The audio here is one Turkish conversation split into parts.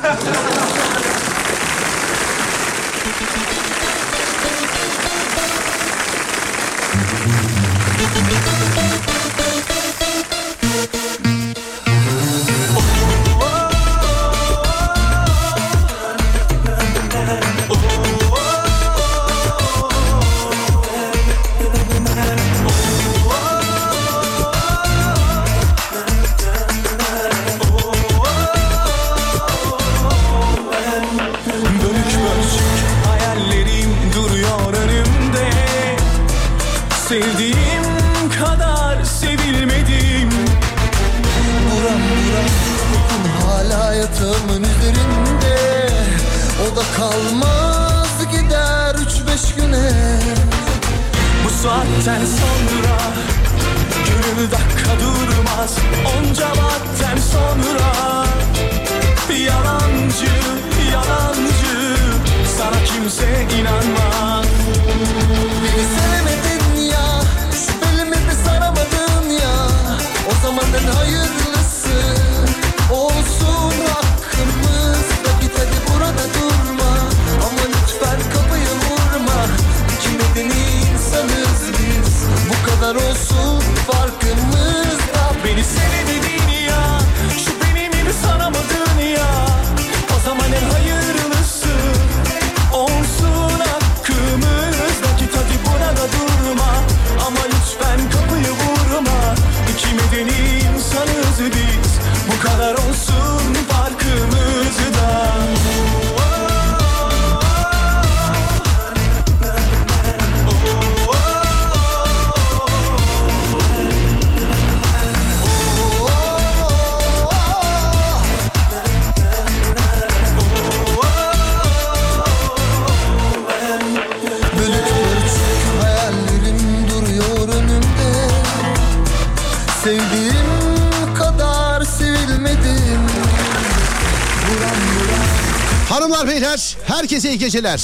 Hanımlar beyler, herkese iyi geceler.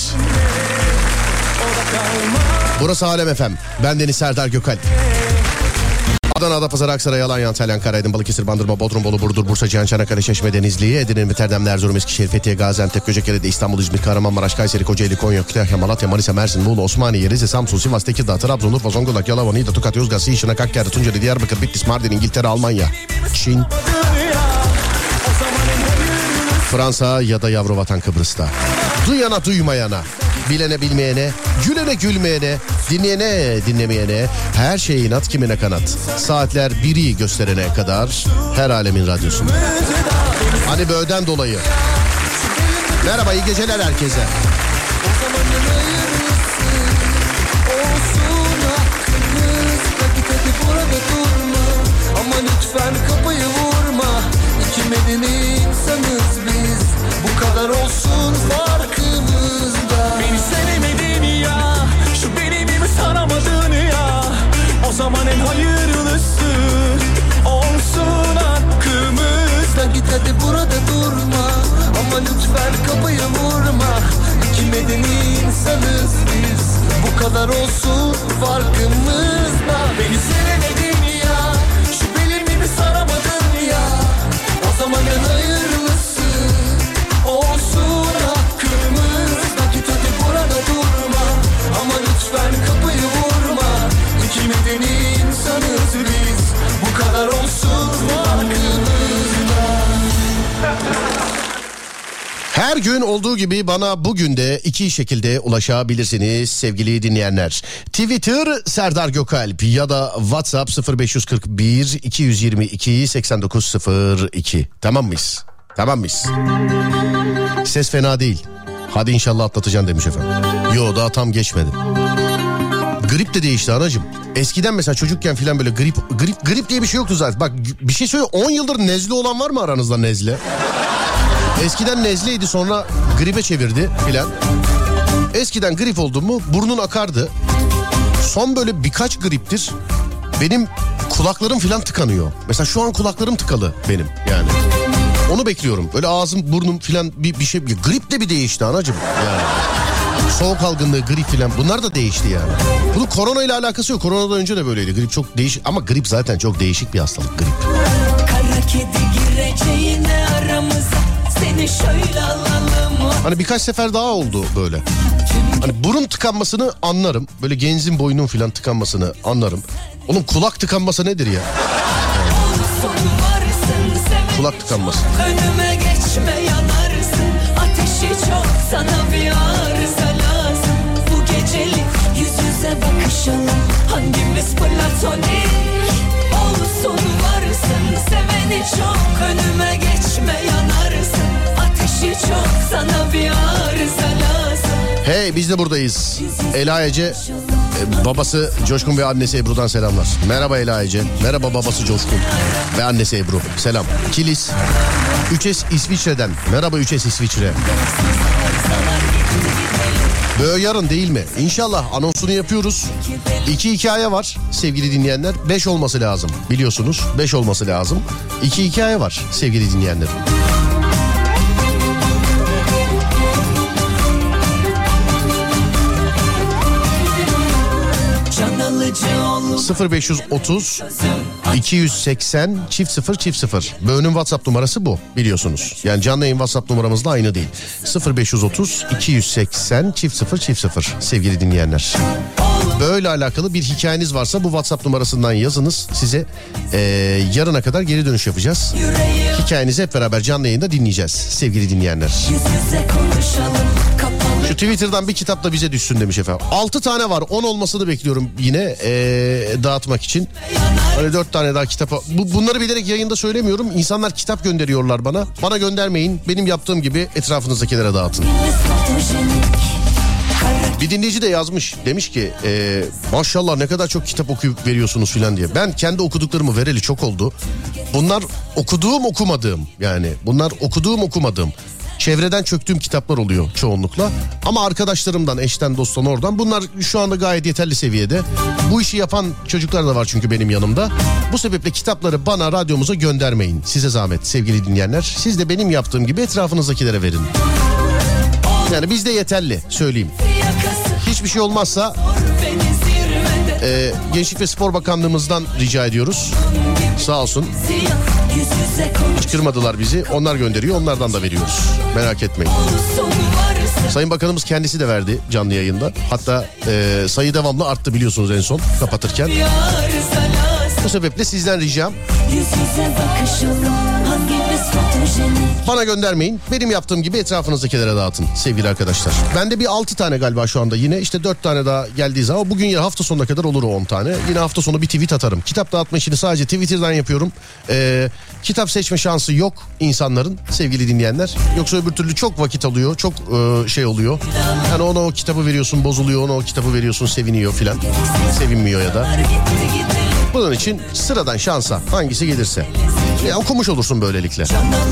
Burası Alem FM. Ben Deniz Serdar Gökalp. Adana, Adapazarı, Aksaray, Alanya, Antalya, Ankara, Aydın, Balıkesir, Bandırma, Bodrum, Bolu, Burdur, Bursa, Cihan, Çanakkale, Çeşme, Denizli, Edirne, Biterdem, Erzurum, Eskişehir, Fethiye, Gaziantep, Göcekere, İstanbul, İzmir, Kahramanmaraş, Kayseri, Kocaeli, Konya, Kütahya, Malatya, Manisa, Mersin, Muğla, Osmaniye, Rize, Samsun, Sivas, Tekirdağ, Trabzon, Urfa, Zonguldak, Yalova, Niğde, Tokat, Yozgat, Şırnak, Hakkari, Tunceli, Diyarbakır, Bitlis, Mardin, İngiltere, Almanya, Çin, Fransa ya da yavru vatan Kıbrıs'ta. Duyana duymayana, bilene bilmeyene, gülene gülmeyene, dinleyene dinlemeyene, her şeye inat kimine kanat. Saatler 1'i gösterene kadar her alemin radyosunda. Hani böğden dolayı. Merhaba, iyi geceler herkese. Ama lütfen kapıyı vurma. İki medeni insanız biz. Bu kadar olsun farkımızda. Beni sevemedin ya, şu benimi saramadın ya. O zaman en hayırlısı olsun hakkımızda. Git hadi burada durma. Ama lütfen kapıyı vurma. İki medeni insanız biz. Bu kadar olsun farkımızda. Beni sevemedin ya, şu benimi saramadın ya. O zaman en hayırlısı olsun hakkımızda. Git hadi burada durma. Ama lütfen kapıyı vurma. İki medeni insanız biz. Bu kadar olsun farkımızda. Her gün olduğu gibi bana bugün de iki şekilde ulaşabilirsiniz sevgili dinleyenler. Twitter Serdar Gökalp ya da WhatsApp 0541 222 8902. Tamam mıyız? Tamam mıyız? Ses fena değil. Hadi inşallah atlatacaksın demiş efendim. Yo, daha tam geçmedi. Grip de değişti anacığım. Eskiden mesela çocukken filan böyle grip diye bir şey yoktu zaten. Bak bir şey söyleyeyim, 10 yıldır nezle olan var mı aranızda nezle? Eskiden nezleydi, sonra gribe çevirdi filan. Eskiden grip oldu mu burnun akardı. Son böyle birkaç griptir benim kulaklarım filan tıkanıyor. Mesela şu an kulaklarım tıkalı benim yani. Onu bekliyorum. Öyle ağzım burnum filan bir şey. Grip de bir değişti anacığım yani. Soğuk algınlığı, grip filan, bunlar da değişti yani. Bunun korona ile alakası yok. Koronadan önce de böyleydi. Grip çok değişik ama grip zaten çok değişik bir hastalık, grip. Kara kedi gireceğine aramıza, seni Hani birkaç sefer daha oldu böyle. Hani burun tıkanmasını anlarım. Böyle genzin boynun filan tıkanmasını anlarım. Oğlum kulak tıkanması nedir ya? Kulak tıkanması. Önüme geçme yanarsın. Ateşi çok, sana bir arıza lazım. Bu gecelik yüz yüze bakışalım. Hangimiz platonik olsun varsın. Seveni çok, önüme geçme yanarsın. Ateşi çok, sana bir arıza lazım. Hey, biz de buradayız. Ela Ece, babası Coşkun ve annesi Ebru'dan selamlar. Merhaba Ela Ece. Merhaba babası Coşkun ve annesi Ebru. Selam. Kilis 3S İsviçre'den. Merhaba 3S İsviçre. Böyle yarın değil mi? İnşallah anonsunu yapıyoruz. 2 hikaye var sevgili dinleyenler. 5 olması lazım biliyorsunuz. 5 olması lazım. 2 hikaye var sevgili dinleyenler. 0530 280 0000. Böğünün WhatsApp numarası bu biliyorsunuz. Yani canlı yayın WhatsApp numaramızla aynı değil. 0530 280 0000 sevgili dinleyenler. Böyle alakalı bir hikayeniz varsa bu WhatsApp numarasından yazınız. Size yarına kadar geri dönüş yapacağız. Hikayenizi hep beraber canlı yayında dinleyeceğiz sevgili dinleyenler. Şu Twitter'dan bir kitap da bize düşsün demiş efendim. 6 tane var, 10 olmasını bekliyorum yine dağıtmak için. Hani 4 tane daha kitap. Bunları bilerek yayında söylemiyorum. İnsanlar kitap gönderiyorlar bana. Bana göndermeyin. Benim yaptığım gibi etrafınızdakilere dağıtın. Bir dinleyici de yazmış, demiş ki maşallah ne kadar çok kitap okuyup veriyorsunuz filan diye. Ben kendi okuduklarımı vereli çok oldu. Bunlar okuduğum okumadığım, yani bunlar okuduğum okumadığım. Çevreden çöktüğüm kitaplar oluyor çoğunlukla. Ama arkadaşlarımdan, eşten, dosttan, oradan. Bunlar şu anda gayet yeterli seviyede. Bu işi yapan çocuklar da var çünkü benim yanımda. Bu sebeple kitapları bana, radyomuza göndermeyin. Size zahmet sevgili dinleyenler. Siz de benim yaptığım gibi etrafınızdakilere verin. Yani bizde yeterli, söyleyeyim. Hiçbir şey olmazsa Gençlik ve Spor Bakanlığımızdan rica ediyoruz. Sağ olsun. Hiç kırmadılar bizi. Onlar gönderiyor, onlardan da veriyoruz. Merak etmeyin. Sayın Bakanımız kendisi de verdi canlı yayında. Hatta sayı devamlı arttı biliyorsunuz en son kapatırken. Bu sebeple sizden ricam, bana göndermeyin. Benim yaptığım gibi etrafınızdakilere dağıtın sevgili arkadaşlar. Bende bir 6 tane galiba şu anda yine. İşte 4 tane daha geldiği zaman bugün ya hafta sonuna kadar olur o 10 tane. Yine hafta sonu bir tweet atarım. Kitap dağıtma işini sadece Twitter'dan yapıyorum. Kitap seçme şansı yok insanların sevgili dinleyenler. Yoksa öbür türlü çok vakit alıyor. Çok şey oluyor. Yani ona o kitabı veriyorsun bozuluyor. Ona o kitabı veriyorsun seviniyor filan. Sevinmiyor ya da. Bunun için sıradan şansa hangisi gelirse. Okumuş olursun böylelikle.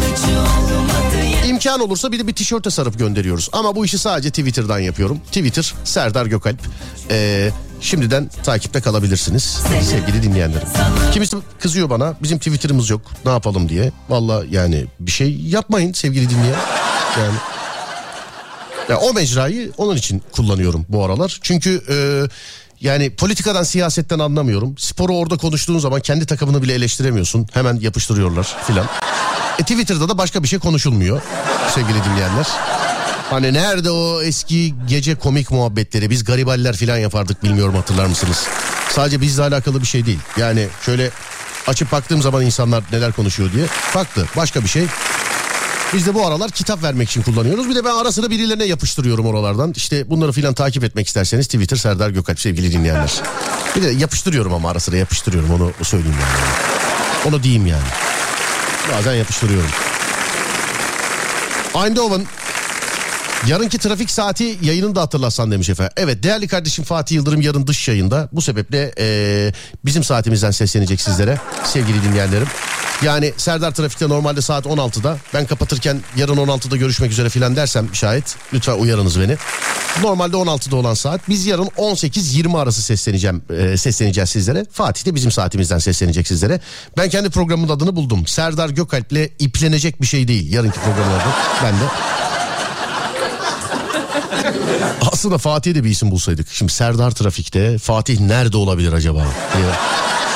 İmkan olursa bir de bir tişörte sarıp gönderiyoruz. Ama bu işi sadece Twitter'dan yapıyorum. Twitter Serdar Gökalp. Şimdiden takipte kalabilirsiniz sevgili dinleyenlerim. Kimisi kızıyor bana, bizim Twitter'ımız yok, ne yapalım diye. Vallahi yani bir şey yapmayın sevgili dinleyen. Yani ya o mecrayı onun için kullanıyorum bu aralar. Çünkü yani politikadan, siyasetten anlamıyorum. Sporu orada konuştuğun zaman kendi takımını bile eleştiremiyorsun. Hemen yapıştırıyorlar filan. Twitter'da da başka bir şey konuşulmuyor sevgili dinleyenler. Hani nerede o eski gece komik muhabbetleri, biz gariballer filan yapardık, bilmiyorum hatırlar mısınız? Sadece bizle alakalı bir şey değil. Yani şöyle açıp baktığım zaman insanlar neler konuşuyor diye. Farklı, başka bir şey. Biz de bu aralar kitap vermek için kullanıyoruz. Bir de ben ara sıra birilerine yapıştırıyorum oralardan. İşte bunları filan takip etmek isterseniz Twitter Serdar Gökalp sevgili dinleyenler. Bir de yapıştırıyorum ama ara sıra yapıştırıyorum, onu söyleyeyim yani. Onu diyeyim yani. Bazen yapıştırıyorum. Eindhoven yarınki trafik saati yayını da hatırlatsan demiş efendim. Evet, değerli kardeşim Fatih Yıldırım yarın dış yayında. Bu sebeple bizim saatimizden seslenecek sizlere sevgili dinleyenlerim. Yani Serdar Trafik'te normalde saat 16'da. Ben kapatırken yarın 16'da görüşmek üzere filan dersem şayet lütfen uyarınız beni. Normalde 16'da olan saat. Biz yarın 18-20 arası sesleneceğiz sizlere. Fatih de bizim saatimizden seslenecek sizlere. Ben kendi programımın adını buldum. Serdar Gökalp'le iplenecek bir şey değil yarınki programın adı. Ben de. Aslında Fatih'e de bir isim bulsaydık. Şimdi Serdar Trafik'te Fatih nerede olabilir acaba diye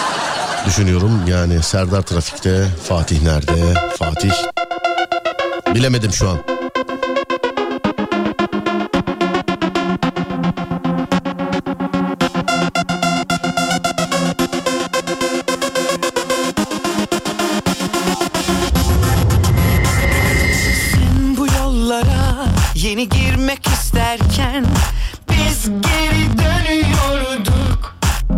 düşünüyorum. Yani Serdar Trafik'te Fatih nerede? Fatih Bilemedim şu an. Sen bu yollara yeni girmek isterken biz geri dönüyorduk.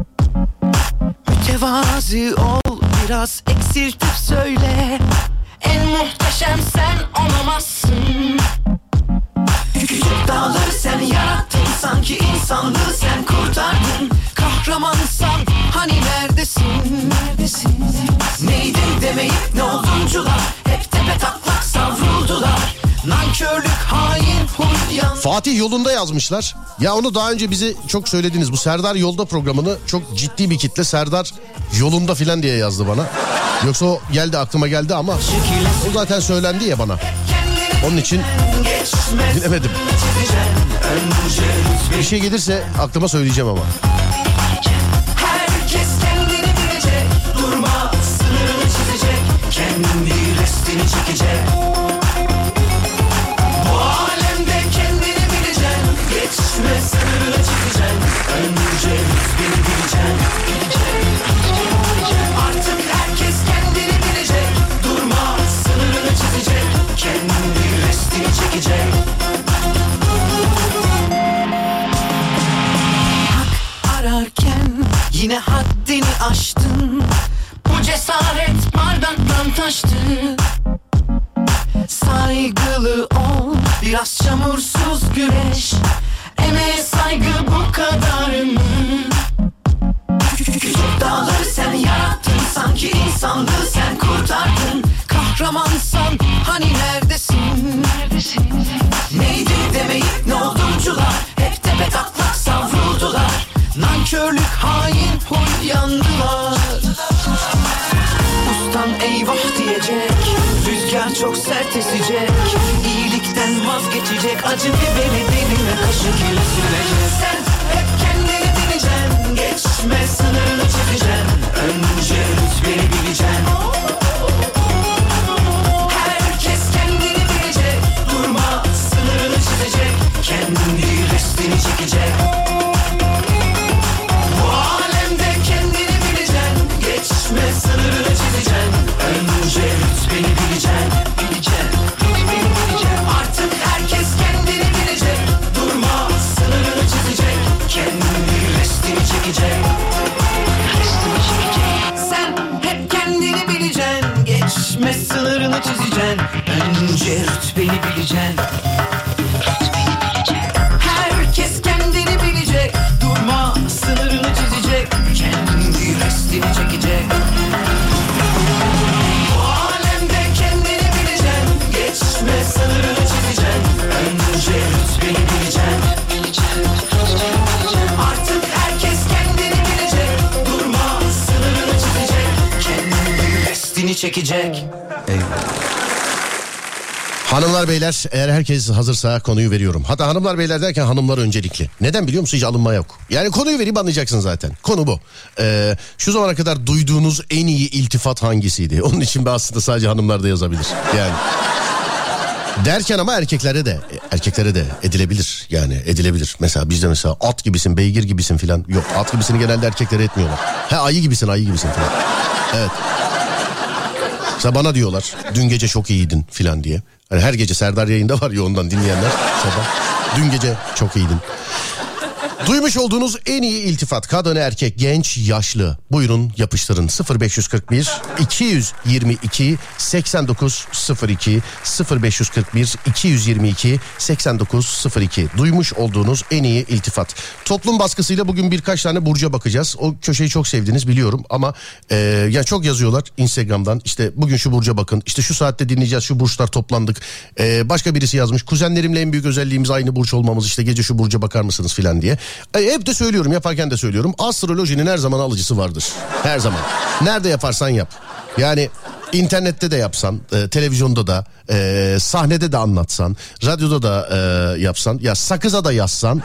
Mütevazi ol, biraz eksiltip söyle. En muhteşem sen olamazsın. Küçük dağları sen yarattın, sanki insanlığı sen kurtardın. Kahramansan hani neredesin? Neydin demeyip ne olduncular, hep tepe taklak savruldular. Nankörlük, hain, huyyan. Fatih Yolunda yazmışlar. Ya onu daha önce bize çok söylediniz. Bu Serdar Yolda programını çok ciddi bir kitle Serdar Yolunda filan diye yazdı bana. Yoksa o geldi, aklıma geldi ama o zaten söylendi ya bana. Onun için bilemedim. Bir şey gelirse aklıma söyleyeceğim ama. Herkes kendini bilecek, durma, sınırını çizecek, kendi restini çekecek. Bu alemde kendini bileceksin, geçme sınırını çizeceksin, önce rüzgârı bileceksin. Artık herkes kendini bilecek, durma, sınırını çizecek, kendi restini çekecek. Ararken yine haddini aştın. Bu cesaret bardaktan taştı. Saygılı ol, biraz çamursuz güreş. Emeğe saygı bu kadar mı? Küçük dağları sen yarattın, sanki insanlığı sen kurtardın. Kahramansan hani neredesin? Neydi demeyip ne olduncular, hep tepe taklak savruldular. Nankörlük, hain, huyyandılar. Ustan eyvah diyecek, rüzgar çok sert esecek. İyilikten vazgeçecek, acı biberi diline kaşık ile sürecek. Sen hep kendini bileceksin, geçme sınırını çizeceksin, önce rütbeni bileceksin. Herkes kendini bilecek, durma, sınırını çizecek, kendi restini çekecek. Bu alemde kendini bileceksin, geçme sınırını çizeceksin, önce rütbeni bileceksin. Rütbeni bileceksin. Artık herkes kendini bilecek, durma, sınırını çizecek, kendi restini çekecek. Sen hep kendini bileceksin, geçme sınırını çizeceksin, önce rütbeni bileceksin. Herkes kendini bilecek, durma, sınırını çizecek, kendi restini çekecek. Bu alemde kendini bileceksin, geçme sınırını çizeceksin, önce rütbeni bileceksin. Artık herkes kendini bilecek, durma, sınırını çizecek, kendi restini çekecek. Hanımlar beyler, eğer herkes hazırsa konuyu veriyorum. Hatta hanımlar beyler derken hanımlar öncelikli. Neden biliyor musun? Hiç alınma yok. Yani konuyu vereyim, anlayacaksın zaten. Konu bu. Şu zamana kadar duyduğunuz en iyi iltifat hangisiydi? Onun için aslında sadece hanımlar da yazabilir. Yani derken ama erkeklere de edilebilir. Yani edilebilir. Mesela bizde mesela at gibisin, beygir gibisin filan. Yok, at gibisini genelde erkeklere etmiyorlar. Ayı gibisin filan. Evet. Mesela bana diyorlar dün gece çok iyiydin filan diye. Hani her gece Serdar yayında var ya, ondan dinleyenler sabah. Dün gece çok iyiydin. Duymuş olduğunuz en iyi iltifat, kadın, erkek, genç, yaşlı. Buyurun yapıştırın. 0541 222 8902 0541 222 8902. Duymuş olduğunuz en iyi iltifat. Toplum baskısıyla bugün birkaç tane burca bakacağız. O köşeyi çok sevdiniz biliyorum ama ya çok yazıyorlar Instagram'dan. İşte bugün şu burca bakın. İşte şu saatte dinleyeceğiz. Şu burçlar toplandık. Başka birisi yazmış. Kuzenlerimle en büyük özelliğimiz aynı burç olmamız. İşte gece şu burca bakar mısınız filan diye. Hep de söylüyorum, yaparken de söylüyorum. Astrolojinin her zaman alıcısı vardır. Her zaman. Nerede yaparsan yap. Yani internette de yapsan, televizyonda da, sahnede de anlatsan, radyoda da yapsan, ya sakıza da yazsan.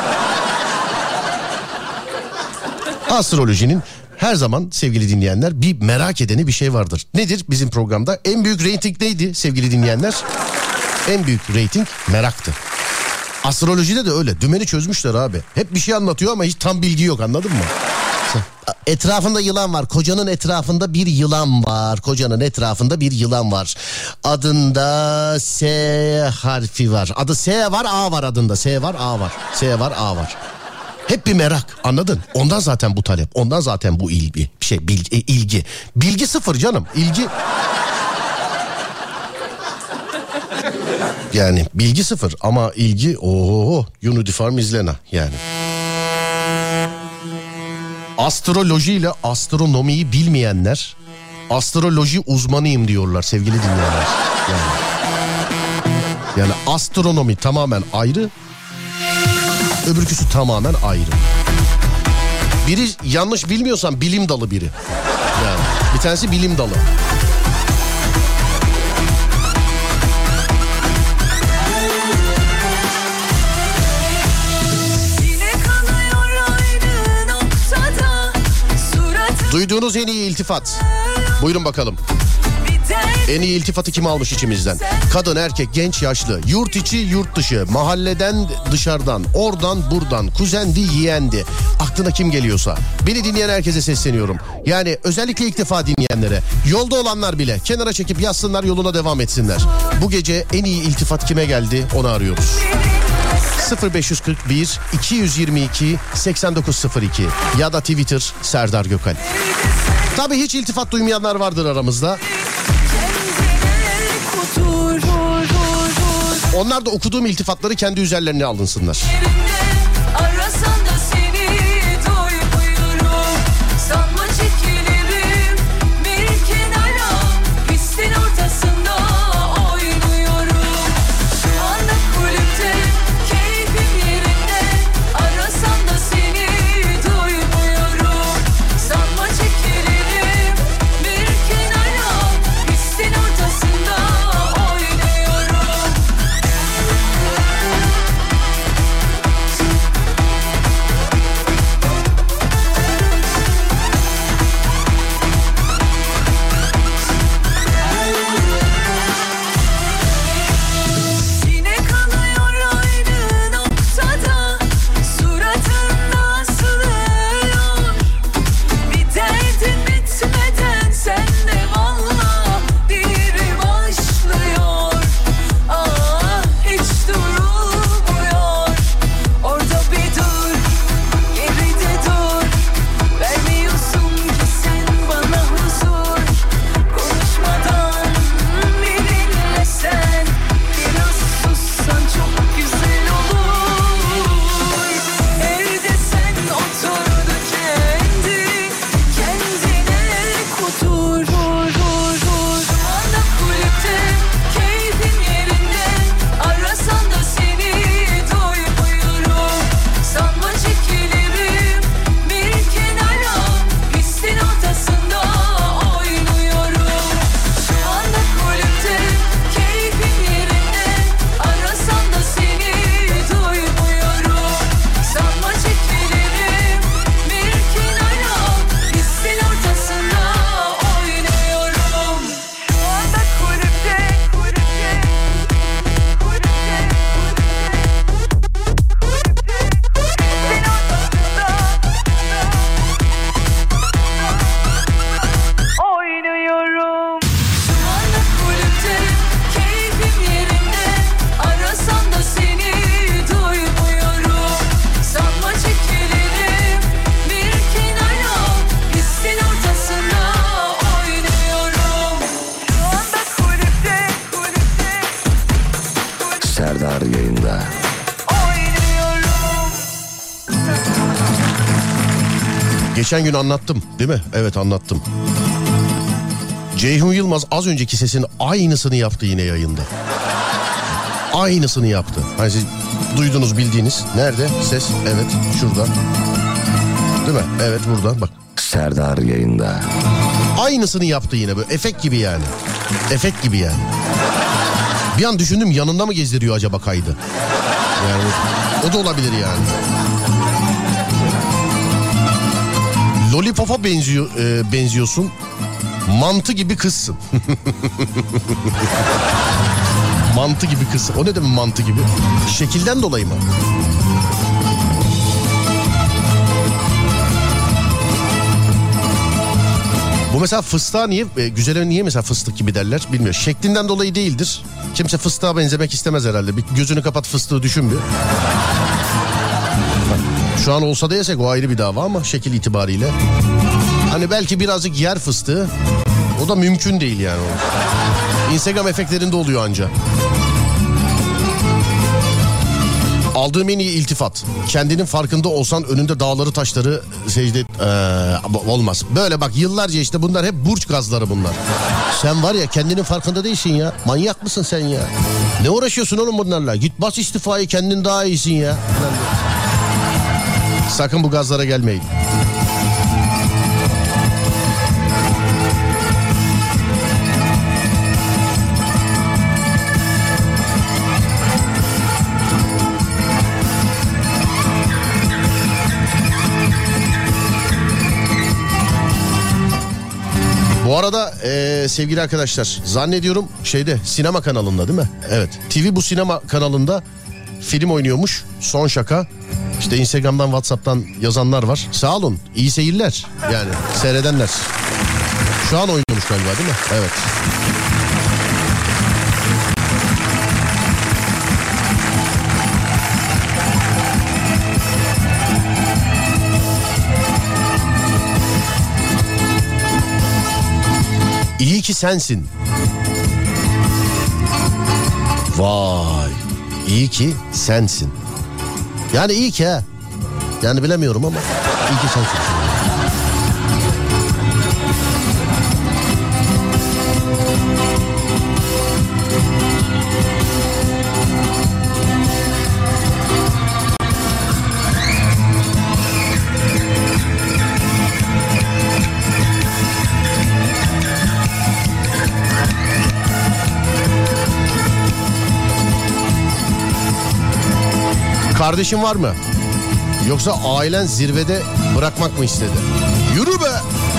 Astrolojinin her zaman sevgili dinleyenler bir merak edeni bir şey vardır. Nedir bizim programda? En büyük reyting neydi sevgili dinleyenler? En büyük reyting meraktı. Astrolojide de öyle. Dümeni çözmüşler abi. Hep bir şey anlatıyor ama hiç tam bilgi yok, anladın mı? Etrafında yılan var. Kocanın etrafında bir yılan var. Kocanın etrafında bir yılan var. Adında S harfi var. Adı S var, A var adında. S var, A var. S var, A var. Hep bir merak, anladın? Ondan zaten bu talep. Ondan zaten bu ilgi. İlgi. Bilgi sıfır canım. İlgi... Yani bilgi sıfır ama ilgi uniform izlena yani. Astroloji ile astronomiyi bilmeyenler astroloji uzmanıyım diyorlar sevgili dinleyenler. Yani astronomi tamamen ayrı, öbürküsü tamamen ayrı. Biri yanlış bilmiyorsan bilim dalı biri. Yani bir tanesi bilim dalı. Duyduğunuz en iyi iltifat. Buyurun bakalım. En iyi iltifatı kim almış içimizden? Kadın, erkek, genç, yaşlı, yurt içi, yurt dışı, mahalleden, dışarıdan, oradan, buradan, kuzendi, yeğendi. Aklına kim geliyorsa. Beni dinleyen herkese sesleniyorum. Yani özellikle ilk defa dinleyenlere, yolda olanlar bile kenara çekip yazsınlar, yoluna devam etsinler. Bu gece en iyi iltifat kime geldi onu arıyoruz. 0541 222 8902 ya da Twitter Serdar Gökalp. Tabii hiç iltifat duymayanlar vardır aramızda. Onlar da okuduğum iltifatları kendi üzerlerine alınsınlar. Geçen gün anlattım değil mi? Evet anlattım. Ceyhun Yılmaz az önceki sesin aynısını yaptı yine yayında. Aynısını yaptı. Hani siz duydunuz bildiğiniz. Nerede ses? Evet şurada. Değil mi? Evet burada bak. Serdar yayında. Aynısını yaptı yine böyle efekt gibi yani. Efekt gibi yani. Bir an düşündüm yanında mı gezdiriyor acaba kaydı? Yani o da olabilir yani. Lollipop'a benziyorsun. Mantı gibi kızsın. Mantı gibi kız. O ne demek mantı gibi? Şekilden dolayı mı? Bu mesela fıstığa niye, güzele niye mesela fıstık gibi derler bilmiyorum. Şeklinden dolayı değildir. Kimse fıstığa benzemek istemez herhalde. Bir gözünü kapat, fıstığı düşün bir. Şu an olsa da yesek o ayrı bir dava ama şekil itibariyle. Hani belki birazcık yer fıstığı. O da mümkün değil yani. Instagram efektlerinde oluyor anca. Aldığım en iyi iltifat. Kendinin farkında olsan önünde dağları taşları secde... olmaz. Böyle bak yıllarca işte bunlar hep burç gazları bunlar. Sen var ya kendinin farkında değilsin ya. Manyak mısın sen ya? Ne uğraşıyorsun oğlum bunlarla? Git bas istifayı, kendin daha iyisin ya. Sakın bu gazlara gelmeyin. Bu arada sevgili arkadaşlar zannediyorum sinema kanalında değil mi? Evet. TV bu sinema kanalında film oynuyormuş. Son şaka. İşte Instagram'dan, WhatsApp'tan yazanlar var. Sağ olun. İyi seyirler. Yani seyredenler. Şu an oynuyormuş galiba değil mi? Evet. İyi ki sensin. Vay. İyi ki sensin. Yani iyi ki ha. Yani bilemiyorum ama iyi ki sensin. Kardeşin var mı? Yoksa ailen zirvede bırakmak mı istedi? Yürü be!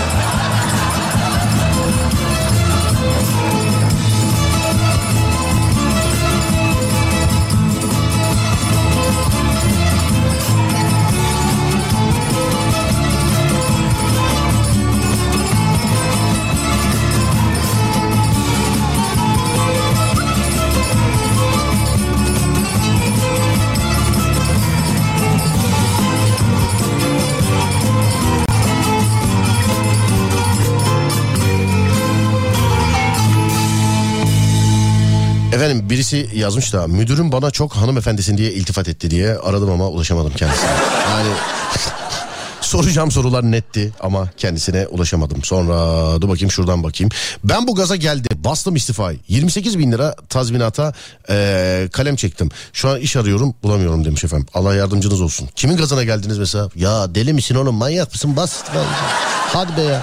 Efendim birisi yazmış da müdürüm bana çok hanımefendisin diye iltifat etti diye aradım ama ulaşamadım kendisine. Yani soracağım sorular netti ama kendisine ulaşamadım. Sonra dur bakayım şuradan bakayım. Ben bu gaza geldi bastım istifayı 28.000 lira tazminata kalem çektim. Şu an iş arıyorum bulamıyorum demiş efendim. Allah yardımcınız olsun. Kimin gazına geldiniz mesela? Ya deli misin oğlum manyak mısın bas istifayı. Hadi be ya.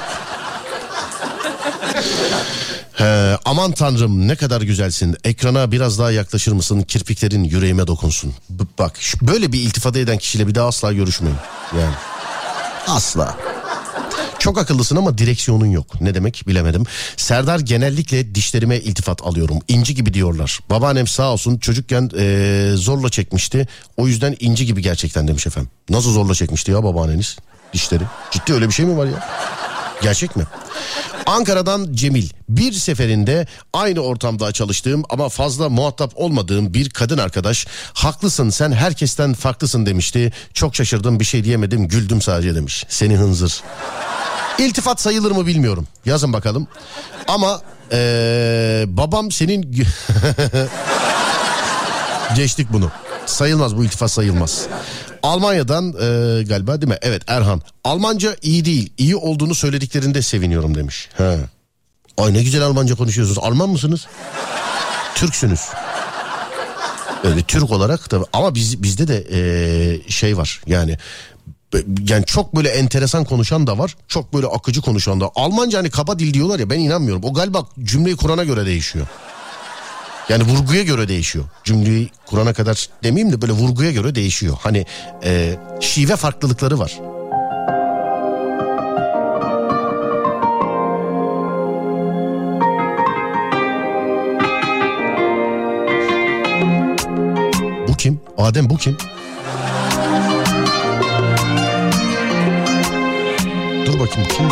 Aman tanrım ne kadar güzelsin. Ekrana biraz daha yaklaşır mısın? Kirpiklerin yüreğime dokunsun. Bak böyle bir iltifat eden kişiyle bir daha asla görüşmeyin. Yani asla. Çok akıllısın ama direksiyonun yok. Ne demek bilemedim. Serdar genellikle dişlerime iltifat alıyorum. İnci gibi diyorlar. Babaannem sağ olsun çocukken zorla çekmişti. O yüzden inci gibi gerçekten demiş efendim. Nasıl zorla çekmişti ya babaanneniz dişleri? Ciddi öyle bir şey mi var ya? Gerçek mi? Ankara'dan Cemil. Bir seferinde aynı ortamda çalıştığım ama fazla muhatap olmadığım bir kadın arkadaş haklısın sen herkesten farklısın demişti. Çok şaşırdım bir şey diyemedim güldüm sadece demiş. Seni hınzır. İltifat sayılır mı bilmiyorum. Yazın bakalım. Ama babam senin... Geçtik bunu. Sayılmaz bu iltifat sayılmaz. Almanya'dan galiba değil mi? Evet Erhan. Almanca iyi değil. İyi olduğunu söylediklerinde seviniyorum demiş. He. Ay ne güzel Almanca konuşuyorsunuz. Alman mısınız? Türksünüz. Öyle Türk olarak tabii. Ama bizde de şey var. Yani çok böyle enteresan konuşan da var. Çok böyle akıcı konuşan da. Almanca hani kaba dil diyorlar ya ben inanmıyorum. O galiba cümleyi kurana göre değişiyor. Yani vurguya göre değişiyor. Cümleyi kurana kadar demeyeyim de böyle vurguya göre değişiyor. Hani şive farklılıkları var. kim? Adem bu kim? Dur bakayım kim?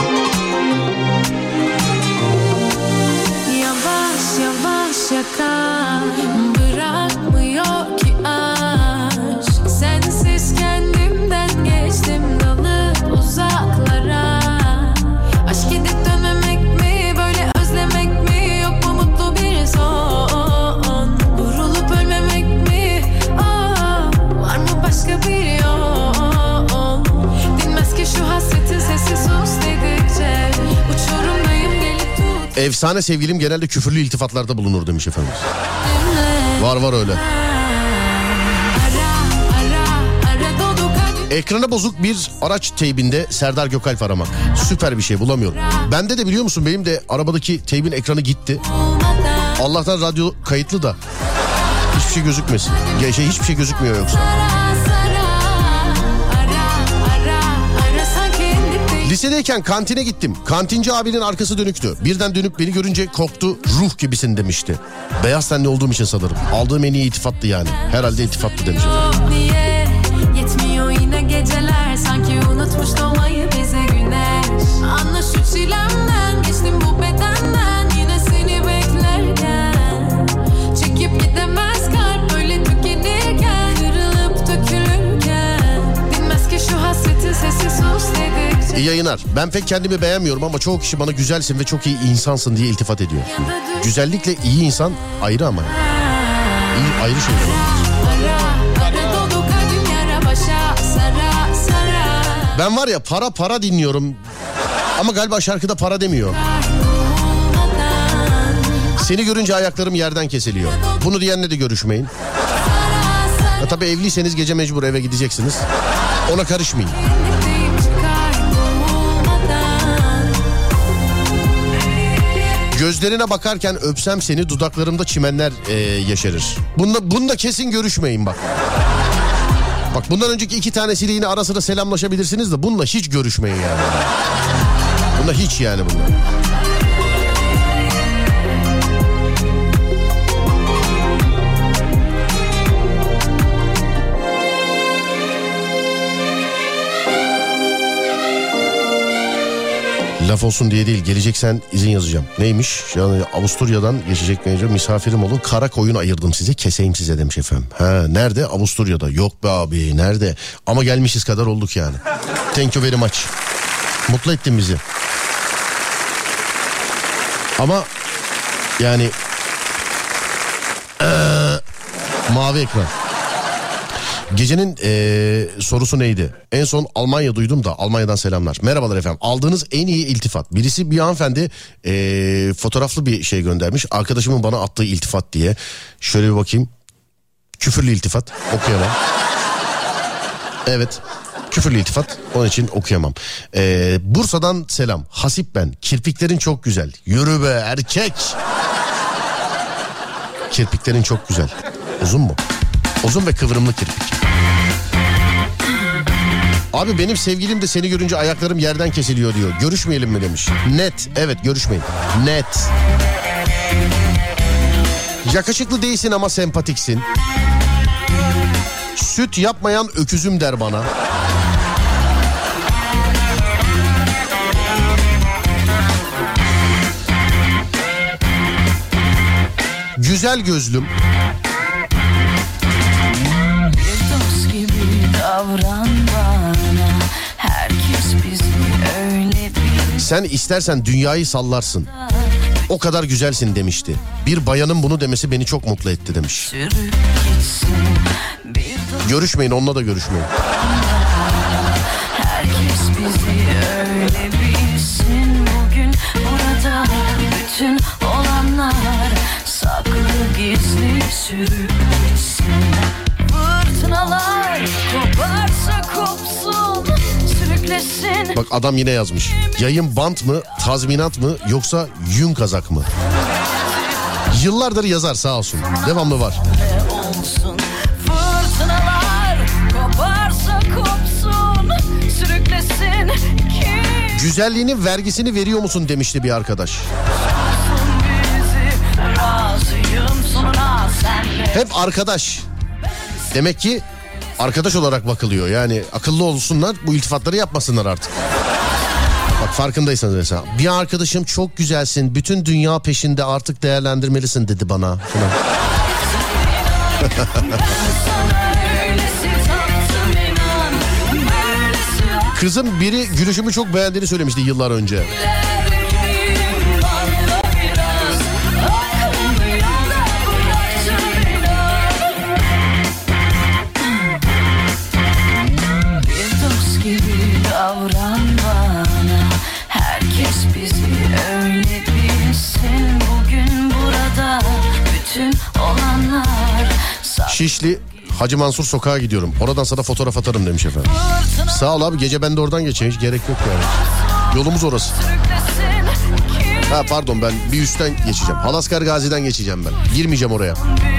Yavaş yavaş yakar, bırakmıyor ki aşk. Sensiz kendimden geçtim, dalıp uzaklara. Aşk gidip dönmemek mi, böyle özlemek mi, yok mu mutlu bir son? Vurulup ölmemek mi, var mı başka bir yol? Dinmez ki şu hasretin sesi, sus dedikçe. Uçurumdayım, gelip tut. Efsane sevgilim genelde küfürlü iltifatlarda bulunur demiş efendim. Var öyle. Ekrana bozuk bir araç teybinde Serdar Gökalp aramak. Süper bir şey, bulamıyorum. Bende de biliyor musun, benim de arabadaki teybin ekranı gitti. Allah'tan radyo kayıtlı da hiçbir şey gözükmesin. Hiçbir şey gözükmüyor yoksa. Lisedeyken kantine gittim. Kantinci abinin arkası dönüktü. Birden dönüp beni görünce korktu. Ruh gibisin demişti. Beyaz tenli olduğum için sanırım. Aldığım en iyi iltifattı yani. Herhalde iltifattı demiş. Yetmiyor yine geceler, sanki unutmuş doğmayı bize güneş. Anla şu çilemden, geçtim bu bedenden, yine seni beklerken. Çekip gidemez kalp böyle tükenirken, kırılıp dökülürken. Dinmez ki şu hasretin sesi, sus dedikçe. İyi yayınlar. Ben pek kendimi beğenmiyorum ama çoğu kişi bana güzelsin ve çok iyi insansın diye iltifat ediyor. Güzellikle iyi insan ayrı ama. İyi, ayrı şeyler. Ben var ya para dinliyorum ama galiba şarkıda para demiyor. Seni görünce ayaklarım yerden kesiliyor. Bunu diyenle de görüşmeyin. Ya tabii evliyseniz gece mecbur eve gideceksiniz. Ona karışmayın. Gözlerine bakarken öpsem seni, dudaklarımda çimenler yeşerir. Bunda kesin görüşmeyin bak. Bak bundan önceki 2 tanesiyle yine ara sıra selamlaşabilirsiniz de bununla hiç görüşmeyin yani. Bununla hiç yani bununla. Laf olsun diye değil, geleceksen izin yazacağım. Neymiş? Yani Avusturya'dan geçecek mecbur misafirim olun. Kara koyun ayırdım size, keseyim size demiş efendim. Ha, nerede? Avusturya'da. Yok be abi, nerede? Ama gelmişiz kadar olduk yani. Thank you very much. Mutlu ettin bizi. Ama yani mavi ekran. Gecenin sorusu neydi? En son Almanya duydum da, Almanya'dan selamlar. Merhabalar efendim. Aldığınız en iyi iltifat. Birisi, bir hanımefendi fotoğraflı bir şey göndermiş. Arkadaşımın bana attığı iltifat diye. Şöyle bir bakayım. Küfürlü iltifat. Okuyamam. Evet. Küfürlü iltifat. Onun için okuyamam. Bursa'dan selam. Hasip ben. Kirpiklerin çok güzel. Yürü be erkek. Kirpiklerin çok güzel. Uzun mu? Uzun ve kıvrımlı kirpik. Abi benim sevgilim de seni görünce ayaklarım yerden kesiliyor diyor. Görüşmeyelim mi demiş. Net. Evet, görüşmeyin. Net. Yakışıklı değilsin ama sempatiksin. Süt yapmayan öküzüm der bana. Güzel gözlüm. Sen istersen dünyayı sallarsın. O kadar güzelsin demişti. Bir bayanın bunu demesi beni çok mutlu etti demiş. Görüşmeyin, onunla da görüşmeyin. Herkes bizi öyle bilsin, bugün burada bütün olanlar saklı gizli sürüp gitsin. Fırtınalar koparsa kopsun, sürüklesin. Bak adam yine yazmış. Yayın bant mı, tazminat mı, yoksa yün kazak mı? Yıllardır yazar, sağ olsun. Devamlı var. Fırtınalar koparsa kopsun, sürüklesin. Güzelliğinin vergisini veriyor musun demişti bir arkadaş. Hep arkadaş. Demek ki arkadaş olarak bakılıyor. Yani akıllı olsunlar, bu iltifatları yapmasınlar artık. Bak farkındaysanız mesela. Bir arkadaşım çok güzelsin, bütün dünya peşinde, artık değerlendirmelisin dedi bana. Kızım biri gülüşümü çok beğendiğini söylemişti yıllar önce. Davran bana, herkes bizi öyle bilsin. Bugün burada bütün olanlar. Şişli Hacı Mansur Sokağa gidiyorum. Oradan sana fotoğraf atarım demiş efendim. Sağ ol abi, gece ben de oradan geçeyim, hiç gerek yok yani. Yolumuz orası. Ha pardon, ben bir üstten geçeceğim. Halaskar Gazi'den geçeceğim ben. Girmeyeceğim oraya.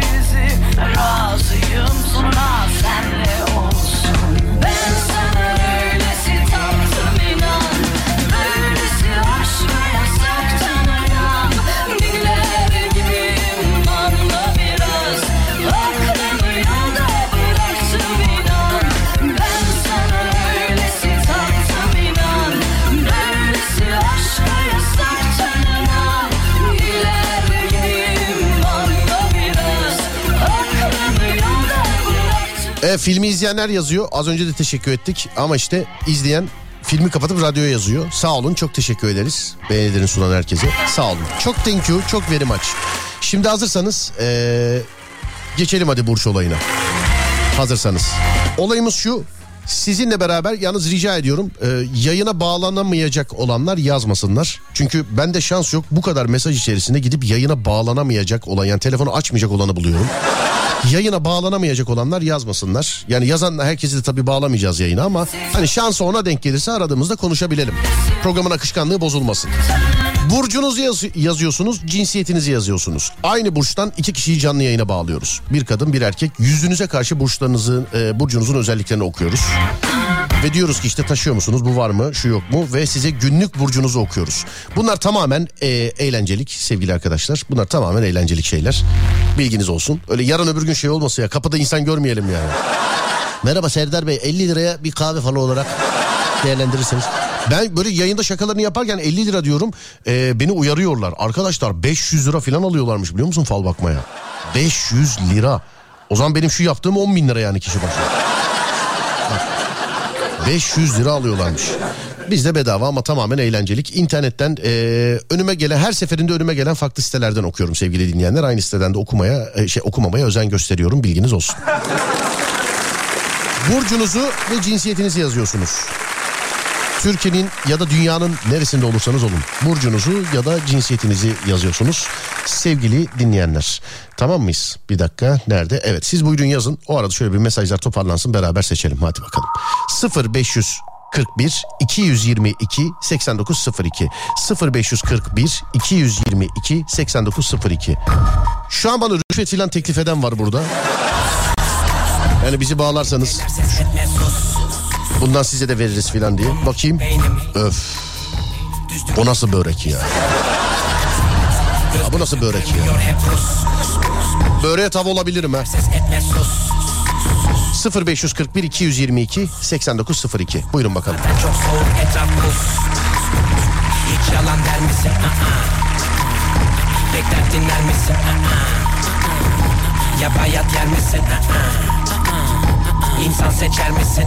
Razıyım sonra senle olsun. Ben sana öylesi tattım inan. Böylesi aşka yasak tanıyan. Dinler gibiyim anla biraz. Aklımı yolda bıraktım inan. Ben sana öylesi tattım inan. Böylesi aşka yasak tanınan. Dinler gibiyim anla biraz. Aklımı yolda bıraktım. Filmi izleyenler yazıyor. Az önce de teşekkür ettik. Ama işte izleyen filmi kapatıp radyoya yazıyor. Sağ olun, çok teşekkür ederiz. Beğenilerini sunan herkese. Sağ olun. Çok thank you, çok very much. Şimdi hazırsanız geçelim hadi Burç olayına. Hazırsanız. Olayımız şu. Sizinle beraber yalnız rica ediyorum yayına bağlanamayacak olanlar yazmasınlar. Çünkü bende şans yok, bu kadar mesaj içerisinde gidip yayına bağlanamayacak olan, yani telefonu açmayacak olanı buluyorum. Yayına bağlanamayacak olanlar yazmasınlar. Yani yazan herkesi de tabii bağlamayacağız yayına ama hani şansı ona denk gelirse aradığımızda konuşabilelim. Programın akışkanlığı bozulmasın. Burcunuzu yazıyorsunuz, cinsiyetinizi yazıyorsunuz. Aynı burçtan 2 kişiyi canlı yayına bağlıyoruz. Bir kadın, bir erkek. Yüzünüze karşı burcunuzun özelliklerini okuyoruz. Ve diyoruz ki işte taşıyor musunuz, bu var mı, şu yok mu, ve size günlük burcunuzu okuyoruz. Bunlar tamamen eğlencelik sevgili arkadaşlar. Bunlar tamamen eğlencelik şeyler. Bilginiz olsun. Öyle yarın öbür gün şey olmasın ya, kapıda insan görmeyelim yani. Merhaba Serdar Bey, 50 liraya bir kahve falan olarak değerlendirirseniz. Ben böyle yayında şakalarını yaparken 50 lira diyorum, beni uyarıyorlar. Arkadaşlar 500 lira falan alıyorlarmış, biliyor musun fal bakmaya? 500 lira. O zaman benim şu yaptığım 10 bin lira yani kişi başı. 500 lira alıyorlarmış. Bizde bedava ama tamamen eğlencelik. İnternetten önüme gelen, her seferinde önüme gelen farklı sitelerden okuyorum sevgili dinleyenler. Aynı siteden de okumamaya özen gösteriyorum, bilginiz olsun. Burcunuzu ve cinsiyetinizi yazıyorsunuz. Türkiye'nin ya da dünyanın neresinde olursanız olun. Burcunuzu ya da cinsiyetinizi yazıyorsunuz. Sevgili dinleyenler. Tamam mıyız? Bir dakika. Nerede? Evet, siz buyurun yazın. O arada şöyle bir mesajlar toparlansın, beraber seçelim. Hadi bakalım. 0541 222 8902 0541 222 8902. Şu an bana rüşvet filan teklif eden var burada. Yani bizi bağlarsanız bundan size de veririz filan diye. Bakayım. Öf. O nasıl börek ya? Bu nasıl börek ya? Böreğe tav olabilirim ha. 0541 222 8902. Buyurun bakalım. Çok soğuk etraf buz. Hiç yalan der misin? Bekler dinler misin? Ya bayat yer misin? İnsan seçer misin?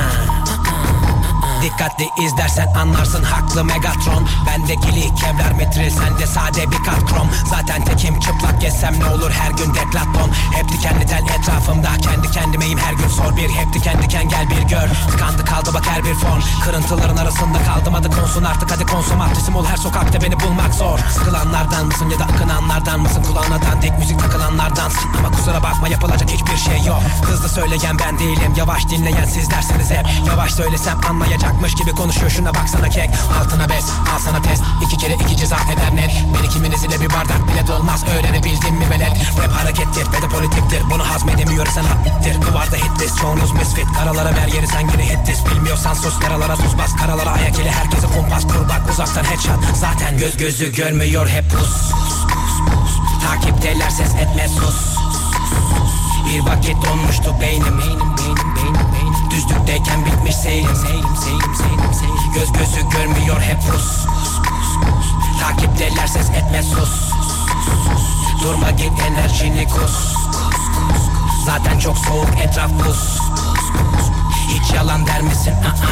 Dikkatli izlersen anlarsın, haklı Megatron. Bendeki kevlar metril, sende sade bir kat krom. Zaten tekim, çıplak gezsem ne olur her gün deklaton. Hep dikenli tel etrafımda, kendi kendimeyim her gün sor bir. Hep diken diken gel bir gör, tıkandı kaldı bak her bir fon. Kırıntıların arasında kaldım, hadi konsun artık, hadi konsomatrisim ol. Her sokakta beni bulmak zor. Sıkılanlardan mısın ya da akınanlardan mısın? Kulağına dandik müzik takılanlardansın. Ama kusura bakma, yapılacak hiçbir şey yok. Hızlı söyleyen ben değilim, yavaş dinleyen sizlersiniz hep. Yavaş söylesem anlayacakmış gibi konuşuyor, şuna baksana kek. Altına bez, al sana test, 2 kere 2 ceza eder net. Beni kiminiz ile bir bardak bile dolmaz, öğrenebildin mi velet? Rap harekettir ve de politiktir, bunu hazmedemiyorsan hattir. Duvarda hitlist, çoğunuz misfit, karalara ver yeri sen gene hitlist. Bilmiyorsan sus, karalara tuz bas, karalara ayak ile herkese kumpas kur bak, uzaktan headshot. Zaten göz gözü görmüyor hep pus. Takipteler ses etme sus. Bir vakit donmuştu beynim. Düzlükteyken bitmiş seyrim. Göz gözü görmüyor hep Rus. Takipteler ses etme sus. Durma git enerjini kus. Zaten çok soğuk etraf buz. Hiç yalan der misin?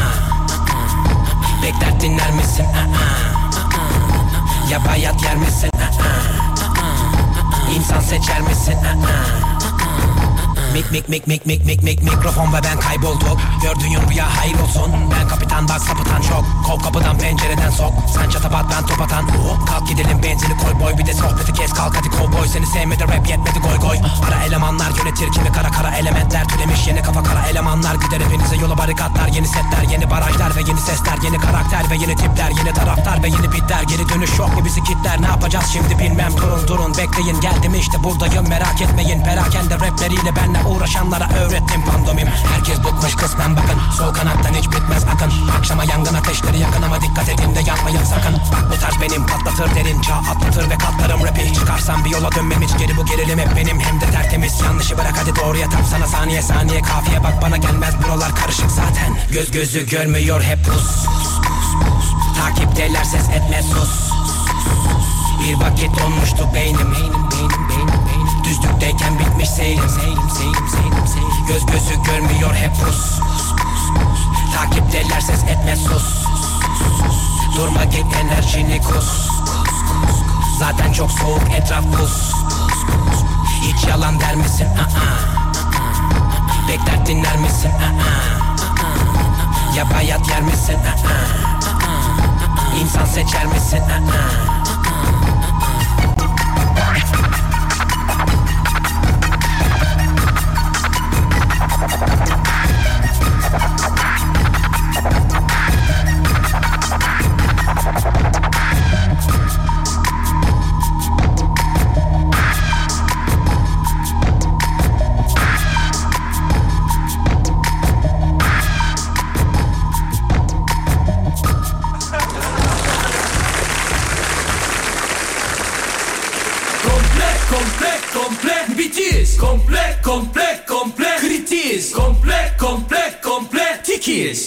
Bekler dinler misin? Ya bayat yer misin? İnsan seçer misin? Mikrofon ve ben kaybolduk. Gördüğün rüya hayır olsun. Ben kapitan bak sapıtan çok. Kov kapıdan pencereden sok. Sen çatapat ben top atan. Kalk gidelim benzini koy boy. Bir de sohbeti kes kalk hadi kovboy. Seni sevmedi rap yetmedi goy goy. Ara elemanlar yönetir kimi kara elementler. Türemiş yeni kafa kara elemanlar. Gider hepinize yola barikatlar. Yeni setler yeni barajlar ve yeni sesler. Yeni karakter ve yeni tipler. Yeni taraftar ve yeni bitler. Geri dönüş yok mu bizi kitler. Ne yapacağız şimdi bilmem. Durun bekleyin geldim işte buradayım merak etmeyin. Perakende rapleriyle benle uğraşanlara öğrettim pandomim. Herkes bıkmış kısmen bakın. Sol kanattan hiç bitmez akın. Akşama yangın ateşleri yakın ama dikkat edin de yanmayın sakın. Bak bu tarz benim patlatır derin çağ atlatır ve katlarım rapi. Çıkarsam bir yola dönmem hiç geri bu gerilim hep benim hem de tertemiz. Yanlışı bırak hadi doğruya tap sana saniye kafiye bak bana gelmez buralar karışık zaten. Göz gözü görmüyor hep pus. Takipteler ses etme sus. Bir vakit donmuştu beynim. Düzlükteyken bitmiş seyrim. Göz gözü görmüyor hep Rus. Takipteler ses etme sus. Durma git enerjini kus. Zaten çok soğuk etraf buz. Hiç yalan der misin? Bekler dinler misin? Ya bayat yer misin? İnsan seçer misin? Komple kritiz. Komple tikiz.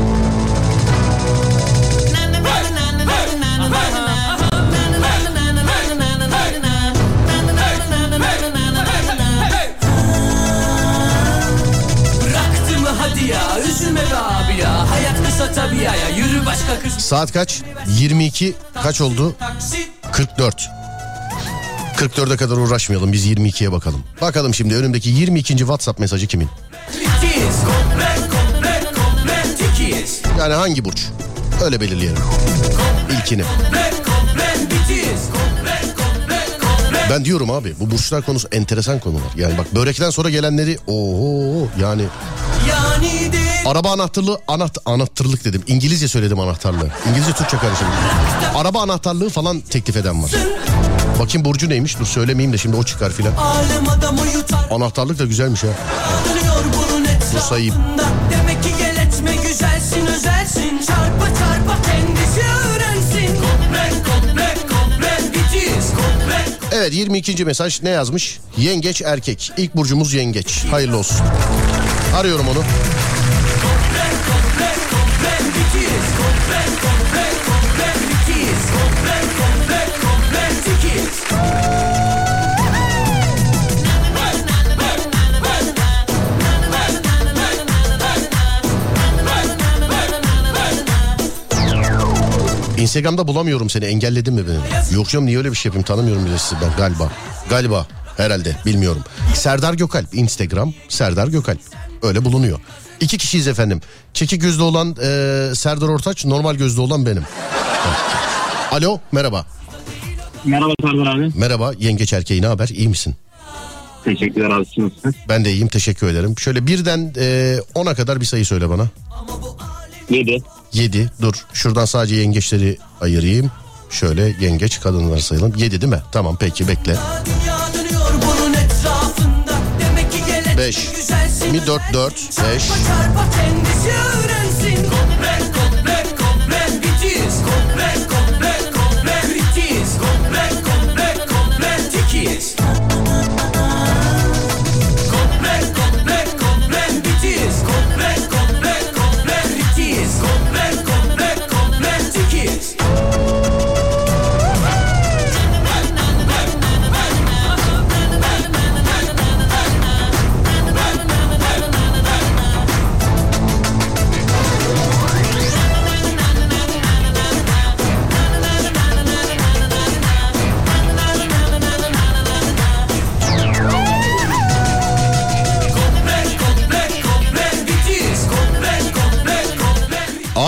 Bıraktı mı hadi ya üzülme be abi ya. Hayat kısa tabii ya yürü başka kız. Saat kaç? 22 kaç oldu? 44. 44'e kadar uğraşmayalım biz 22'ye bakalım. Bakalım şimdi önümdeki 22. WhatsApp mesajı kimin? Yani hangi burç? Öyle belirleyelim. İlkini. Ben diyorum abi bu burçlar konusu enteresan konular. Yani bak börekten sonra gelenleri yani. Araba anahtarlık dedim. İngilizce söyledim anahtarlığı. İngilizce Türkçe karışımı. Araba anahtarlığı falan teklif eden var. Bakayım burcu neymiş? Dur söylemeyeyim de şimdi o çıkar filan. Anahtarlık da güzelmiş ha. Dur sayayım. Demek ki gel etme güzelsin özelsin. Çarpa kendisi öğrensin. Komple bitiz. Evet 22. mesaj ne yazmış? Yengeç erkek. İlk burcumuz yengeç. Hayırlı olsun. Arıyorum onu. Instagram'da bulamıyorum seni. Engelledin mi beni? Yok canım niye öyle bir şey yapayım? Tanımıyorum bile sizi ben galiba. Herhalde bilmiyorum. Serdar Gökalp Instagram Serdar Gökalp. Öyle bulunuyor. 2 kişiyiz efendim. Çekik gözlü olan Serdar Ortaç, normal gözlü olan benim. Alo merhaba. Merhaba Serdar abi. Merhaba yengeç erkeği, ne haber? İyi misin? Teşekkürler abi. Nasılsın? Ben de iyiyim, teşekkür ederim. Şöyle birden 10'a kadar bir sayı söyle bana. 7. 7. Dur şuradan sadece yengeçleri ayırayım. Şöyle yengeç kadınlar sayalım. 7 değil mi? Tamam peki bekle. 5. Mi 4 4 5.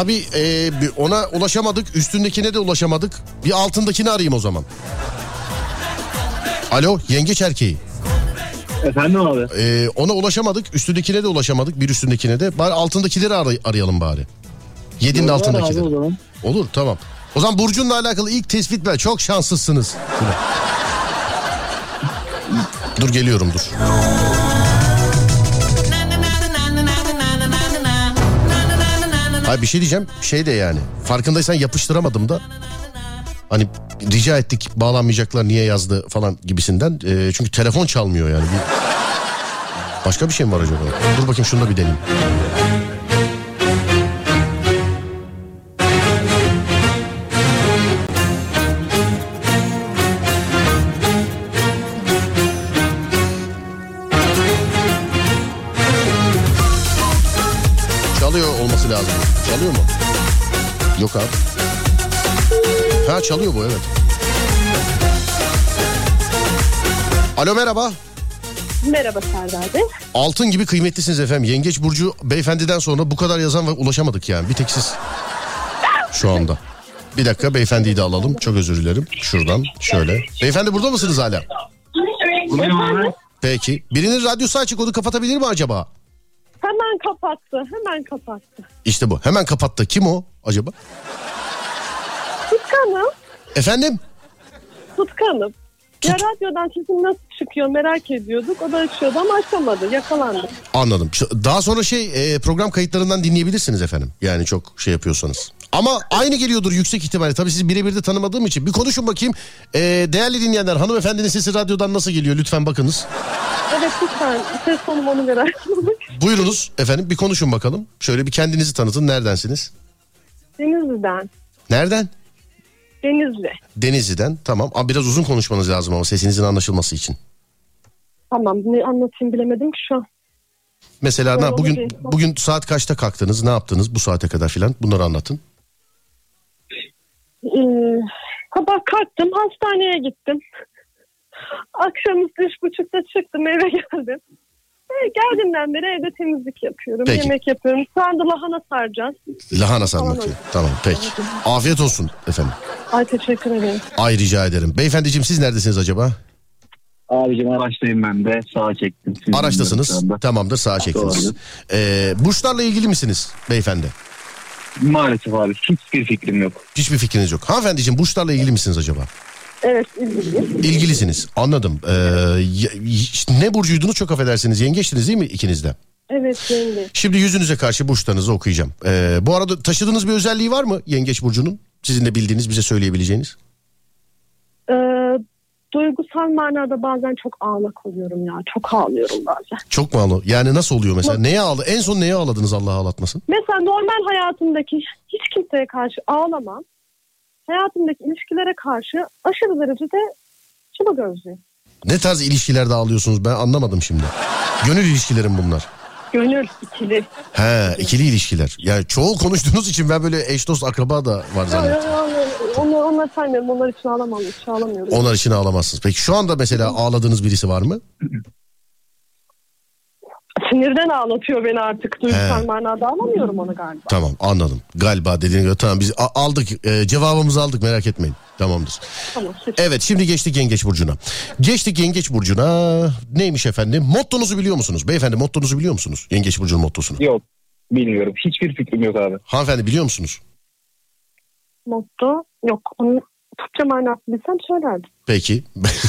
Abi ona ulaşamadık, üstündekine de ulaşamadık. Bir altındakini arayayım o zaman. Alo, yengeç erkeği. Efendim abi. Ona ulaşamadık, üstündekine de ulaşamadık, bir üstündekine de. Bari altındakileri arayalım bari. 7'nin altındakileri. Olur, tamam. O zaman Burcu'nunla alakalı ilk tespit ver. Çok şanslısınız. Dur geliyorum, dur. Hayır, bir şey diyeceğim. Şey de yani. Farkındaysan yapıştıramadım da. Hani rica ettik, bağlanmayacaklar, niye yazdı falan gibisinden. Çünkü telefon çalmıyor yani. Başka bir şey mi var acaba? Dur bakayım, şunu da bir deneyeyim. Çalıyor olması lazım. Çalıyor mu? Yok abi. Ha, çalıyor bu, evet. Alo, merhaba. Merhaba Serdar Bey. Altın gibi kıymetlisiniz efendim. Yengeç Burcu beyefendiden sonra bu kadar yazan ve ulaşamadık yani. Bir tek siz şu anda. Bir dakika, beyefendiyi de alalım. Çok özür dilerim. Şuradan şöyle. Beyefendi burada mısınız hala? Buradayım abi. Peki. Birinin radyosu açık, onu kapatabilir mi acaba? Hemen kapattı. İşte bu. Hemen kapattı. Kim o acaba? Tutkanım. Efendim? Tutkanım. Ya radyodan sesim nasıl çıkıyor merak ediyorduk. O da açıyordu ama açamadı. Yakalandı. Anladım. Daha sonra program kayıtlarından dinleyebilirsiniz efendim. Yani çok şey yapıyorsanız. Ama aynı geliyordur yüksek ihtimalle. Tabii sizi birebir de tanımadığım için. Bir konuşun bakayım. Değerli dinleyenler, hanımefendinin sesi radyodan nasıl geliyor? Lütfen bakınız. Evet, lütfen. Ses tonum onu merak ettim. Buyurunuz efendim, bir konuşun bakalım. Şöyle bir kendinizi tanıtın. Neredensiniz? Denizli'den. Nereden? Denizli. Denizli'den. Tamam. Biraz uzun konuşmanız lazım ama sesinizin anlaşılması için. Tamam, ne anlatayım bilemedim ki şu an. Mesela bugün saat kaçta kalktınız? Ne yaptınız bu saate kadar filan? Bunları anlatın. Sabah kalktım, hastaneye gittim. Akşamüstü 3.30'da çıktım, eve geldim. Geldiğimden beri evde temizlik yapıyorum. Peki. Yemek yapıyorum. Şu anda lahana saracağız. Lahana sarmak. Tamam, peki. Afiyet olsun efendim. Ay, teşekkür ederim. Ay, rica ederim. Beyefendiciğim, siz neredesiniz acaba? Abicim araçtayım ben de. Sağa çektim. Araçtasınız. Tamamdır, sağa çektiniz. Burçlarla ilgili misiniz beyefendi? Maalesef abi. Hiçbir fikrim yok. Hiçbir fikriniz yok. Hanımefendiciğim, burçlarla ilgili misiniz acaba? Evet, ilgili. İlgilisiniz. Anladım. Ne burcuydunuz, çok affedersiniz. Yengeçtiniz değil mi ikiniz de? Evet, yengeç. Şimdi yüzünüze karşı burçlarınızı okuyacağım. Bu arada taşıdığınız bir özelliği var mı Yengeç burcunun? Sizin de bildiğiniz, bize söyleyebileceğiniz. Duygusal manada bazen çok ağlak oluyorum ya. Çok ağlıyorum bazen. Çok mu ağlı? Yani nasıl oluyor mesela? Neye ağladınız? En son neye ağladınız, Allah ağlatmasın? Mesela normal hayatımdaki hiç kimseye karşı ağlamam. Hayatımdaki ilişkilere karşı aşırı derecede çıba gözlüyüm. Ne tarz ilişkilerde ağlıyorsunuz, ben anlamadım şimdi. Gönül ilişkilerim bunlar. Gönül, ikili. He, ikili ilişkiler. Yani çoğu konuştuğunuz için ben böyle eş dost akraba da var zannettim. Onlar saymıyorum. Onlar için ağlamam. Hiç ağlamıyorum. Onlar için ağlamazsınız. Peki şu anda mesela ağladığınız birisi var mı? Sinirden ağlatıyor beni artık. Duygusal manada ağlamıyorum onu galiba. Tamam, anladım. Galiba dediğine göre tamam, biz aldık. Cevabımızı aldık, merak etmeyin. Tamamdır. Tamam, süper. Evet, şimdi geçtik Yengeç burcuna. Neymiş efendim? Mottonuzu biliyor musunuz? Beyefendi, mottonuzu biliyor musunuz? Yengeç burcunun mottosunu. Yok. Bilmiyorum. Hiçbir fikrim yok abi. Hanımefendi, biliyor musunuz? Motto yok. Onun Türkçe manası bilsem söylerdim. Peki.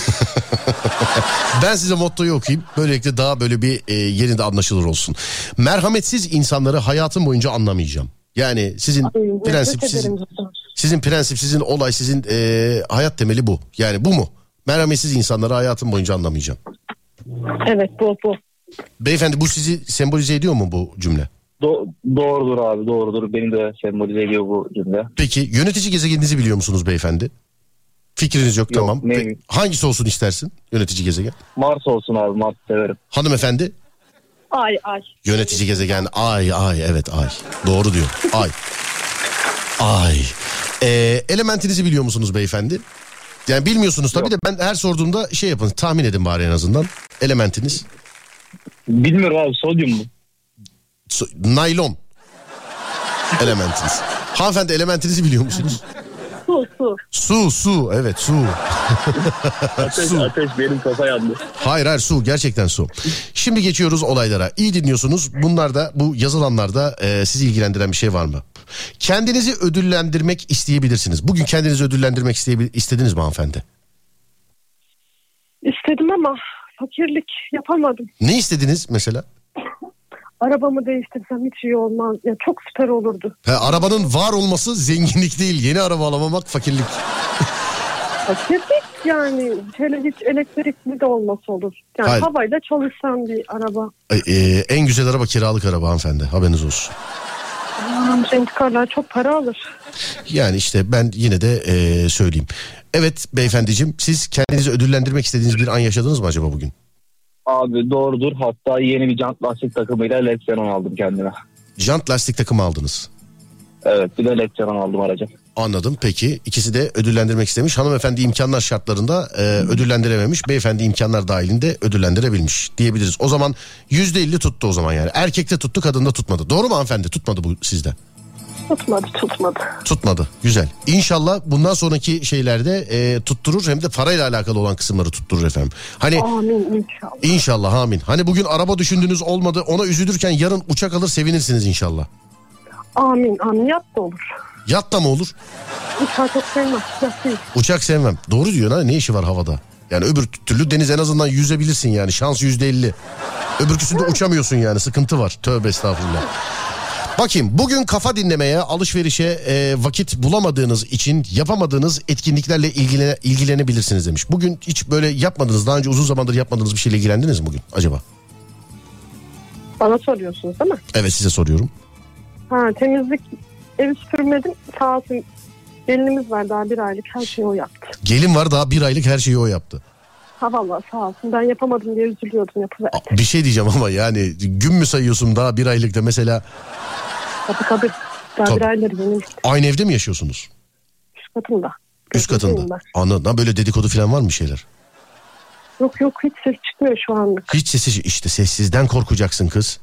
Ben size mottoyu okuyayım. Böylelikle daha böyle bir yerinde anlaşılır olsun. Merhametsiz insanları hayatım boyunca anlamayacağım. Yani sizin prensip, sizin olay, sizin hayat temeli bu. Yani bu mu? Merhametsiz insanları hayatım boyunca anlamayacağım. Evet, bu. Beyefendi, bu sizi sembolize ediyor mu bu cümle? Doğrudur abi, doğrudur. Beni de sembolize ediyor bu cümle. Peki yönetici gezegeninizi biliyor musunuz beyefendi? Fikriniz yok, tamam. Hangisi olsun istersin yönetici gezegen? Mars olsun abi, Mars severim. Hanımefendi? Ay. Yönetici gezegen ay, evet ay. Doğru diyor, ay. Elementinizi biliyor musunuz beyefendi? Yani bilmiyorsunuz tabii de ben her sorduğumda şey yapın, tahmin edin bari en azından. Elementiniz? Bilmiyorum abi, sodyum mu? Naylon. Elementiniz. Hanımefendi elementinizi biliyor musunuz? Su. Evet su. Ateş benim kafa yandı. Hayır su, gerçekten su. Şimdi geçiyoruz olaylara. İyi dinliyorsunuz. Bunlarda, bu yazılanlarda sizi ilgilendiren bir şey var mı? Kendinizi ödüllendirmek isteyebilirsiniz. Bugün kendinizi ödüllendirmek istediniz mi hanımefendi? İstedim ama fakirlik yapamadım. Ne istediniz mesela? Arabamı değiştirsem hiç iyi olmaz. Ya çok süper olurdu. Arabanın var olması zenginlik değil. Yeni araba alamamak fakirlik. Fakirlik yani. Şöyle hiç elektrikli de olması olur. Yani Hayır. havayla çalışan bir araba. En güzel araba kiralık araba hanımefendi. Haberiniz olsun. Zengikarlar çok para alır. Yani işte ben yine de söyleyeyim. Evet beyefendiciğim, siz kendinizi ödüllendirmek istediğiniz bir an yaşadınız mı acaba bugün? Abi doğrudur. Hatta yeni bir jant lastik takımıyla LED xenon aldım kendime. Jant lastik takımı aldınız. Evet, bir de LED xenon aldım araca. Anladım, peki. İkisi de ödüllendirmek istemiş. Hanımefendi imkanlar şartlarında ödüllendirememiş. Beyefendi imkanlar dahilinde ödüllendirebilmiş diyebiliriz. O zaman %50 tuttu o zaman yani. Erkekte tuttu, kadında tutmadı. Doğru mu hanımefendi? Tutmadı bu sizde. Tutmadı. Güzel. İnşallah bundan sonraki şeylerde tutturur, hem de parayla alakalı olan kısımları tutturur efendim. Hani amin inşallah. İnşallah amin. Hani bugün araba düşündünüz olmadı, ona üzülürken yarın uçak alır sevinirsiniz inşallah. Amin. Yat da olur. Yat da mı olur? Uçağı çok sevmem. Yat değil. Uçak sevmem. Doğru diyor ha, ne işi var havada? Yani öbür türlü deniz en azından yüzebilirsin yani, şans %50. Öbürküsünde uçamıyorsun yani, sıkıntı var. Tövbe estağfurullah. Bakayım, bugün kafa dinlemeye, alışverişe vakit bulamadığınız için yapamadığınız etkinliklerle ilgilenebilirsiniz demiş. Bugün hiç böyle yapmadınız, daha önce uzun zamandır yapmadığınız bir şeyle ilgilendiniz mi bugün acaba? Bana soruyorsunuz değil mi? Evet, size soruyorum. Temizlik, evi süpürmedim. Sağ olsun gelinimiz var, daha 1 aylık, her şeyi o yaptı. Gelin var, daha 1 aylık, her şeyi o yaptı. Vallahi sağ olsun, ben yapamadım diye üzülüyordum, yapıverdi. Bir şey diyeceğim ama yani gün mü sayıyorsun daha 1 aylıkta mesela? Tabii. Daha Tabii. 1 ayları benim. Aynı evde mi yaşıyorsunuz? Üst katında. Anladım. Böyle dedikodu falan var mı şeyler? Yok hiç ses çıkmıyor şu anlık. Hiç sesi, işte sessizden korkacaksın kız.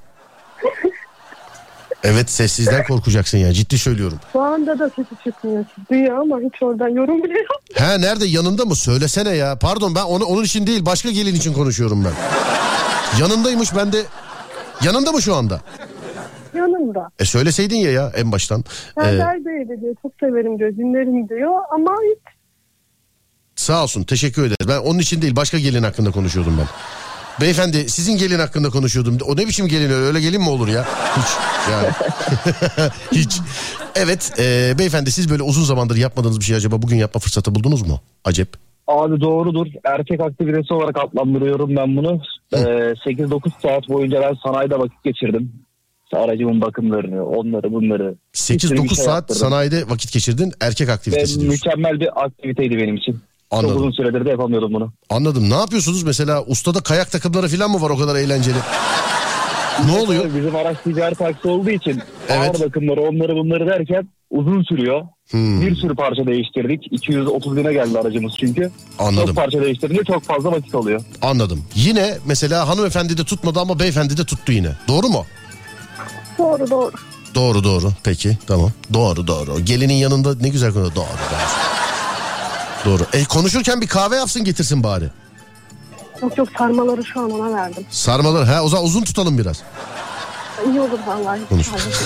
Evet, sessizden korkacaksın ya, ciddi söylüyorum. Şu anda da sesi çıkmıyor. Siz duyuyor ama hiç oradan yorum bile yok. Nerede, yanında mı? Söylesene ya. Pardon, ben onun için değil, başka gelin için konuşuyorum ben. Yanındaymış, ben de. Yanında mı şu anda? Yanımda. Söyleseydin ya en baştan. Serdar Bey de diyor, çok severim diyor, dinlerim diyor ama hiç. Sağ olsun, teşekkür ederim. Ben onun için değil, başka gelin hakkında konuşuyordum ben. Beyefendi, sizin gelin hakkında konuşuyordum. O ne biçim gelin öyle gelin mi olur ya? Hiç yani. Hiç. Evet beyefendi, siz böyle uzun zamandır yapmadığınız bir şey acaba bugün yapma fırsatı buldunuz mu? Acep. Abi doğrudur. Erkek aktivitesi olarak adlandırıyorum ben bunu. 8-9 saat boyunca ben sanayide vakit geçirdim. Aracımın bakımlarını, onları bunları. 8-9 saat yaptırdım. Sanayide vakit geçirdin, erkek aktivitesi diyorsun. Mükemmel bir aktiviteydi benim için. Anladım. Çok uzun süredir de yapamıyordum bunu. Anladım. Ne yapıyorsunuz mesela? Ustada kayak takımları falan mı var o kadar eğlenceli? Ne oluyor? Bizim araç ticari taksi olduğu için Evet. ağır bakımları, onları bunları derken uzun sürüyor. Bir sürü parça değiştirdik. 230 bine geldi aracımız çünkü. Anladım. Çok parça değiştirince çok fazla vakit alıyor. Anladım. Yine mesela hanımefendi de tutmadı ama beyefendi de tuttu yine. Doğru mu? Doğru. Doğru. Peki, tamam. Doğru. Gelinin yanında ne güzel konu. Doğru. Konuşurken bir kahve yapsın, getirsin bari. Yok sarmaları şu an ona verdim. Sarmaları, o zaman uzun tutalım biraz. İyi olur vallahi. Konuş.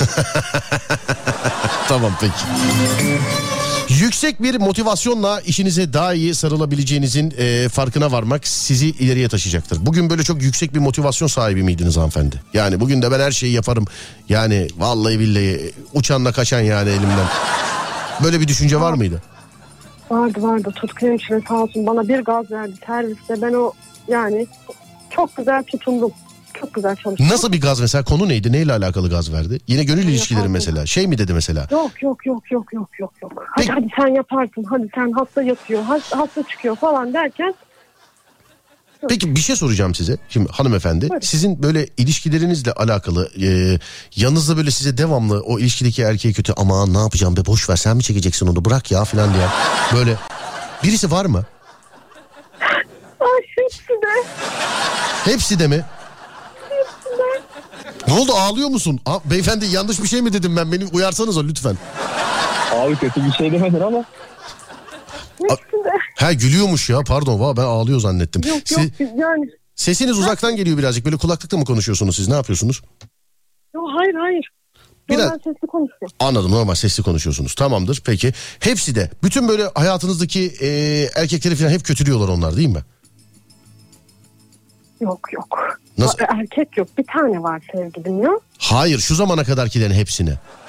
Tamam, peki. Yüksek bir motivasyonla işinize daha iyi sarılabileceğinizin farkına varmak sizi ileriye taşıyacaktır. Bugün böyle çok yüksek bir motivasyon sahibi miydiniz hanımefendi? Yani bugün de ben her şeyi yaparım. Yani vallahi billahi uçanla kaçan yani elimden. Böyle bir düşünce var mıydı? Vardı. Tutku hemşire sağ olsun bana bir gaz verdi serviste. Ben o yani çok güzel tutundum. Çok güzel çalıştım. Nasıl bir gaz mesela? Konu neydi? Neyle alakalı gaz verdi? Yine gönül ilişkileri mesela. Şey mi dedi mesela? Yok. Hadi sen yaparsın. Hadi sen hasta yatıyor. Hasta çıkıyor falan derken. Peki bir şey soracağım size. Şimdi hanımefendi, Buyurun. sizin böyle ilişkilerinizle alakalı yanınızda böyle size devamlı o ilişkideki erkeğe kötü, aman ne yapacağım be, boş ver, sen mi çekeceksin onu, bırak ya falan diye böyle birisi var mı? Ay hepsi de. Hepsi de mi? Ne oldu, ağlıyor musun? Beyefendi yanlış bir şey mi dedim ben? Beni uyarsanıza lütfen. Abi kötü bir şey demedin ama. Ha gülüyormuş ya, pardon, ben ağlıyor zannettim. Yok yani. Sesiniz uzaktan geliyor birazcık, böyle kulaklıkla mı konuşuyorsunuz siz, ne yapıyorsunuz? Yok hayır. Normal sesli konuşuyor. Anladım, normal sesli konuşuyorsunuz, tamamdır peki. Hepsi de bütün böyle hayatınızdaki erkekleri falan hep kötülüyorlar onlar değil mi? Yok. Nasıl? Erkek yok, bir tane var sevgilim ya. Hayır, şu zamana kadarkilerin hepsini.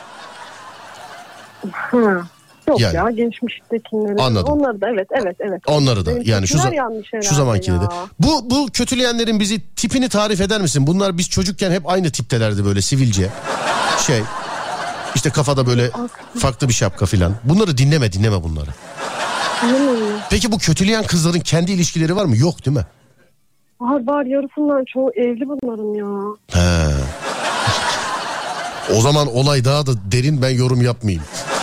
Yok yani, ya, geçmiştekileri. Anladım. Onları da evet. Onları da benim yani şu zamankileri de. Bu kötüleyenlerin bizi, tipini tarif eder misin? Bunlar biz çocukken hep aynı tiptelerdi, böyle sivilce. İşte kafada böyle farklı bir şapka filan. Bunları dinleme bunları. Peki bu kötüleyen kızların kendi ilişkileri var mı? Yok değil mi? Var, yarısından çoğu evli bunların ya. He. O zaman olay daha da derin, ben yorum yapmayayım.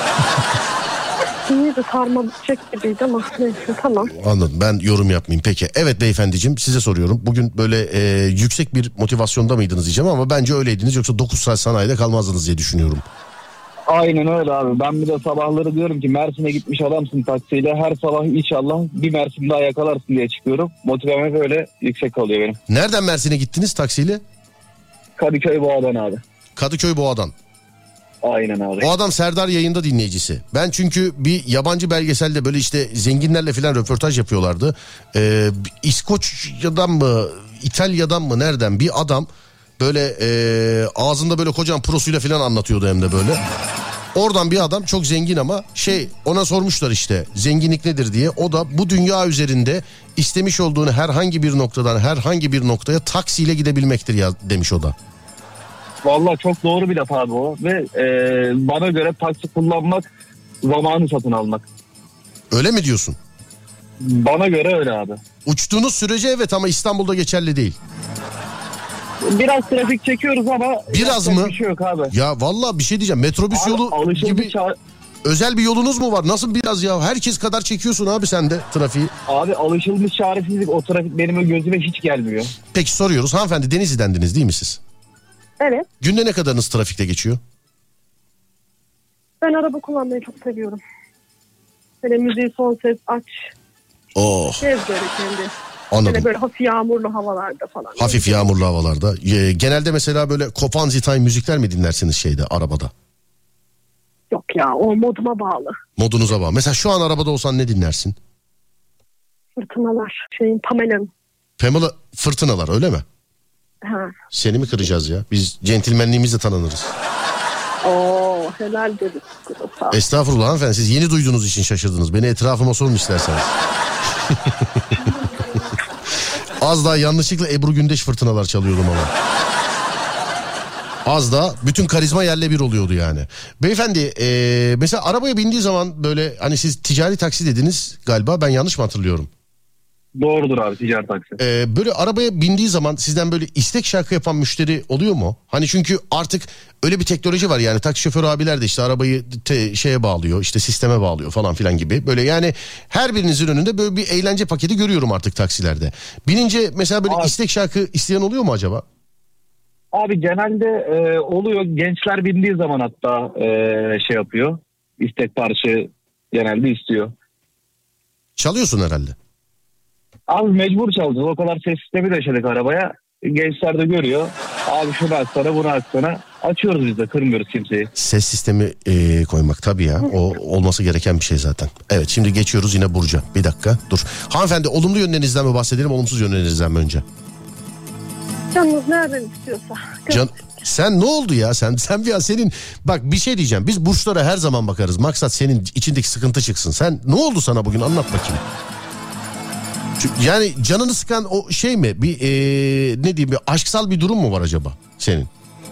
İyi de sarma bitecek gibiydi ama neyse, tamam. Anladım, ben yorum yapmayayım peki. Evet beyefendiciğim, size soruyorum. Bugün böyle yüksek bir motivasyonda mıydınız diyeceğim ama bence öyleydiniz. Yoksa 9 saat sanayide kalmazdınız diye düşünüyorum. Aynen öyle abi. Ben bir de sabahları diyorum ki Mersin'e gitmiş adamsın taksiyle. Her sabah inşallah bir Mersin daha yakalarsın diye çıkıyorum. Motivem hep öyle yüksek kalıyor benim. Nereden Mersin'e gittiniz taksiyle? Kadıköy Boğa'dan abi. Kadıköy Boğa'dan. Aynen abi. O adam Serdar Yayında dinleyicisi. Ben çünkü bir yabancı belgeselde böyle işte zenginlerle falan röportaj yapıyorlardı. İskoçya'dan mı, İtalya'dan mı, nereden bir adam böyle ağzında böyle kocaman prosuyla falan anlatıyordu hem de böyle. Oradan bir adam çok zengin ama ona sormuşlar işte zenginlik nedir diye. O da bu dünya üzerinde istemiş olduğunu herhangi bir noktadan herhangi bir noktaya taksiyle gidebilmektir ya demiş o da. Vallahi çok doğru bir laf abi o ve bana göre taksi kullanmak zamanı satın almak. Öyle mi diyorsun? Bana göre öyle abi. Uçtuğunuz sürece evet, ama İstanbul'da geçerli değil. Biraz trafik çekiyoruz ama biraz mı? Bir şey yok abi. Ya vallahi bir şey diyeceğim, metrobüs abi, yolu gibi özel bir yolunuz mu var? Nasıl biraz ya? Herkes kadar çekiyorsun abi sen de trafiği. Abi alışılmış çaresizlik, o trafik benim gözüme hiç gelmiyor. Peki soruyoruz, hanımefendi Denizli'dendiniz değil mi siz? Evet. Günde ne kadarınız trafikte geçiyor? Ben araba kullanmayı çok seviyorum. Böyle müziği son ses aç. Oh. Gez böyle kendi. Anladım. Böyle hafif yağmurlu havalarda falan. Hafif yağmurlu havalarda. Genelde mesela böyle kopan zitay müzikler mi dinlersiniz arabada? Yok ya, o moduma bağlı. Modunuza bağlı. Mesela şu an arabada olsan ne dinlersin? Fırtınalar. Pamela'nın. Pamela Fırtınalar, öyle mi? Ha. Seni mi kıracağız ya? Biz centilmenliğimizle tanınırız. Oo, helal dedik. Estağfurullah hanımefendi, siz yeni duyduğunuz için şaşırdınız. Beni etrafıma sorun isterseniz. Az daha yanlışlıkla Ebru Gündeş Fırtınalar çalıyordum ama. Az da bütün karizma yerle bir oluyordu yani. Beyefendi mesela arabaya bindiği zaman böyle, hani siz ticari taksi dediniz galiba, ben yanlış mı hatırlıyorum? Doğrudur abi, ticari taksi. Böyle arabaya bindiği zaman sizden böyle istek şarkı yapan müşteri oluyor mu? Hani çünkü artık öyle bir teknoloji var yani, taksi şoförü abiler de işte arabayı şeye bağlıyor, işte sisteme bağlıyor falan filan gibi. Böyle yani her birinizin önünde böyle bir eğlence paketi görüyorum artık taksilerde. Binince mesela böyle istek şarkı isteyen oluyor mu acaba? Abi genelde oluyor, gençler bindiği zaman hatta yapıyor. İstek parça genelde istiyor. Çalıyorsun herhalde. Abi mecbur çalacağız. O kadar ses sistemi de yaşadık arabaya. Gençler de görüyor. Abi şunu açsana, bunu açsana. Açıyoruz biz de, kırmıyoruz kimseyi. Ses sistemi koymak tabii ya. O olması gereken bir şey zaten. Evet, şimdi geçiyoruz yine Burcu'ya. Bir dakika dur. Hanımefendi olumlu yönlerinizden mi bahsedelim, olumsuz yönlerinizden mi önce? Canınız nereden istiyorsa. Sen ne oldu ya? Sen bir senin bak bir şey diyeceğim. Biz burçlara her zaman bakarız. Maksat senin içindeki sıkıntı çıksın. Sen ne oldu sana bugün, anlat bakayım. Yani canını sıkan o şey mi? Bir ne diyeyim, bir aşksal bir durum mu var acaba senin?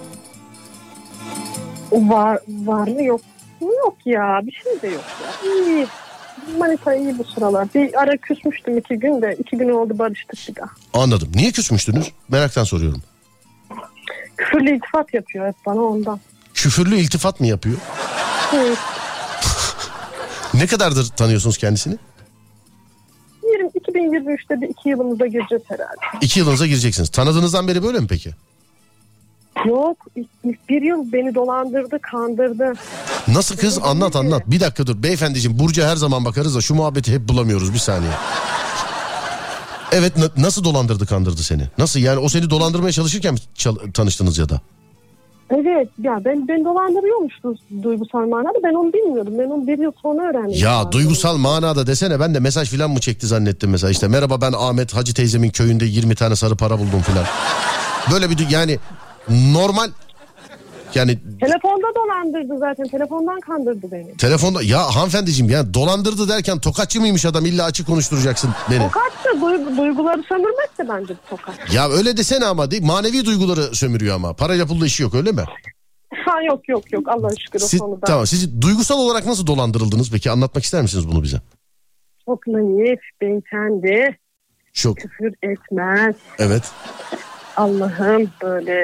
Var mı yok? Yok ya, bir şey de yok ya. İyi. Manita iyi bu sıralar. Bir ara küsmüştüm 2 gün de 2 gün oldu, barıştık bir daha. Anladım. Niye küsmüştünüz? Meraktan soruyorum. Küfürlü iltifat yapıyor hep bana, ondan. Küfürlü iltifat mı yapıyor? Evet. Ne kadardır tanıyorsunuz kendisini? 2023'te bir 2 yılımıza gireceğiz herhalde. 2 yılınıza gireceksiniz. Tanıdığınızdan beri böyle mi peki? Yok, bir yıl beni dolandırdı, kandırdı. Nasıl kız? Anlat. Bir dakika dur. Beyefendiciğim, Burcu'ya her zaman bakarız da şu muhabbeti hep bulamıyoruz, bir saniye. Evet, nasıl dolandırdı, kandırdı seni? Nasıl yani, o seni dolandırmaya çalışırken mi tanıştınız ya da? Evet ya, ben dolandırıyormuşuz duygusal manada, ben onu bilmiyordum. Ben onu bir yıl sonra öğrendim. Ya duygusal manada desene, ben de mesaj filan mı çekti zannettim mesela, işte merhaba ben Ahmet, Hacı teyzemin köyünde 20 tane sarı para buldum filan. Böyle bir yani normal yani. Telefonda dolandırdı zaten, telefondan kandırdı beni. Telefonda ya hanımefendiciğim, ya dolandırdı derken tokatçı mıymış adam, illa açık konuşturacaksın beni. Tokatçı, duyguları sömürmek de bence bir tokat. Ya öyle desene ama, değil, manevi duyguları sömürüyor ama parayla pulla işi yok, öyle mi? Ha yok Allah'a şükür o konuda. Tamam, siz duygusal olarak nasıl dolandırıldınız peki, anlatmak ister misiniz bunu bize? Çok naif beyefendi. Çok. Küfür etmez. Evet. Allah'ım böyle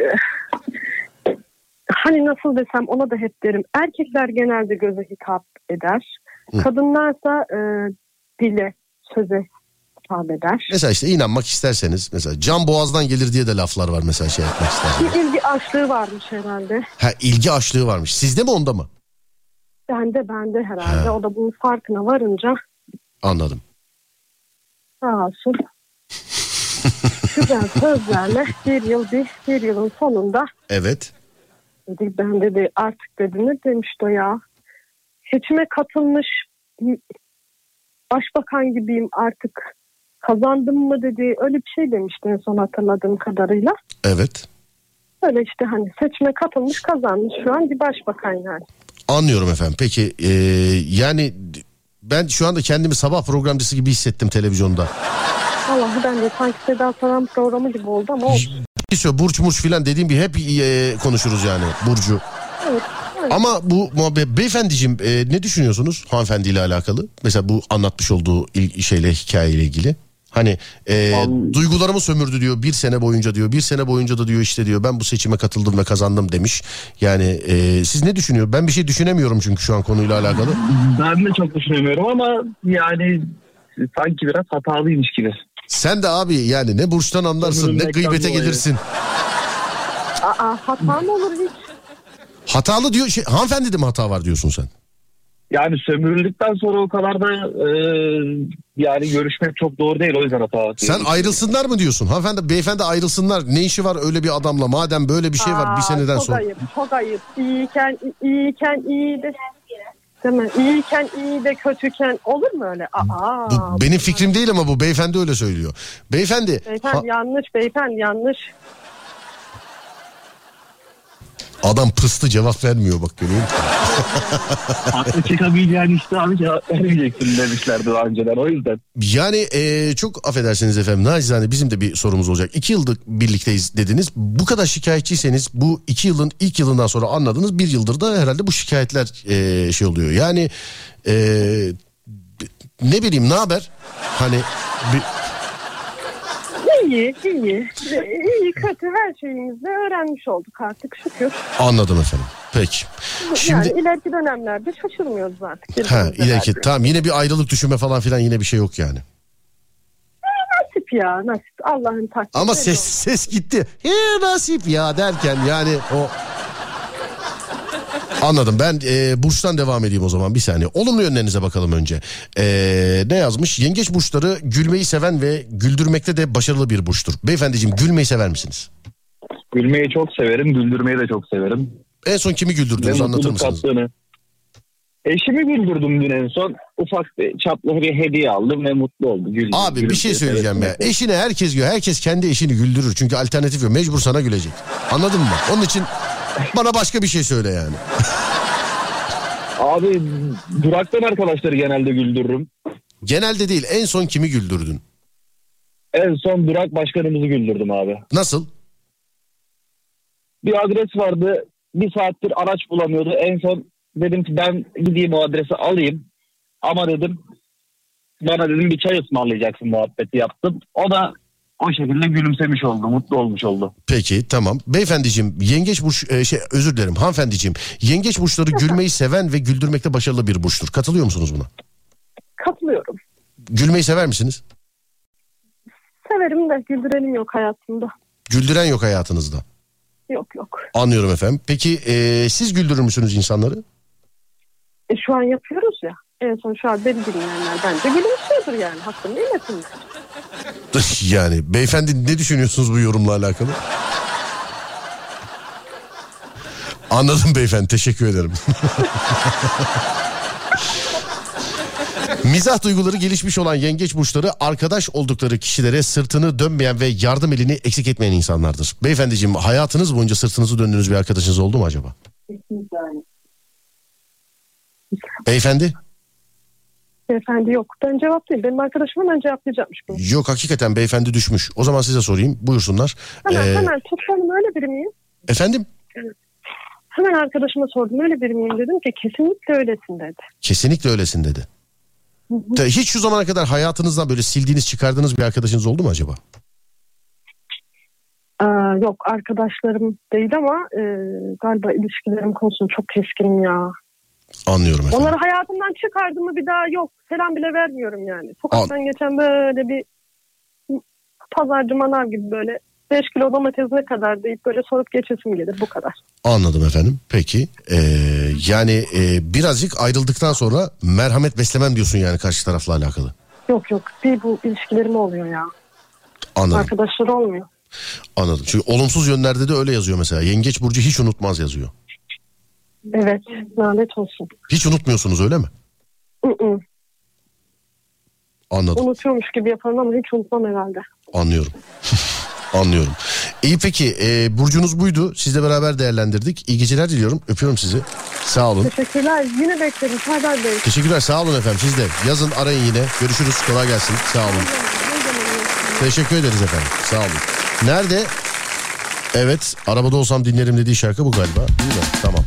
hani nasıl desem, ona da hep derim. Erkekler genelde göze hitap eder. Kadınlarsa dile, söze hitap eder. Mesela işte inanmak isterseniz, mesela can boğazdan gelir diye de laflar var mesela, şey yapmak isterseniz. Bir ilgi açlığı varmış herhalde. Ha, ilgi açlığı varmış. Sizde mi, onda mı? Bende herhalde. O da bunun farkına varınca. Anladım. Sağ olsun. Güzel sözlerle bir yılın sonunda. Evet. Dedi, ben dedi artık dedi, ne demişti o ya? Seçime katılmış başbakan gibiyim artık, kazandım mı dedi, öyle bir şey demişti en son hatırladığım kadarıyla. Evet. Öyle işte, hani seçime katılmış, kazanmış, şu an bir başbakan yani. Anlıyorum efendim. Peki yani ben şu anda kendimi sabah programcısı gibi hissettim televizyonda. Vallahi ben de sanki Seda Saran programı gibi oldu ama olsun. Burç murç filan dediğim gibi hep konuşuruz yani Burcu. Evet. Ama bu beyefendiciğim, ne düşünüyorsunuz hanımefendiyle alakalı? Mesela bu anlatmış olduğu hikayeyle ilgili. Hani duygularımı sömürdü diyor bir sene boyunca diyor. Bir sene boyunca da diyor işte diyor ben bu seçime katıldım ve kazandım demiş. Yani siz ne düşünüyor? Ben bir şey düşünemiyorum çünkü şu an konuyla alakalı. Ben de çok düşünemiyorum ama yani sanki biraz hatalıymış gibi. Sen de abi yani ne burçtan anlarsın, ne gıybete gelirsin. Hata mı olur hiç? Hatalı diyor, hanımefendi de mi hata var diyorsun sen? Yani sömürüldükten sonra o kadar da yani görüşmek çok doğru değil, o yüzden hata. Sen ayrılsınlar mı diyorsun? Hanımefendi, beyefendi ayrılsınlar. Ne işi var öyle bir adamla, madem böyle bir şey var bir seneden sonra. Çok ayıp. İyiyken iyi de. Değil mi? İyiyken iyi de kötüyken olur mu öyle? Bu benim fikrim değil ama bu beyefendi öyle söylüyor. Beyefendi beyefendi yanlış. Adam pıstı, cevap vermiyor bak, görüyor musun? Haklı çıkabileceğin işte abi, cevap vermeyeceksin demişlerdi daha önceden, o yüzden. Yani çok affedersiniz efendim, nacizane bizim de bir sorumuz olacak. 2 yıldır birlikteyiz dediniz. Bu kadar şikayetçiyseniz bu 2 yılın ilk yılından sonra anladınız. 1 yıldır da herhalde bu şikayetler şey oluyor. Yani ne bileyim, ne haber? Hani İyi kötü her şeyimizde öğrenmiş olduk artık şükür. Anladım efendim. Peki. Şimdi yani ileriki dönemlerde şaşırmıyoruz artık. İleriki tamam, yine bir ayrılık düşünme falan filan, yine bir şey yok yani. Nasip Allah'ın takdiri. Ama ses gitti. Nasip ya derken yani o. Anladım. Ben burçtan devam edeyim o zaman, bir saniye. Olumlu yönlerinize bakalım önce. Ne yazmış? Yengeç burçları gülmeyi seven ve güldürmekte de başarılı bir burçtur. Beyefendiciğim, gülmeyi sever misiniz? Gülmeyi çok severim, güldürmeyi de çok severim. En son kimi güldürdünüz, anlatır mısınız? Eşimi güldürdüm dün en son. Ufak çaplı bir hediye aldım ve mutlu oldu. Abi bir şey söyleyeceğim ya. Eşine herkes gülüyor. Herkes kendi eşini güldürür. Çünkü alternatif yok. Mecbur sana gülecek. Anladın mı? Onun için bana başka bir şey söyle yani. Abi duraktan arkadaşları genelde güldürürüm. Genelde değil. En son kimi güldürdün? En son durak başkanımızı güldürdüm abi. Nasıl? Bir adres vardı. Bir saattir araç bulamıyordu. En son dedim ki ben gideyim o adresi alayım. Ama dedim bana dedim bir çay ısmarlayacaksın muhabbeti yaptım. O da o şekilde gülümsemiş oldu. Mutlu olmuş oldu. Peki tamam. Beyefendiciğim, yengeç burç özür dilerim hanımefendiciğim. Yengeç burçları gülmeyi seven ve güldürmekte başarılı bir burçtur. Katılıyor musunuz buna? Katılıyorum. Gülmeyi sever misiniz? Severim de güldürenim yok hayatımda. Güldüren yok hayatınızda. Yok. Anlıyorum efendim. Peki siz güldürür müsünüz insanları? Şu an yapıyoruz ya. En son şu an beni dinleyenler bence gülümsüyordur yani. Hakkını yemesinler. Yani beyefendi ne düşünüyorsunuz bu yorumla alakalı? Anladım beyefendi, teşekkür ederim. Mizah duyguları gelişmiş olan yengeç burçları arkadaş oldukları kişilere sırtını dönmeyen ve yardım elini eksik etmeyen insanlardır. Beyefendiciğim, hayatınız boyunca sırtınızı döndüğünüz bir arkadaşınız oldu mu acaba? Beyefendi? Beyefendi yok. Ben cevaplayayım. Benim arkadaşım hemen cevaplayacakmış bunu. Yok, hakikaten beyefendi düşmüş. O zaman size sorayım, buyursunlar. Hemen tutsanım, öyle biri miyim? Efendim? Hemen arkadaşıma sordum, öyle biri miyim dedim ki kesinlikle öylesin dedi. Kesinlikle öylesin dedi. Hiç şu zamana kadar hayatınızdan böyle sildiğiniz, çıkardığınız bir arkadaşınız oldu mu acaba? Yok, arkadaşlarım değil ama galiba ilişkilerim konusunda çok keskinim ya. Anlıyorum efendim. Onları hayatımdan çıkardığımı bir daha yok. Selam bile vermiyorum yani. Sokaktan geçen böyle bir pazarcı manav gibi böyle 5 kilo domates ne kadar deyip böyle sorup geçesim gelir, bu kadar. Anladım efendim. Peki yani birazcık ayrıldıktan sonra merhamet beslemem diyorsun yani karşı tarafla alakalı. Yok bir bu ilişkilerim oluyor ya. Anladım. Arkadaşlar olmuyor. Anladım. Çünkü olumsuz yönlerde de öyle yazıyor mesela. Yengeç burcu hiç unutmaz yazıyor. Evet, lanet olsun. Hiç unutmuyorsunuz öyle mi? Anladım. Unutuyormuş gibi yaparım ama hiç unutmam herhalde. Anlıyorum. Anlıyorum. İyi peki, burcunuz buydu. Sizle beraber değerlendirdik. İyi geceler diliyorum. Öpüyorum sizi. Sağ olun. Teşekkürler. Yine bekleriz. Serdar Bey. Teşekkürler. Sağ olun efendim. Siz de yazın, arayın yine. Görüşürüz. Kolay gelsin. Sağ olun. Teşekkür ederiz efendim. Sağ olun. Nerede? Evet, arabada olsam dinlerim dediği şarkı bu galiba. Değil mi? Tamam.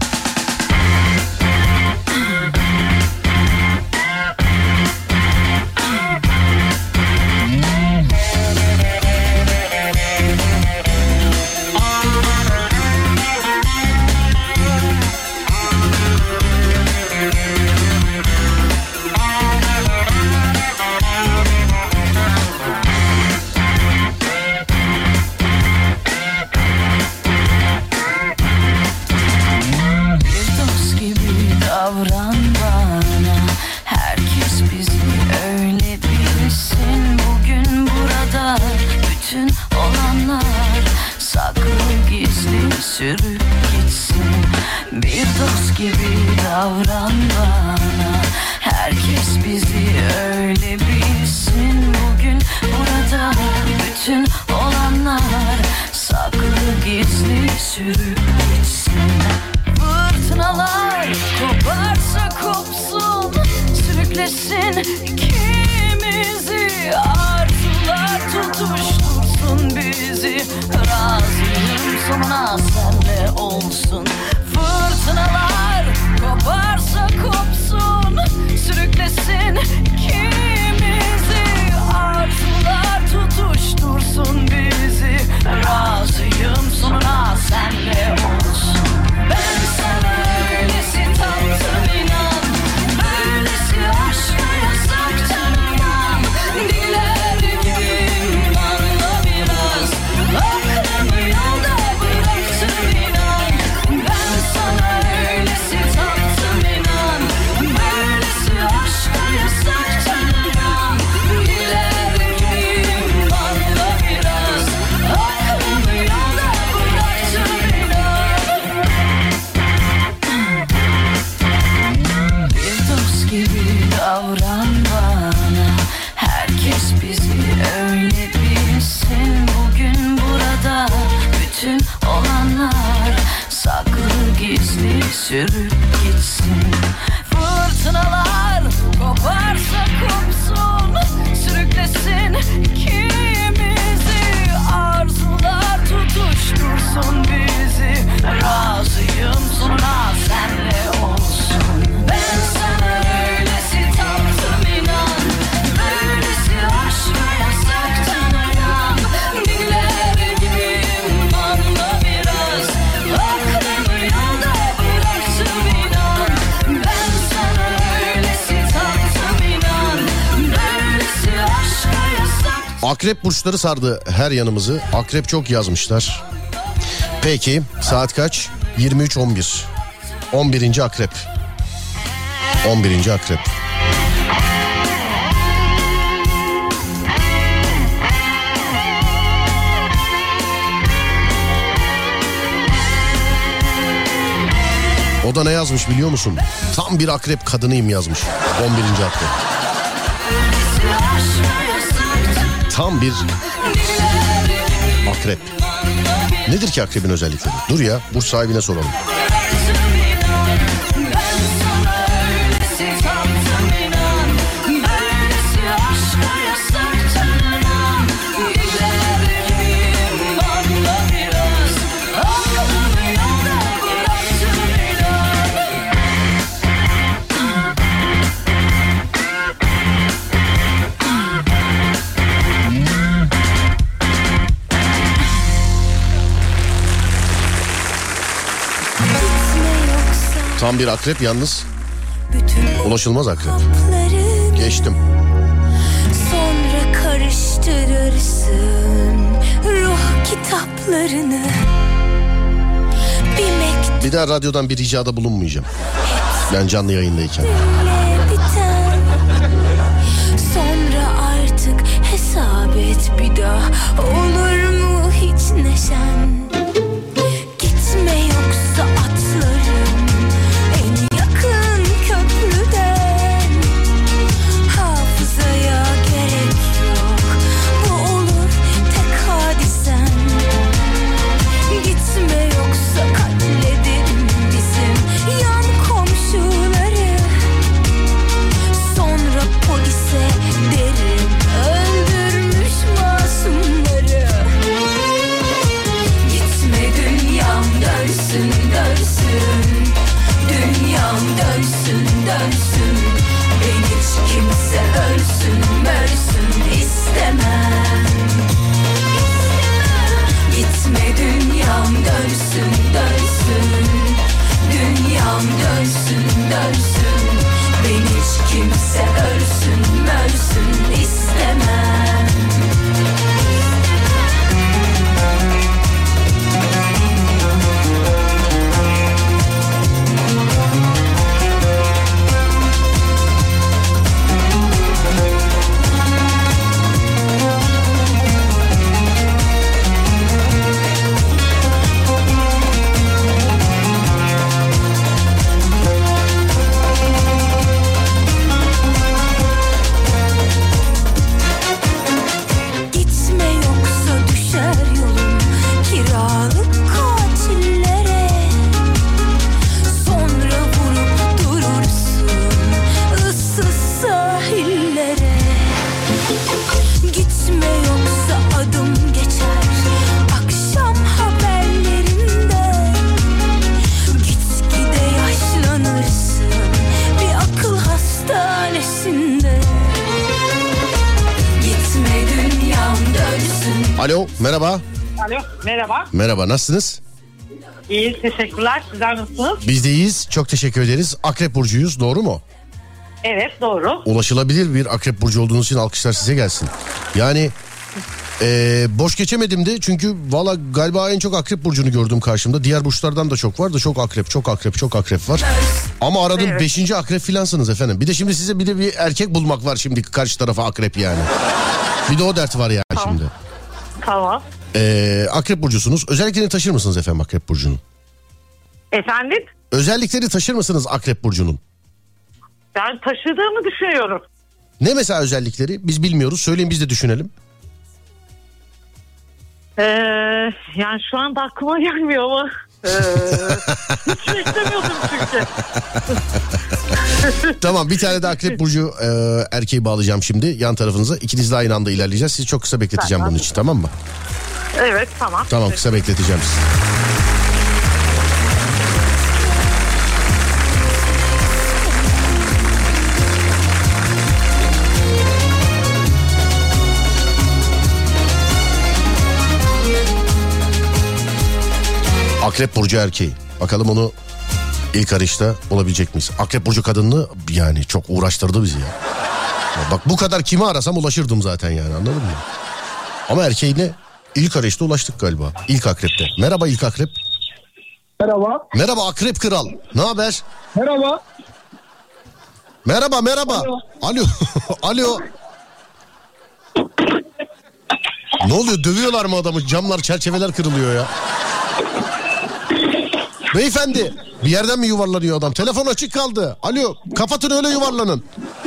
sürüp gitsin. Bir dost gibi davran bana, herkes bizi öyle bilsin. Bugün burada bütün olanlar saklı gizli sürüp gitsin. Fırtınalar koparsa kopsun, sürüklesin ikimizi. Arzular tutuştursun bizi, razıyım sonuna senle olsun. Fırtınalar koparsa kopsun, sürüklesin ikimizi. Arzular tutuştursun bizi, razıyım sonuna senle olsun. Ben sana öylesi tattım inan, böylesi aşka yasak tanımam. Diler gibiyim anla biraz, aklımı yolda bıraktım inan. Ben sana öylesi tattım inan, böylesi aşka yasak tanımam. Diler gibiyim anla biraz, aklımı yolda bıraktım inan. Bir dost gibi davran bana, herkes bizi öyle bilsin. Bugün burada bütün olanlar saklı gizli sürüp gitsin. Fırtınalar koparsa kopsun, sürüklesin ikimizi. Arzular tutuştursun bizi, razıyım sonuna senle olsun. Ben sana öylesi tattım inan, böylesi aşka yasak tanımam. Diler gibiyim anla biraz, aklımı yolda bıraktım inan. Ben sana öylesi tattım inan, böylesi aşka yasak. Akrep burçları sardı her yanımızı. Akrep çok yazmışlar. Peki saat kaç? 23.11. 11. akrep. 11. akrep. O da ne yazmış biliyor musun? Tam bir akrep kadınıyım yazmış. 11. akrep. Tam bir akrep. Nedir ki akrebin özellikleri? Dur ya, burç sahibine soralım. Tam bir akrep yalnız. Ulaşılmaz akrep. Geçtim. Sonra karıştırırsın ruh kitaplarını. Bir daha radyodan bir ricada bulunmayacağım. Ben canlı yayındayken. Biten. Sonra artık hesap et bir daha. Olur mu hiç neşen? Gitme yoksa atlarım en yakın köprüden. Hafızaya gerek yok, bu olur tek hadisen. Gitme yoksa katlederim bizim yan komşuları. Sonra polise derim öldürmüş masumları. Gitme dünyam dönsün dönsün, dünyam dönsün dönsün. Beni hiç kimse ölsün ölsün istemem. Gitme dünyam dönsün dönsün, dünyam dönsün dönsün. Beni hiç kimse ölsün ölsün istemem. Gitme yoksa düşer yolum kiralık katillere. Sonra vurup durursun ıssız sahillere. Gitme yoksa adım geçer akşam haberlerinde. Gitgide yaşlanırsın bir akıl hastanesinde. Gitme dünyam dönsün. Alo, merhaba. Alo, merhaba. Merhaba, nasılsınız? İyi, teşekkürler. Sizler nasılsınız? Biz de iyiyiz, çok teşekkür ederiz. Akrep burcuyuz, doğru mu? Evet, doğru. Ulaşılabilir bir akrep burcu olduğunuz için alkışlar size gelsin. Yani boş geçemedim de çünkü valla galiba en çok akrep burcunu gördüm karşımda. Diğer burçlardan da çok var da çok akrep var. Ama aradığım Evet. 5. akrep filansınız efendim. Bir de şimdi size bir erkek bulmak var şimdi karşı tarafa akrep yani. Bir de o dert var yani şimdi. Tamam. Akrep burcusunuz. Özelliklerini taşır mısınız efendim akrep burcunun? Efendim? Özellikleri taşır mısınız akrep burcunun? Ben taşıdığımı düşünüyorum. Ne mesela özellikleri? Biz bilmiyoruz. Söyleyin biz de düşünelim. Yani şu anda aklıma gelmiyor ama hiç beklemiyordum çünkü. Tamam, bir tane de akrep burcu erkeği bağlayacağım şimdi yan tarafınıza. İkiniz de aynı anda ilerleyeceğiz. Sizi çok kısa bekleteceğim bunun için, tamam mı? Evet, tamam. Tamam, kısa bekleteceğim sizi. Akrep burcu erkeği. Bakalım onu ilk arayışta bulabilecek miyiz? Akrep burcu kadını yani çok uğraştırdı bizi ya. Ya bak bu kadar kimi arasam ulaşırdım zaten yani, anladın mı? Ama erkeğine İlk arayışta ulaştık galiba. İlk akrepte. Merhaba ilk akrep. Merhaba. Merhaba akrep kral. Ne haber? Merhaba. Merhaba. Alo. Alo. Ne oluyor? Dövüyorlar mı adamı? Camlar, çerçeveler kırılıyor ya. Beyefendi, bir yerden mi yuvarlanıyor adam? Telefon açık kaldı. Alo, kapatın öyle yuvarlanın.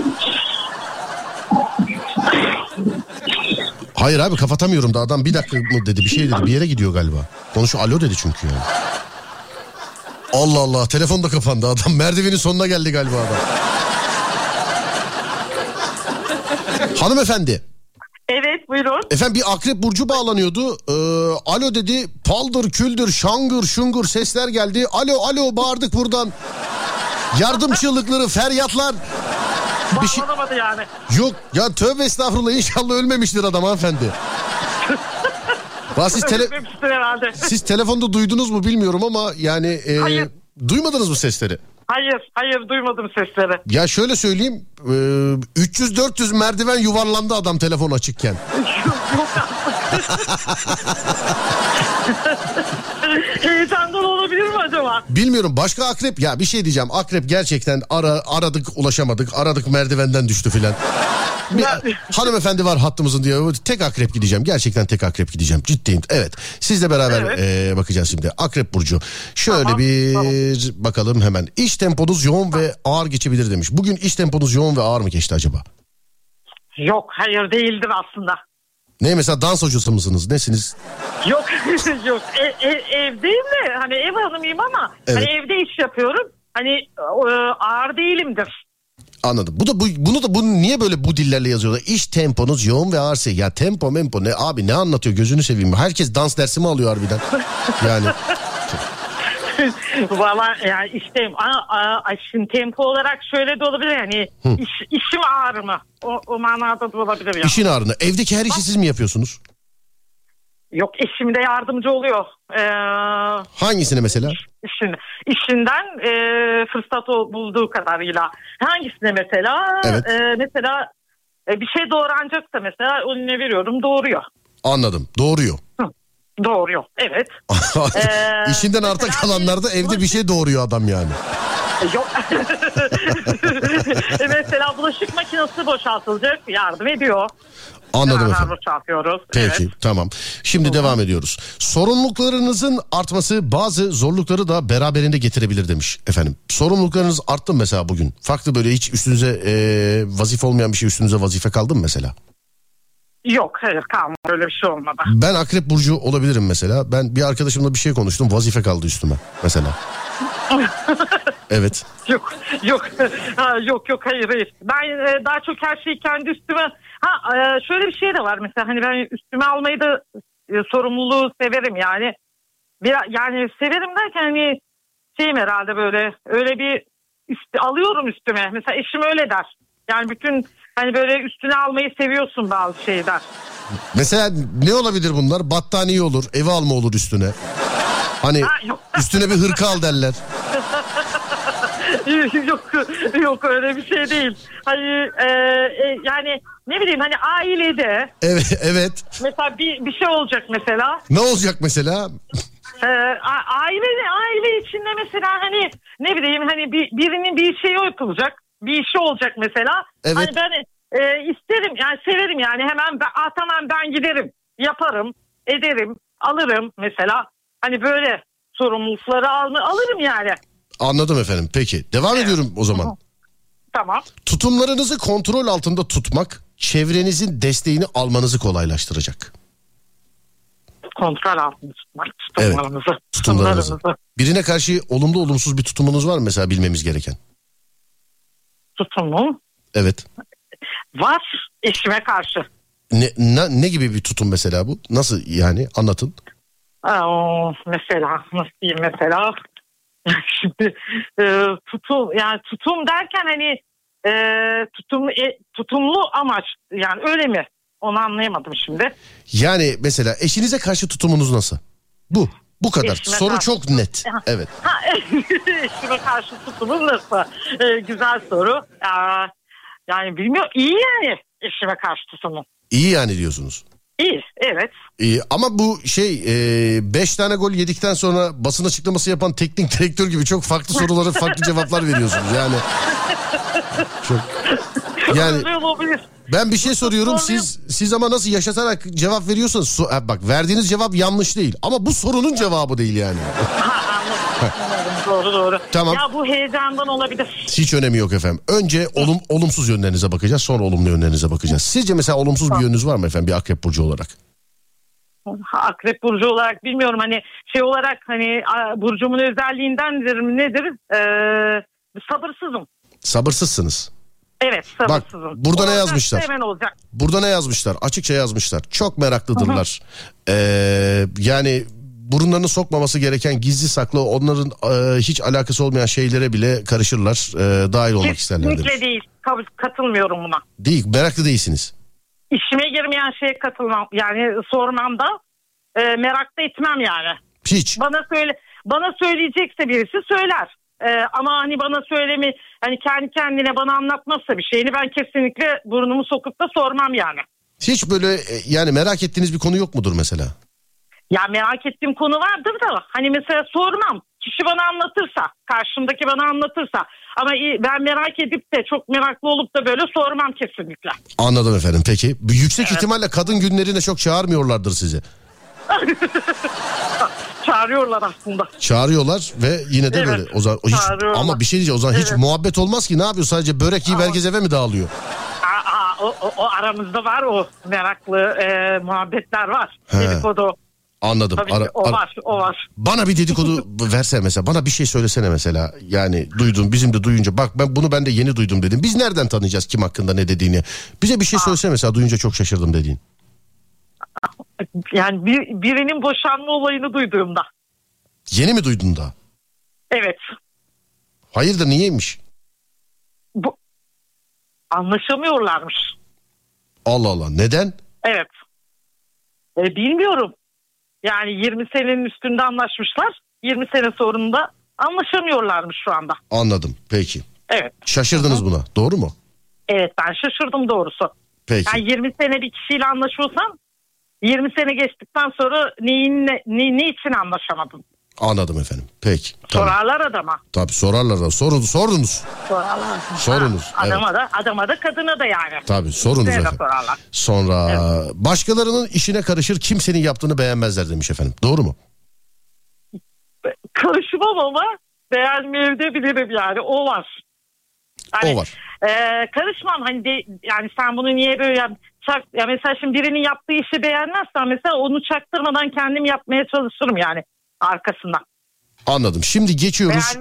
Hayır abi kapatamıyorum da adam bir dakika mı dedi, bir şey dedi, bir yere gidiyor galiba. Konuşuyor, alo dedi çünkü yani. Allah Allah, telefon da kapandı, adam merdivenin sonuna geldi galiba adam. Hanımefendi. Evet buyurun. Efendim bir akrep burcu bağlanıyordu. Alo dedi, paldır küldür şangır şungur sesler geldi. Alo bağırdık buradan. Yardım çığlıkları, feryatlar. Bağlanamadı yani. Yok ya, tövbe estağfurullah, inşallah ölmemiştir adam hanımefendi. Siz telefonda duydunuz mu bilmiyorum ama yani duymadınız mı sesleri? Hayır duymadım sesleri. Ya şöyle söyleyeyim, 300-400 merdiven yuvarlandı adam telefon açıkken. Yok heyecandan olabilir mi acaba? Bilmiyorum, başka akrep, ya bir şey diyeceğim, akrep gerçekten aradık ulaşamadık, aradık merdivenden düştü filan. Hanımefendi var hattımızın diye tek akrep gideceğim, gerçekten tek akrep gideceğim, ciddiyim. Evet, sizle beraber bakacağız şimdi akrep burcu. Şöyle tamam. Bakalım hemen. İş temponuz yoğun ve ağır geçebilir demiş. Bugün iş temponuz yoğun ve ağır mı geçti acaba? Yok, hayır değildir aslında. Ne mesela, dans hocası mısınız, nesiniz? Yok evdeyim de hani ev hanımıyım ama hani evde iş yapıyorum. Hani ağır değilimdir. Anladım. Bunu niye böyle bu dillerle yazıyorlar? İş temponuz yoğun ve ağır. Ya tempo ne abi, ne anlatıyor gözünü seveyim. Herkes dans dersi mi alıyor harbiden? Yani. Valla yani işteyim. Şimdi tempo olarak şöyle de olabilir yani. İşim ağır mı? O manada da olabilir yani. İşin ağrını. Evdeki her işi siz mi yapıyorsunuz? Yok, eşim de yardımcı oluyor. Hangisine mesela? İşinden fırsat bulduğu kadarıyla. Hangisine mesela? Evet. Mesela bir şey doğranacaksa mesela önüne veriyorum, doğuruyor. Anladım, doğuruyor. Doğuruyor, evet. İşinden arta kalanlarda evde bir şey doğuruyor adam yani. Yok. Mesela bulaşık makinesi boşaltılacak, yardım ediyor. Anladım efendim. Boşaltıyoruz. Peki, tamam. Şimdi devam ediyoruz. Sorumluluklarınızın artması bazı zorlukları da beraberinde getirebilir demiş efendim. Sorumluluklarınız arttı mı mesela bugün? Farklı böyle hiç üstünüze vazife olmayan bir şey, üstünüze vazife kaldı mı mesela? Yok, hayır kalmadı, öyle bir şey olmadı. Ben akrep burcu olabilirim mesela. Ben bir arkadaşımla bir şey konuştum, vazife kaldı üstüme mesela. Evet. Yok hayır. Ben daha çok her şeyi kendi üstüme. Şöyle bir şey de var mesela, hani ben üstüme almayı da sorumluluğu severim yani. Yani severim derken hani şeyim herhalde, böyle öyle bir alıyorum üstüme. Mesela eşim öyle der. Yani bütün hani böyle üstüne almayı seviyorsun bazı şeyler. Mesela ne olabilir bunlar? Battaniye olur, eve alma olur üstüne. Hani üstüne bir hırka al derler. Yok öyle bir şey değil. Hani yani ne bileyim, hani ailede. Evet. Mesela bir şey olacak mesela. Ne olacak mesela? Aile içinde mesela hani ne bileyim, hani birinin bir şeyi yapılacak, bir işi olacak mesela. Evet. Hani ben isterim yani, severim yani, hemen tamam ben giderim, yaparım, ederim, alırım mesela. Hani böyle sorumlulukları alırım yani. Anladım efendim. Peki devam ediyorum o zaman. Tamam. Tutumlarınızı kontrol altında tutmak çevrenizin desteğini almanızı kolaylaştıracak. Kontrol altında tutmak tutumlarınızı. Evet, tutumlarınızı. Birine karşı olumlu olumsuz bir tutumunuz var mı mesela bilmemiz gereken? Tutumum? Evet. Var, eşime karşı. Ne gibi bir tutum mesela bu? Nasıl yani, anlatın. Mesela nasıl diyeyim mesela? Şimdi tutum derken hani tutumlu amaç yani, öyle mi? Onu anlayamadım şimdi. Yani mesela eşinize karşı tutumunuz nasıl? Bu kadar. Eşime soru karşı. Çok net. Evet. Eşime karşı tutumum nasıl? Güzel soru. Yani bilmiyorum. İyi yani eşime karşı tutumum. İyi yani diyorsunuz. İyi, evet. Ama bu 5 tane gol yedikten sonra basın açıklaması yapan teknik direktör gibi çok farklı sorulara farklı cevaplar veriyorsunuz. Yani ben bir şey soruyorum, siz ama nasıl yaşatarak cevap veriyorsanız bak, verdiğiniz cevap yanlış değil ama bu sorunun cevabı değil yani. Doğru. Tamam. Ya bu heyecandan olabilir. Hiç önemi yok efendim. Önce olumsuz yönlerinize bakacağız, sonra olumlu yönlerinize bakacağız. Sizce mesela olumsuz bir yönünüz var mı efendim, bir Akrep Burcu olarak? Akrep Burcu olarak bilmiyorum, hani olarak hani burcumun özelliğindendir nedir? Sabırsızım. Sabırsızsınız. Evet, sabırsızım. Bak burada ne yazmışlar? Hemen olacak. Burada ne yazmışlar? Açıkça yazmışlar. Çok meraklıdırlar. Yani burunlarını sokmaması gereken gizli saklı, onların hiç alakası olmayan şeylere bile karışırlar. Dahil olmak isterler demiş. Kesinlikle değil. Katılmıyorum buna. Değil, meraklı değilsiniz. İşime girmeyen şeye katılmam. Yani sormam da merak da etmem yani. Hiç. Bana söyleyecekse birisi söyler. Ama hani bana hani kendi kendine bana anlatmazsa bir şeyini ben kesinlikle burnumu sokup da sormam yani. Hiç böyle yani merak ettiğiniz bir konu yok mudur mesela? Ya merak ettiğim konu vardır da hani mesela sormam. Kişi bana anlatırsa, karşımdaki bana anlatırsa, ama ben merak edip de çok meraklı olup da böyle sormam kesinlikle. Anladım efendim, peki. Yüksek ihtimalle kadın günlerine çok çağırmıyorlardır sizi. Çağırıyorlar aslında. Çağırıyorlar ve yine de böyle. Ama bir şey diyeceğim, o zaman hiç muhabbet olmaz ki, ne yapıyor, sadece börek yiyip herkes eve mi dağılıyor? O aramızda var, o meraklı muhabbetler var. Dedikodu. Anladım. O var. Bana bir dedikodu versene mesela. Bana bir şey söylesene mesela. Yani duydun, bizim de duyunca bak ben de yeni duydum dedim. Biz nereden tanıyacağız kim hakkında ne dediğini? Bize bir şey söylesene mesela, duyunca çok şaşırdım dediğin. Yani birinin boşanma olayını duyduğumda. Yeni mi duydun da? Evet. Hayırdır, niyeymiş? Anlaşamıyorlarmış. Allah Allah, neden? Evet. Bilmiyorum. Yani 20 senenin üstünde anlaşmışlar. 20 sene sonunda anlaşamıyorlarmış şu anda. Anladım, peki. Evet. Şaşırdınız buna, doğru mu? Evet, ben şaşırdım doğrusu. Peki. Yani 20 sene bir kişiyle anlaşıyorsam 20 sene geçtikten sonra ne için anlaşamadın? Anladım efendim, peki. Sorarlar adama. Tabii sorarlar da, sordunuz. Sorunuz. Adama da kadına da yani. Tabii sorunuz efendim. Sorarlar. Sonra başkalarının işine karışır, kimsenin yaptığını beğenmezler demiş efendim. Doğru mu? Karışmam ama beğenmeyebilirim yani, o var. Hani, o var. Karışmam yani sen bunu niye böyle ya mesela şimdi birinin yaptığı işi beğenmezsen mesela onu çaktırmadan kendim yapmaya çalışırım yani arkasından. Anladım. Şimdi geçiyoruz.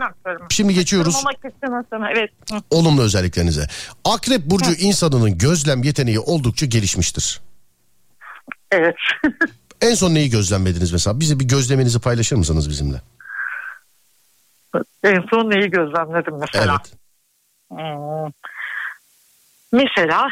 Evet. Olumlu özelliklerinize. Akrep Burcu insanının gözlem yeteneği oldukça gelişmiştir. Evet. En son neyi gözlemlediniz mesela? Bize bir gözleminizi paylaşır mısınız bizimle? En son neyi gözlemledim mesela? Evet. Mesela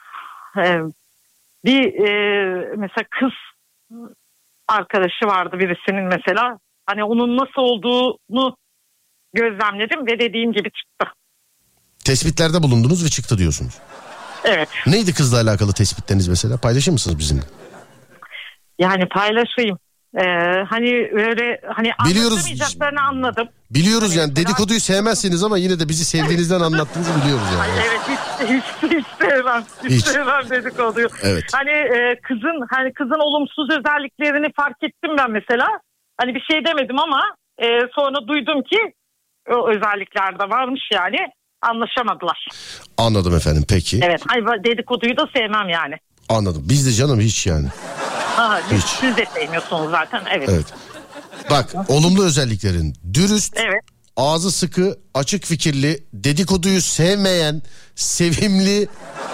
mesela kız arkadaşı vardı birisinin mesela. Hani onun nasıl olduğunu gözlemledim ve dediğim gibi çıktı. Tespitlerde bulundunuz ve çıktı diyorsunuz. Evet. Neydi kızla alakalı tespitleriniz mesela? Paylaşır mısınız bizimle? Yani paylaşayım. Hani öyle anlatamayacaklarını anladım. Biliyoruz yani dedikoduyu sevmezsiniz ama yine de bizi sevdiğinizden anlattığınızı biliyoruz yani. Ay, evet hiç sevmem. Hiç sevmem dedikoduyu. Evet. Kızın olumsuz özelliklerini fark ettim ben mesela. Hani bir şey demedim ama sonra duydum ki o özellikler de varmış yani. Anlaşamadılar. Anladım efendim, peki. Evet, dedikoduyu da sevmem yani. Anladım. Biz de canım hiç yani. Hiç. Siz de sevmiyorsunuz zaten, evet. Bak, olumlu özelliklerin: dürüst, evet, ağzı sıkı, açık fikirli, dedikoduyu sevmeyen, sevimli,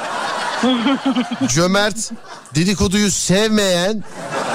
cömert, dedikoduyu sevmeyen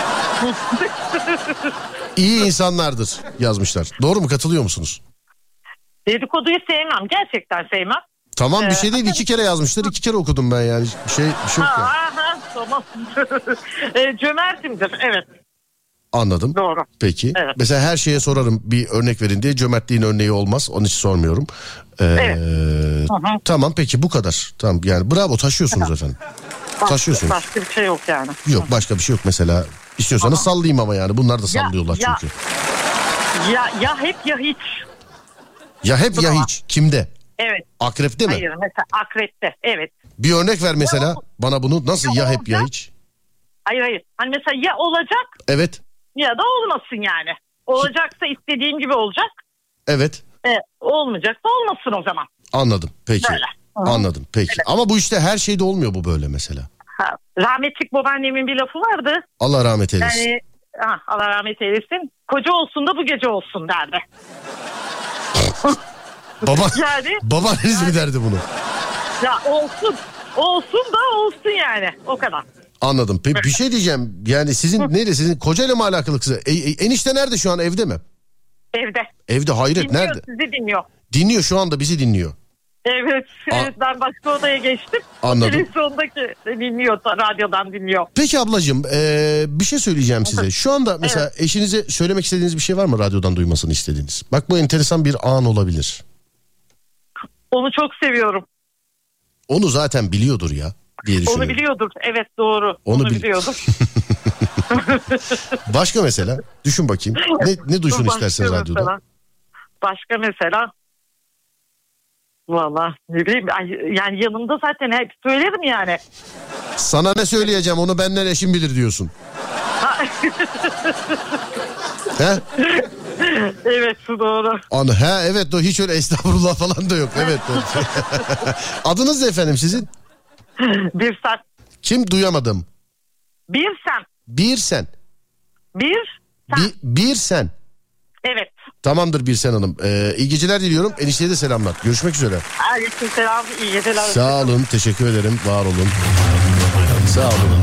iyi insanlardır yazmışlar. Doğru mu? Katılıyor musunuz? Dedikoduyu sevmem. Gerçekten sevmem. Tamam, bir şey değil. 2 kere yazmışlar. 2 kere okudum ben yani. Bir şey yok yani. Tamam. Cömertimdir. Evet. Anladım. Doğru. Peki. Evet. Mesela her şeye sorarım bir örnek verin diye. Cömertliğin örneği olmaz. Onun için sormuyorum. Evet. Tamam, peki bu kadar. Tamam yani bravo, taşıyorsunuz efendim. Taşıyorsunuz. Başka bir şey yok yani. Yok, başka bir şey yok mesela. İstiyorsanız sallayayım ama yani bunlar da sallıyorlar çünkü. Ya hep ya hiç. Ya hep ya hiç. Kimde? Evet. Akrepte mi? Hayır, mesela akrepte, evet. Bir örnek ver mesela bana bunu. Nasıl ya hep ya hiç? Hayır. Hani mesela ya olacak Evet. ya da olmasın yani. Olacaksa istediğim gibi olacak. Evet. Olmayacaksa olmasın o zaman. Anladım. Peki. Böyle. Anladım. Peki. Evet. Ama bu işte her şeyde olmuyor bu böyle mesela. Rahmetlik babaannemin bir lafı vardı. Allah rahmet eylesin. Yani, Allah rahmet eylesin. Koca olsun da bu gece olsun derdi. Babaanneniz mi derdi bunu? Ya olsun. Olsun da olsun yani. O kadar. Anladım. Peki bir şey diyeceğim. Yani sizin neyle? Sizin kocayla mı alakalı kızı? Enişte nerede şu an, evde mi? Evde. Evde, hayret, dinliyor, nerede? Sizi dinliyor. Dinliyor, şu anda bizi dinliyor. Evet. Ben başka odaya geçtim. Anladım. Televizyondaki dinliyor, radyodan dinliyor. Peki ablacığım, bir şey söyleyeceğim size. Şu anda mesela eşinize söylemek istediğiniz bir şey var mı, radyodan duymasını istediğiniz? Bak, bu enteresan bir an olabilir. Onu çok seviyorum. Onu zaten biliyordur ya diye düşünüyorum. Onu biliyordur. Evet, doğru. Onu biliyordur. Başka mesela? Düşün bakayım. Ne duysun istersiniz radyoda? Mesela. Başka mesela? Vallahi ne bileyim. Yani yanımda zaten hep söylerim yani. Sana ne söyleyeceğim, onu benden eşim bilir diyorsun. He? Evet, doğru. Evet, hiç öyle estağfurullah falan da yok. Evet. Adınız ne efendim sizin? Birsen. Kim, duyamadım? Birsen. Birsen. Birsen. Evet. Tamamdır Birsen Hanım. İyi geceler diliyorum. Enişteye de selamlar. Görüşmek üzere. Aleykümselam. İyi geceler. Sağ olun. Teşekkür ederim. Var olun. Sağ olun.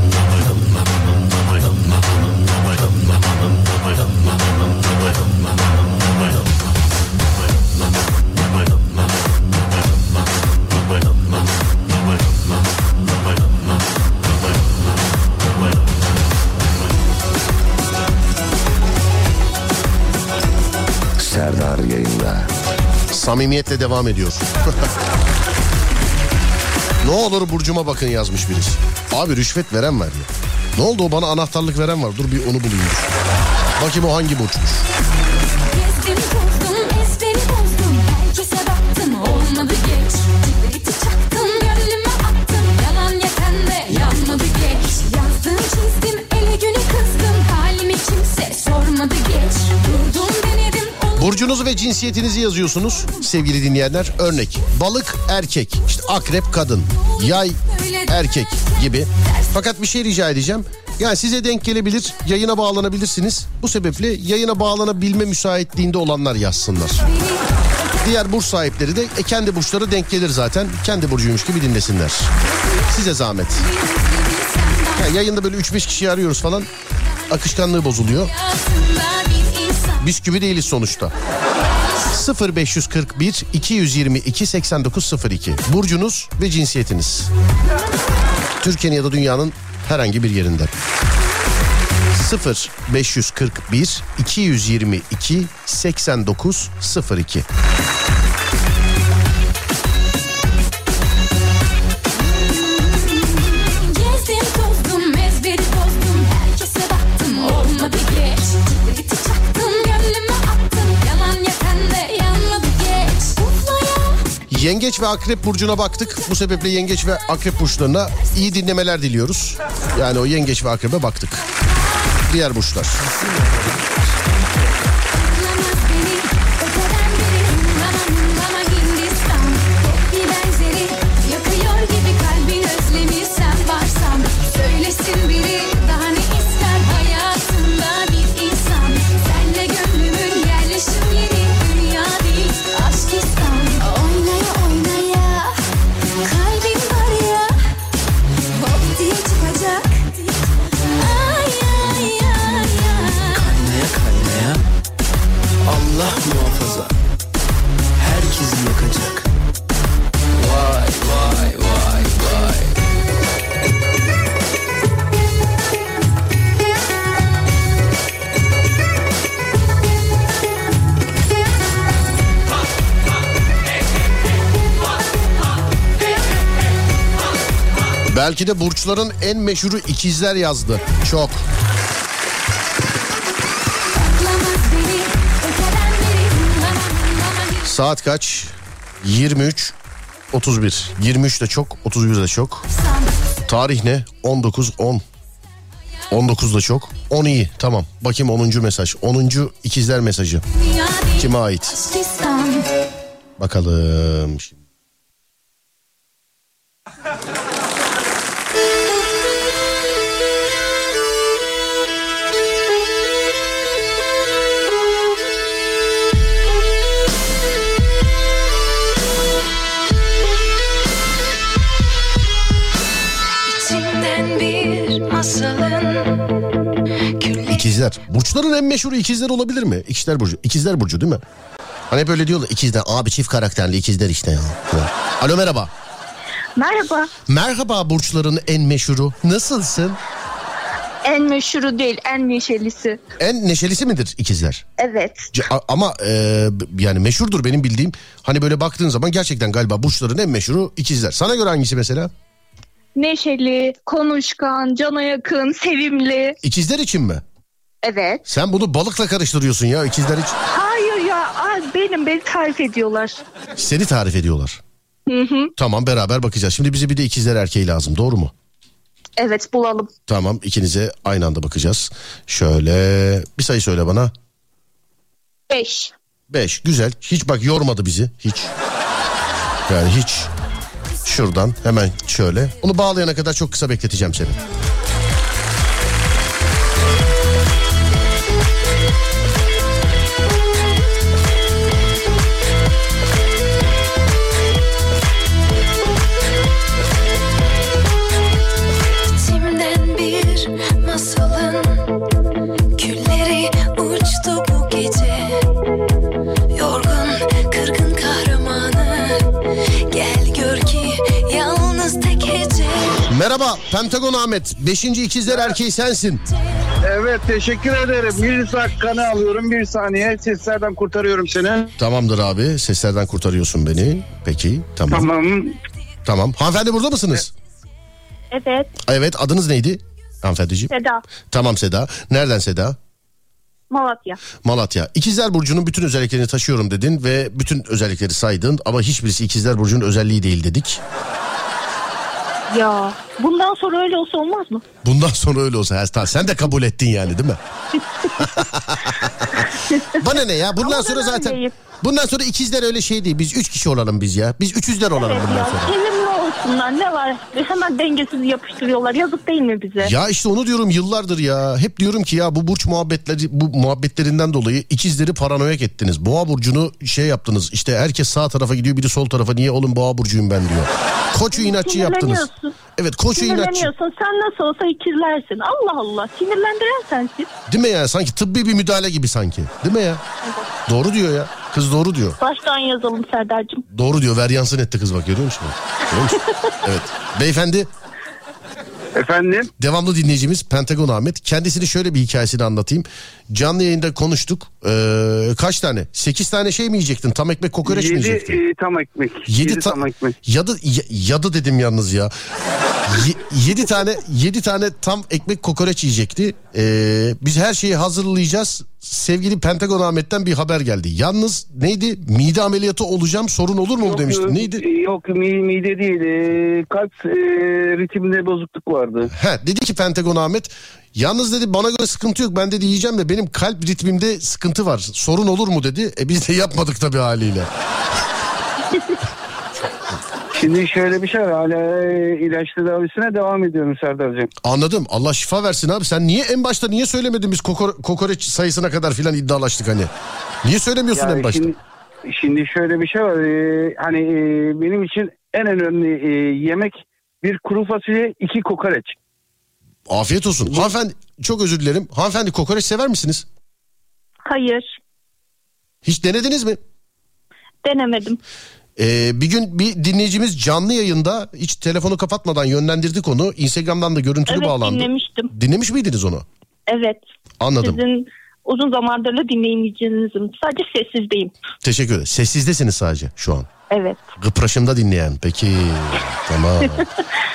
Serdar yayında. Samimiyetle devam ediyor. Ne olur burcuma bakın yazmış birisi. Abi rüşvet veren var ya. Ne oldu, o bana anahtarlık veren var. Dur bir onu bulayım. Bakayım o hangi burçmuş. Gezdim tozdum, ezberi bozdum. Herkese baktım, olmadı geç. Cibriti çaktım, gönlüme attım. Yalan yeten de yanmadı geç. Yazdım çizdim, ele güne kızdım. Halimi kimse sormadı geç. Durdum denedim. Burcunuzu ve cinsiyetinizi yazıyorsunuz sevgili dinleyenler. Örnek: balık erkek, işte akrep kadın, yay erkek gibi. Fakat bir şey rica edeceğim. Yani size denk gelebilir, yayına bağlanabilirsiniz. Bu sebeple yayına bağlanabilme müsaitliğinde olanlar yazsınlar. Diğer burç sahipleri de kendi burçları denk gelir zaten. Kendi burcuymuş gibi dinlesinler. Size zahmet. Yani yayında böyle 3-5 kişi arıyoruz falan. Akışkanlığı bozuluyor. Bisküvi değiliz sonuçta. 0541 222 8902 burcunuz ve cinsiyetiniz. Türkiye'nin ya da dünyanın herhangi bir yerinden. 0541 222 8902. Gezdim tozdum, ezberi bozdum. Herkese baktım, olmadı geç. Cibriti çaktım, gönlüme attım. Yalan yeten de yanmadı geç. Uflaya. Yengeç ve akrep burcuna baktık. Bu sebeple yengeç ve akrep burçlarına iyi dinlemeler diliyoruz. Yani o yengeç ve akrebe baktık. Diğer burçlar. Belki de burçların en meşhuru ikizler yazdı. Çok. Saat kaç? 23:31. 23 de çok, 31 de çok. Tarih ne? 19-10. 19 da çok. 10 iyi, tamam. Bakayım 10. mesaj. 10. ikizler mesajı. Kime ait? Bakalım. İkizler. Burçların en meşhuru ikizler olabilir mi? İkizler burcu. İkizler burcu değil mi? Hani hep öyle diyorlar. İkizler. Abi çift karakterli ikizler işte ya. Alo merhaba. Merhaba. Merhaba burçların en meşhuru. Nasılsın? En meşhuru değil, en neşelisi. En neşelisi midir ikizler? Evet. Ama yani meşhurdur benim bildiğim. Hani böyle baktığın zaman gerçekten galiba burçların en meşhuru ikizler. Sana göre hangisi mesela? Neşeli, konuşkan, cana yakın, sevimli. İkizler için mi? Evet. Sen bunu balıkla karıştırıyorsun ya, ikizler için. Hayır ya, beni tarif ediyorlar. Seni tarif ediyorlar. Hı hı. Tamam, beraber bakacağız. Şimdi bize bir de ikizler erkeği lazım, doğru mu? Evet, bulalım. Tamam, ikinize aynı anda bakacağız. Şöyle bir sayı söyle bana. 5. 5, güzel. Hiç bak yormadı bizi, hiç. Yani hiç. Şuradan hemen şöyle. Onu bağlayana kadar çok kısa bekleteceğim seni. İçimden bir masalın külleri uçtu bu gece. Yorgun, kırgın kahramanı gel gör ki yalnız tek hece. Merhaba Pentagon Ahmet. 5. ikizler erkeği sensin. Evet, teşekkür ederim. 100 dakikanı alıyorum, 1 saniye. Seslerden kurtarıyorum seni. Tamamdır abi, seslerden kurtarıyorsun beni. Peki, tamam. Tamam. Hanımefendi burada mısınız? Evet. Evet, adınız neydi hanımefendiciğim? Seda. Tamam Seda. Nereden Seda? Malatya. Malatya. İkizler Burcu'nun bütün özelliklerini taşıyorum dedin ve bütün özellikleri saydın ama hiçbirisi İkizler Burcu'nun özelliği değil dedik. Ya bundan sonra öyle olsa olmaz mı? Bundan sonra öyle olsa sen de kabul ettin yani, değil mi? Bana ne ya, bundan sonra zaten öyleyim. Bundan sonra ikizler öyle şey değil, biz 3 kişi olalım biz ya, biz üçüzler olalım bundan sonra. Sevimli olsunlar, ne var, hemen dengesiz yapıştırıyorlar, yazık değil mi bize? Ya işte onu diyorum yıllardır ya, hep diyorum ki ya bu burç muhabbetlerinden dolayı ikizleri paranoyak ettiniz. Boğa burcunu şey yaptınız, işte herkes sağ tarafa gidiyor, biri sol tarafa, niye oğlum boğa burcuyum ben diyor. Koçu inatçı yaptınız. Evet, koçu inatçı. Sinirleniyorsun, sen nasıl olsa ikizlersin. Allah Allah, sinirlendiren sensin. Değil mi ya, sanki tıbbi bir müdahale gibi sanki, değil mi ya? Evet. Doğru diyor ya, kız doğru diyor. Baştan yazalım Serdar'cığım. Doğru diyor, ver yansın etti kız, bak görüyor musun? Evet, beyefendi. Efendim? Devamlı dinleyicimiz Pentagon Ahmet. Kendisini şöyle bir hikayesini anlatayım. Canlı yayında konuştuk. Kaç tane? 8 tane şey mi yiyecektin? Tam ekmek kokoreç mi yiyecektin? 7 tam ekmek. 7 tam ekmek. Yadı dedim yalnız ya. 7 tane tam ekmek kokoreç yiyecekti. Biz her şeyi hazırlayacağız. Sevgili Pentagon Ahmet'ten bir haber geldi. Yalnız neydi? Mide ameliyatı olacağım, sorun olur mu demiştin. Neydi? Yok, mide değil. Kalp ritminde bozukluk vardı. Dedi ki Pentagon Ahmet, yalnız dedi bana göre sıkıntı yok, ben dedi yiyeceğim de benim kalp ritmimde sıkıntı var, sorun olur mu dedi. Biz de yapmadık tabii haliyle. Şimdi şöyle bir şey var, hala ilaç tedavisine devam ediyorum Serdar'cığım. Anladım, Allah şifa versin abi. Sen niye en başta niye söylemedin, biz kokoreç sayısına kadar filan iddialaştık hani. Niye söylemiyorsun en başta? Şimdi şöyle bir şey var, hani benim için en önemli yemek bir kuru fasulye, 2 kokoreç. Afiyet olsun. Hanımefendi çok özür dilerim. Hanımefendi kokoreç sever misiniz? Hayır. Hiç denediniz mi? Denemedim. Bir gün bir dinleyicimiz canlı yayında hiç telefonu kapatmadan yönlendirdik onu. Instagram'dan da görüntülü bağlandı. Evet, dinlemiştim. Dinlemiş miydiniz onu? Evet. Anladım. Sizin uzun zamandır da dinleyicinizim. Sadece sessizdeyim. Teşekkür ederim. Sessizdesiniz sadece şu an. Evet. Gıpraşımda dinleyen. Peki. Tamam.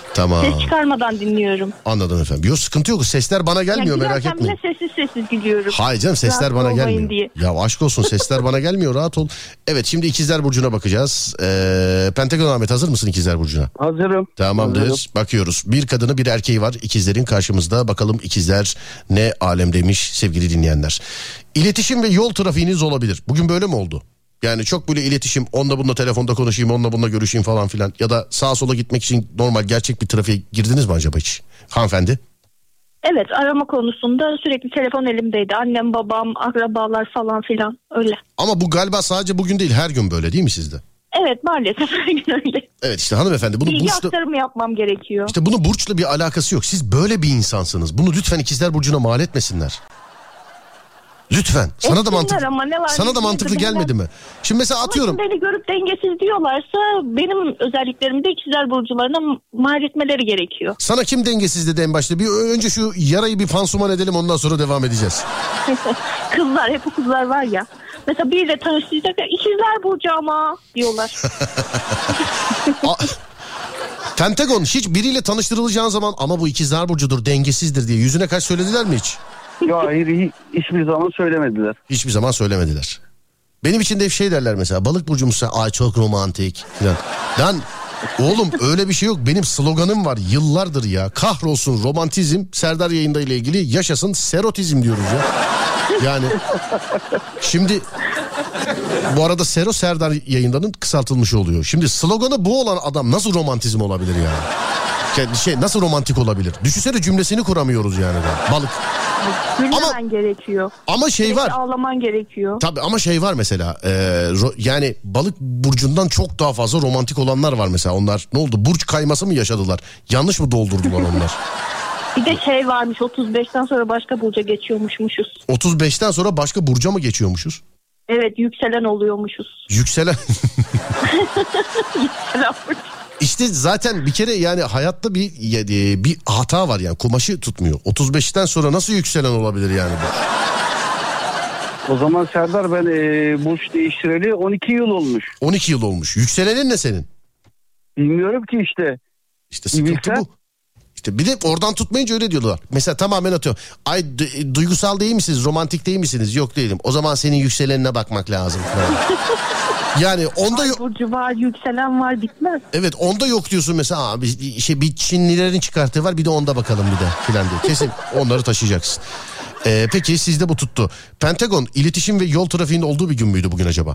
Tamam. Ses çıkarmadan dinliyorum. Anladım efendim. Yok sıkıntı yok. Sesler bana gelmiyor, Yani merak etmeyin. bile sessiz gülüyorum. Hayır canım, sesler Rahatsız bana olmayın gelmiyor. diye. Ya aşk olsun, sesler bana gelmiyor, rahat ol. Evet, şimdi İkizler Burcu'na bakacağız. Pentagon Ahmet, hazır mısın İkizler Burcu'na? Hazırım. Tamamdır. Hazırım. Bakıyoruz. Bir kadını bir erkeği var İkizlerin karşımızda. Bakalım İkizler ne alemdemiş sevgili dinleyenler. İletişim ve yol trafiğiniz olabilir. Bugün böyle mi oldu? Yani çok böyle iletişim, onunla bununla telefonda konuşayım, onunla bununla görüşeyim falan filan. Ya da sağa sola gitmek için normal gerçek bir trafiğe girdiniz mi acaba hiç? Hanımefendi? Evet, arama konusunda sürekli telefon elimdeydi. Annem, babam, akrabalar falan filan öyle. Ama bu galiba sadece bugün değil, her gün böyle değil mi sizde? Evet, maalesef her gün öyle. Evet işte hanımefendi, bunu Bilgi burçla... aktarımı yapmam gerekiyor. İşte bunun burçla bir alakası yok. Siz böyle bir insansınız. Bunu lütfen İkizler Burcu'na mal etmesinler. Lütfen. Sana da mantıklı. Ama ne var, sana da mantıklı gelmedi mi? Şimdi mesela atıyorum. Ama beni görüp dengesiz diyorlarsa benim özelliklerimi de İkizler Burcularına mal etmeleri gerekiyor. Sana kim dengesiz dedi en başta? Bir önce şu yarayı bir pansuman edelim, ondan sonra devam edeceğiz. Kızlar, hep o kızlar var ya. Mesela biriyle tanıştıracaklar, İkizler Burcu ama diyorlar. Pentagon, hiç biriyle tanıştırılacağın zaman ama bu İkizler Burcu'dur, dengesizdir diye yüzüne kaç söylediler mi hiç? Ya hayır, hiçbir zaman söylemediler. Hiçbir zaman söylemediler. Benim için de hep şey derler mesela, balık burcumuzsa ay çok romantik falan. Lan oğlum öyle bir şey yok. Benim sloganım var yıllardır ya. Kahrolsun romantizm, Serdar Yayında ile ilgili yaşasın serotizm diyoruz ya. Yani şimdi bu arada Sero Serdar Yayında'nın kısaltılmış oluyor. Şimdi sloganı bu olan adam nasıl romantizm olabilir yani? Nasıl romantik olabilir? Düşünsene, cümlesini kuramıyoruz yani. Balık. Gülmemen gerekiyor. Ama şey var. Ağlaman gerekiyor. Tabii ama şey var mesela. Yani balık burcundan çok daha fazla romantik olanlar var mesela. Onlar ne oldu? Burç kayması mı yaşadılar? Yanlış mı doldurdular onlar? Bir de şey varmış, 35'ten sonra başka burca geçiyormuşuz. 35'ten sonra başka burca mı geçiyormuşuz? Evet, yükselen oluyormuşuz. Yükselen. Yükselen burcu. İşte zaten bir kere yani hayatta bir hata var yani, kumaşı tutmuyor. 35'ten sonra nasıl yükselen olabilir yani bu? O zaman Serdar, ben burç değiştireli 12 yıl olmuş. 12 yıl olmuş. Yükselenin ne senin? Bilmiyorum ki işte. İşte sıkıntı bu. İşte bir de oradan tutmayınca öyle diyorlar. Mesela tamamen atıyor. Ay duygusal değil misiniz? Romantik değil misiniz? Yok değilim. O zaman senin yükselenine bakmak lazım. Yani onda yok. Burcu var, yükselen var, bitmez. Evet, onda yok diyorsun mesela. Bir Çinlilerin çıkarttığı var, bir de onda bakalım bir de filan diye. Kesin onları taşıyacaksın. Peki sizde bu tuttu. Pentagon, iletişim ve yol trafiğinde olduğu bir gün müydü bugün acaba?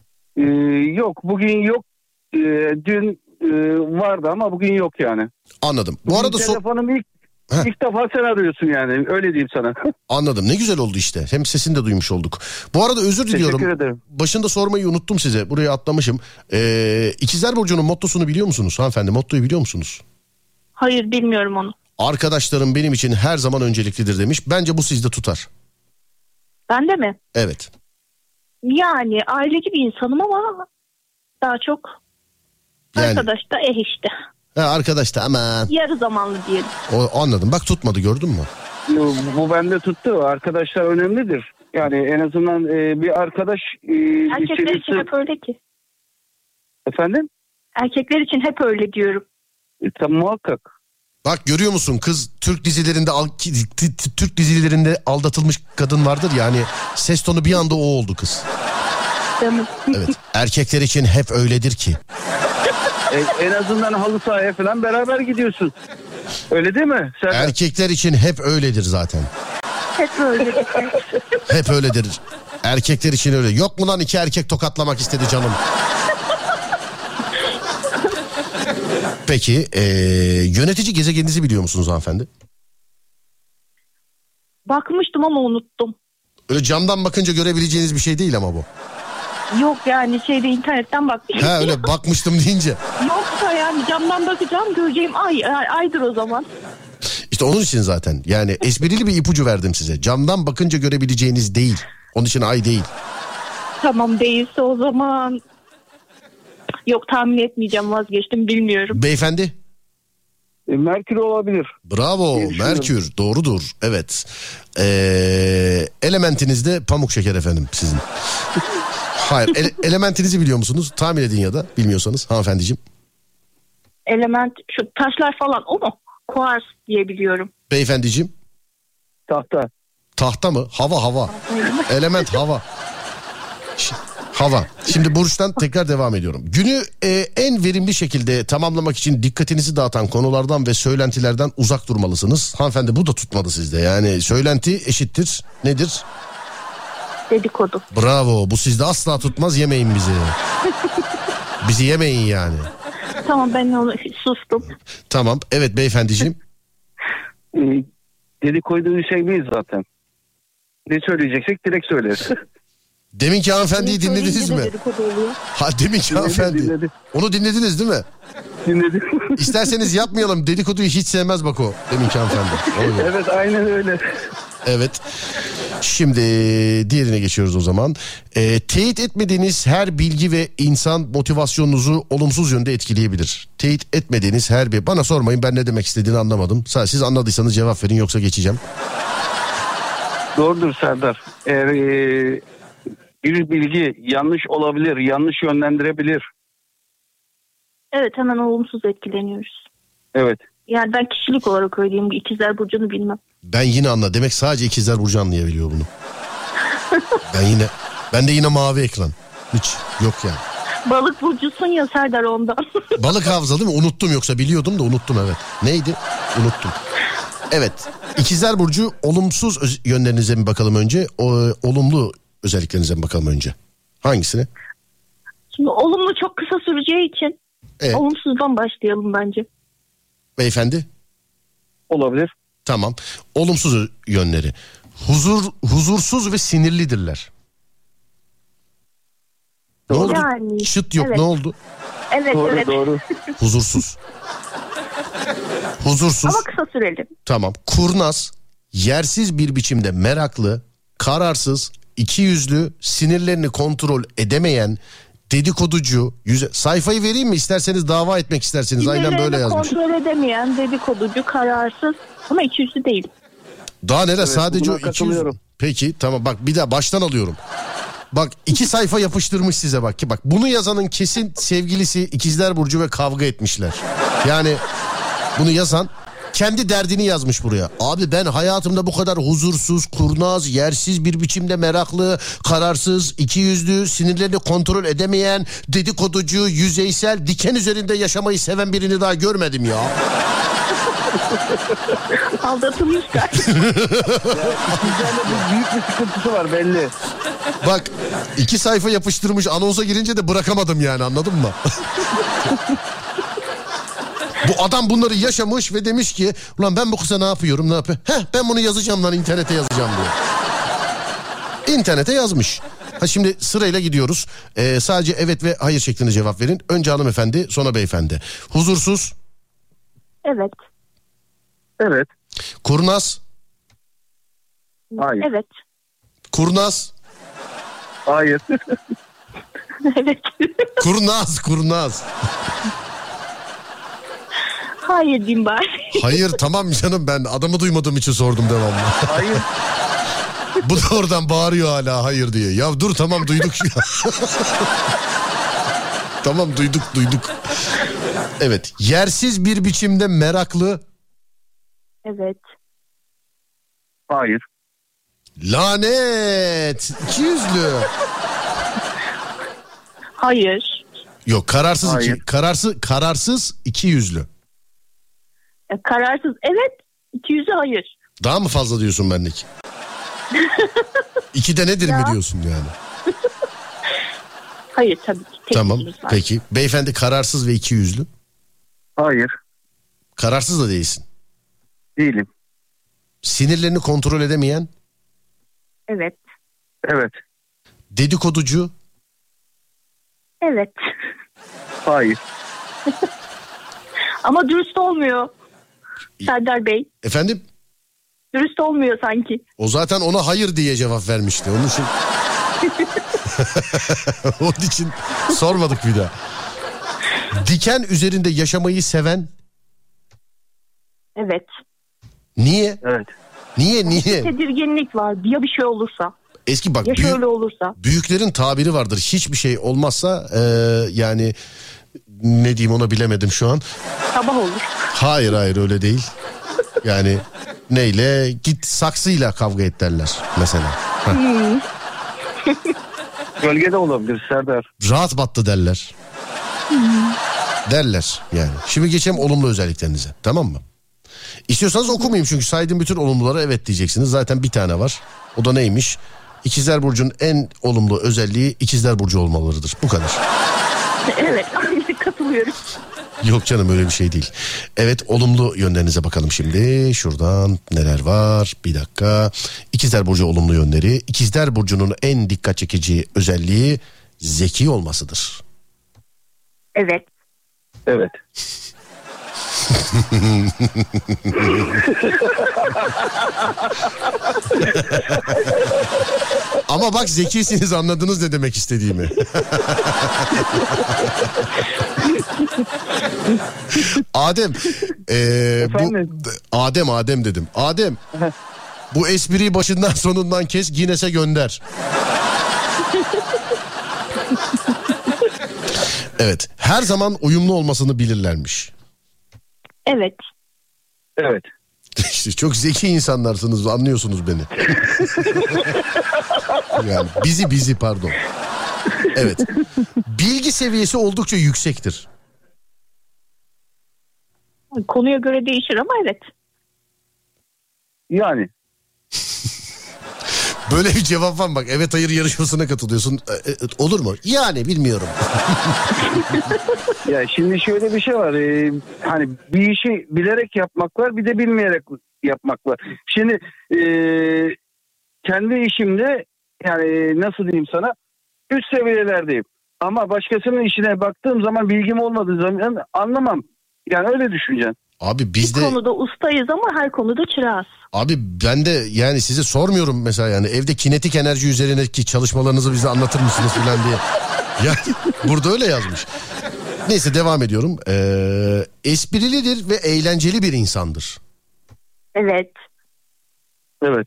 Yok, bugün yok. Dün vardı ama bugün yok yani. Anladım. Bu bugün arada telefonum ilk defa sen arıyorsun yani, öyle diyeyim sana. Anladım, ne güzel oldu işte. Hem sesini de duymuş olduk. Bu arada özür diliyorum. Teşekkür ederim. Başında sormayı unuttum size. Buraya atlamışım. İkizler Burcu'nun mottosunu biliyor musunuz hanımefendi? Mottoyu biliyor musunuz? Hayır, bilmiyorum onu. Arkadaşlarım benim için her zaman önceliklidir demiş. Bence bu sizde tutar. Ben de mi? Evet. Yani aileci bir insanım ama daha çok yani, arkadaş da işte. Arkadaş da aman. Yarı zamanlı diyelim. Anladım. Bak tutmadı, gördün mü? Bu bende tuttu. Arkadaşlar önemlidir. Yani en azından bir arkadaş... Erkekler için hep öyle ki. Efendim? Erkekler için hep öyle diyorum. Tam muhakkak. Bak görüyor musun, kız Türk dizilerinde aldatılmış kadın vardır ya, hani ses tonu bir anda o oldu kız. Evet, erkekler için hep öyledir ki. En azından halı sahaya falan beraber gidiyorsun. Öyle değil mi? Erkekler için hep öyledir zaten. Hep öyledir. Hep öyledir. Erkekler için öyle. Yok mu lan, 2 erkek tokatlamak istedi canım. Peki yönetici gezegeninizi biliyor musunuz hanımefendi? Bakmıştım ama unuttum. Öyle camdan bakınca görebileceğiniz bir şey değil ama bu. Yok yani internetten bakmıştım. Ha öyle bakmıştım deyince. Yoksa yani camdan bakacağım, göreceğim aydır o zaman. İşte onun için zaten yani esprili bir ipucu verdim size. Camdan bakınca görebileceğiniz değil. Onun için ay değil. Tamam, değilse o zaman yok, tahmin etmeyeceğim, vazgeçtim, bilmiyorum. Beyefendi? Merkür olabilir. Bravo, Merkür doğrudur, evet. Elementiniz de pamuk şeker efendim sizin. Hayır, elementinizi biliyor musunuz? Tahmin edin ya da bilmiyorsanız hanımefendiciğim. element şu taşlar falan o mu? Kuars diye biliyorum. Beyefendiciğim. Tahta. Tahta mı? Hava. Element hava. Hava. Şimdi Burç'tan tekrar devam ediyorum. Günü en verimli şekilde tamamlamak için dikkatinizi dağıtan konulardan ve söylentilerden uzak durmalısınız. Hanımefendi bu da tutmadı sizde. Yani söylenti eşittir nedir? Dedikodu. Bravo. Bu sizde asla tutmaz. Yemeyin bizi. Bizi yemeyin yani. Tamam, ben onu sustum. Tamam. Evet beyefendiciğim. Dedikodu şey miyiz zaten? Ne söyleyeceksek direkt söyleriz. Deminki hanımefendiyi dinlediniz mi? Deminki hanımefendi. Dinledim. Onu dinlediniz değil mi? Dinledim. İsterseniz yapmayalım. Dedikoduyu hiç sevmez bak o. Deminki hanımefendi. Evet, aynen öyle. Evet. Şimdi diğerine geçiyoruz o zaman. Teyit etmediğiniz her bilgi ve insan motivasyonunuzu olumsuz yönde etkileyebilir. Teyit etmediğiniz her bir... Bana sormayın, ben ne demek istediğini anlamadım. Sadece siz anladıysanız cevap verin, yoksa geçeceğim. Doğrudur Serdar. Eğer bir bilgi yanlış olabilir, yanlış yönlendirebilir. Evet, hemen olumsuz etkileniyoruz. Evet. Yani ben kişilik olarak öyleyim. İkizler Burcu'nu bilmem. Ben yine anla. Demek sadece ikizler Burcu anlayabiliyor bunu. Ben de yine mavi ekran. Hiç yok yani. Balık burcusun ya Serdar, ondan. Balık hafıza değil mi? Unuttum, yoksa biliyordum da unuttum, evet. Neydi? Unuttum. Evet. İkizler Burcu olumsuz yönlerinize mi bakalım önce? Olumlu özelliklerinize mi bakalım önce? Hangisine? Şimdi olumlu çok kısa süreceği için olumsuzdan başlayalım bence. Beyefendi? Olabilir. Tamam. Olumsuz yönleri. Huzursuz ve sinirlidirler. Ne oldu? Yani, Şıt yok, evet. Ne oldu? Evet, doğru, evet. Doğru. Huzursuz. Huzursuz. Ama kısa süreli. Tamam. Kurnaz, yersiz bir biçimde meraklı, kararsız, ikiyüzlü, sinirlerini kontrol edemeyen, dedikoducu, sayfayı vereyim mi, isterseniz dava etmek isterseniz, aynen böyle yazmış. Kontrol edemeyen, dedikoducu, kararsız ama ikiyüzlü değil. Daha neler, Evet, sadece o buna 200. Peki tamam, bak bir daha baştan alıyorum. Bak 2 sayfa yapıştırmış size bak ki, bak bunu yazanın kesin sevgilisi ikizler Burcu ve kavga etmişler. Yani bunu yazan kendi derdini yazmış buraya. Abi ben hayatımda bu kadar huzursuz, kurnaz, yersiz bir biçimde meraklı, kararsız, ikiyüzlü, sinirlerini kontrol edemeyen, dedikoducu, yüzeysel, diken üzerinde yaşamayı seven birini daha görmedim ya. Aldatılmışlar. İkizlerle büyük bir sıkıntısı var belli. Bak 2 sayfa yapıştırmış, anonsa girince de bırakamadım yani, anladın mı? Bu adam bunları yaşamış ve demiş ki ulan ben bu kıza ne yapıyorum? Ben bunu yazacağım lan, internete yazacağım diyor. İnternete yazmış. Şimdi sırayla gidiyoruz. Sadece evet ve hayır şeklinde cevap verin. Önce hanımefendi, sonra beyefendi. Huzursuz. Evet. Evet. Kurnaz. Hayır. Evet. Kurnaz. Hayır. Evet. Kurnaz. Hayır diyeyim bari. Hayır tamam canım, ben adamı duymadığım için sordum devamlı. Hayır. Bu da oradan bağırıyor hala hayır diye. Ya dur tamam, duyduk ya. Tamam duyduk. Evet, yersiz bir biçimde meraklı. Evet. Hayır. Lanet. İkiyüzlü. Hayır. Yok, kararsız. Hayır. Kararsız ikiyüzlü. Kararsız evet. İkiyüzlü hayır. Daha mı fazla diyorsun bendeki? 2'de nedir mi diyorsun yani? Hayır tabii ki. Tamam peki. Beyefendi kararsız ve ikiyüzlü. Hayır. Kararsız da değilsin. Değilim. Sinirlerini kontrol edemeyen. Evet. Evet. Dedikoducu. Evet. Hayır. Ama dürüst olmuyor. Serdar Bey. Efendim? Dürüst olmuyor sanki. O zaten ona hayır diye cevap vermişti. Onun için... Onun için sormadık bir daha. Diken üzerinde yaşamayı seven. Evet. Niye? Evet. Niye? Tedirginlik var. Ya bir şey olursa. Eski bak. Ya şöyle olursa. Büyüklerin tabiri vardır. Hiçbir şey olmazsa yani ne diyeyim ona bilemedim şu an. Sabah olur. Hayır öyle değil. Yani neyle? Git saksıyla kavga et derler mesela. Gölgede olabilir Serdar. Rahat battı derler. Derler yani. Şimdi geçelim olumlu özelliklerinize, tamam mı? İstiyorsanız okumayayım çünkü saydığım bütün olumlulara evet diyeceksiniz. Zaten bir tane var. O da neymiş? İkizler Burcu'nun en olumlu özelliği İkizler Burcu olmalarıdır. Bu kadar. Evet, katılıyorum. Yok canım, öyle bir şey değil. Evet, olumlu yönlerinize bakalım şimdi. Şuradan neler var? Bir dakika. İkizler Burcu olumlu yönleri. İkizler Burcu'nun en dikkat çekici özelliği zeki olmasıdır. Evet. Evet. Ama bak, zekisiniz, anladınız ne demek istediğimi. Adem, Adem dedim. Adem, bu espriyi başından sonundan kes, Guinness'e gönder. Evet, her zaman uyumlu olmasını bilirlermiş. Evet. Evet. İşte çok zeki insanlarsınız, anlıyorsunuz beni. Yani bizi pardon. Evet. Bilgi seviyesi oldukça yüksektir. Konuya göre değişir ama evet. Yani. Böyle bir cevap var bak, evet hayır yarışmasına katılıyorsun. Olur mu? Yani bilmiyorum. Ya şimdi şöyle bir şey var. Hani bir işi bilerek yapmak var, bir de bilmeyerek yapmak var. Şimdi kendi işimde yani nasıl diyeyim sana, üst seviyelerdeyim. Ama başkasının işine baktığım zaman, bilgim olmadığı zaman anlamam. Yani öyle düşüneceksin. Abi biz bir de... konuda ustayız ama her konuda çırağız. Abi ben de yani size sormuyorum mesela, yani evde kinetik enerji üzerindeki çalışmalarınızı bize anlatır mısınız falan diye. Ya burada öyle yazmış. Neyse, devam ediyorum. Esprilidir ve eğlenceli bir insandır. Evet. Evet.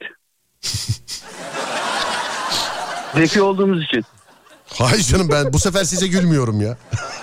Zeki olduğumuz için. Hayır canım, ben bu sefer size gülmüyorum ya.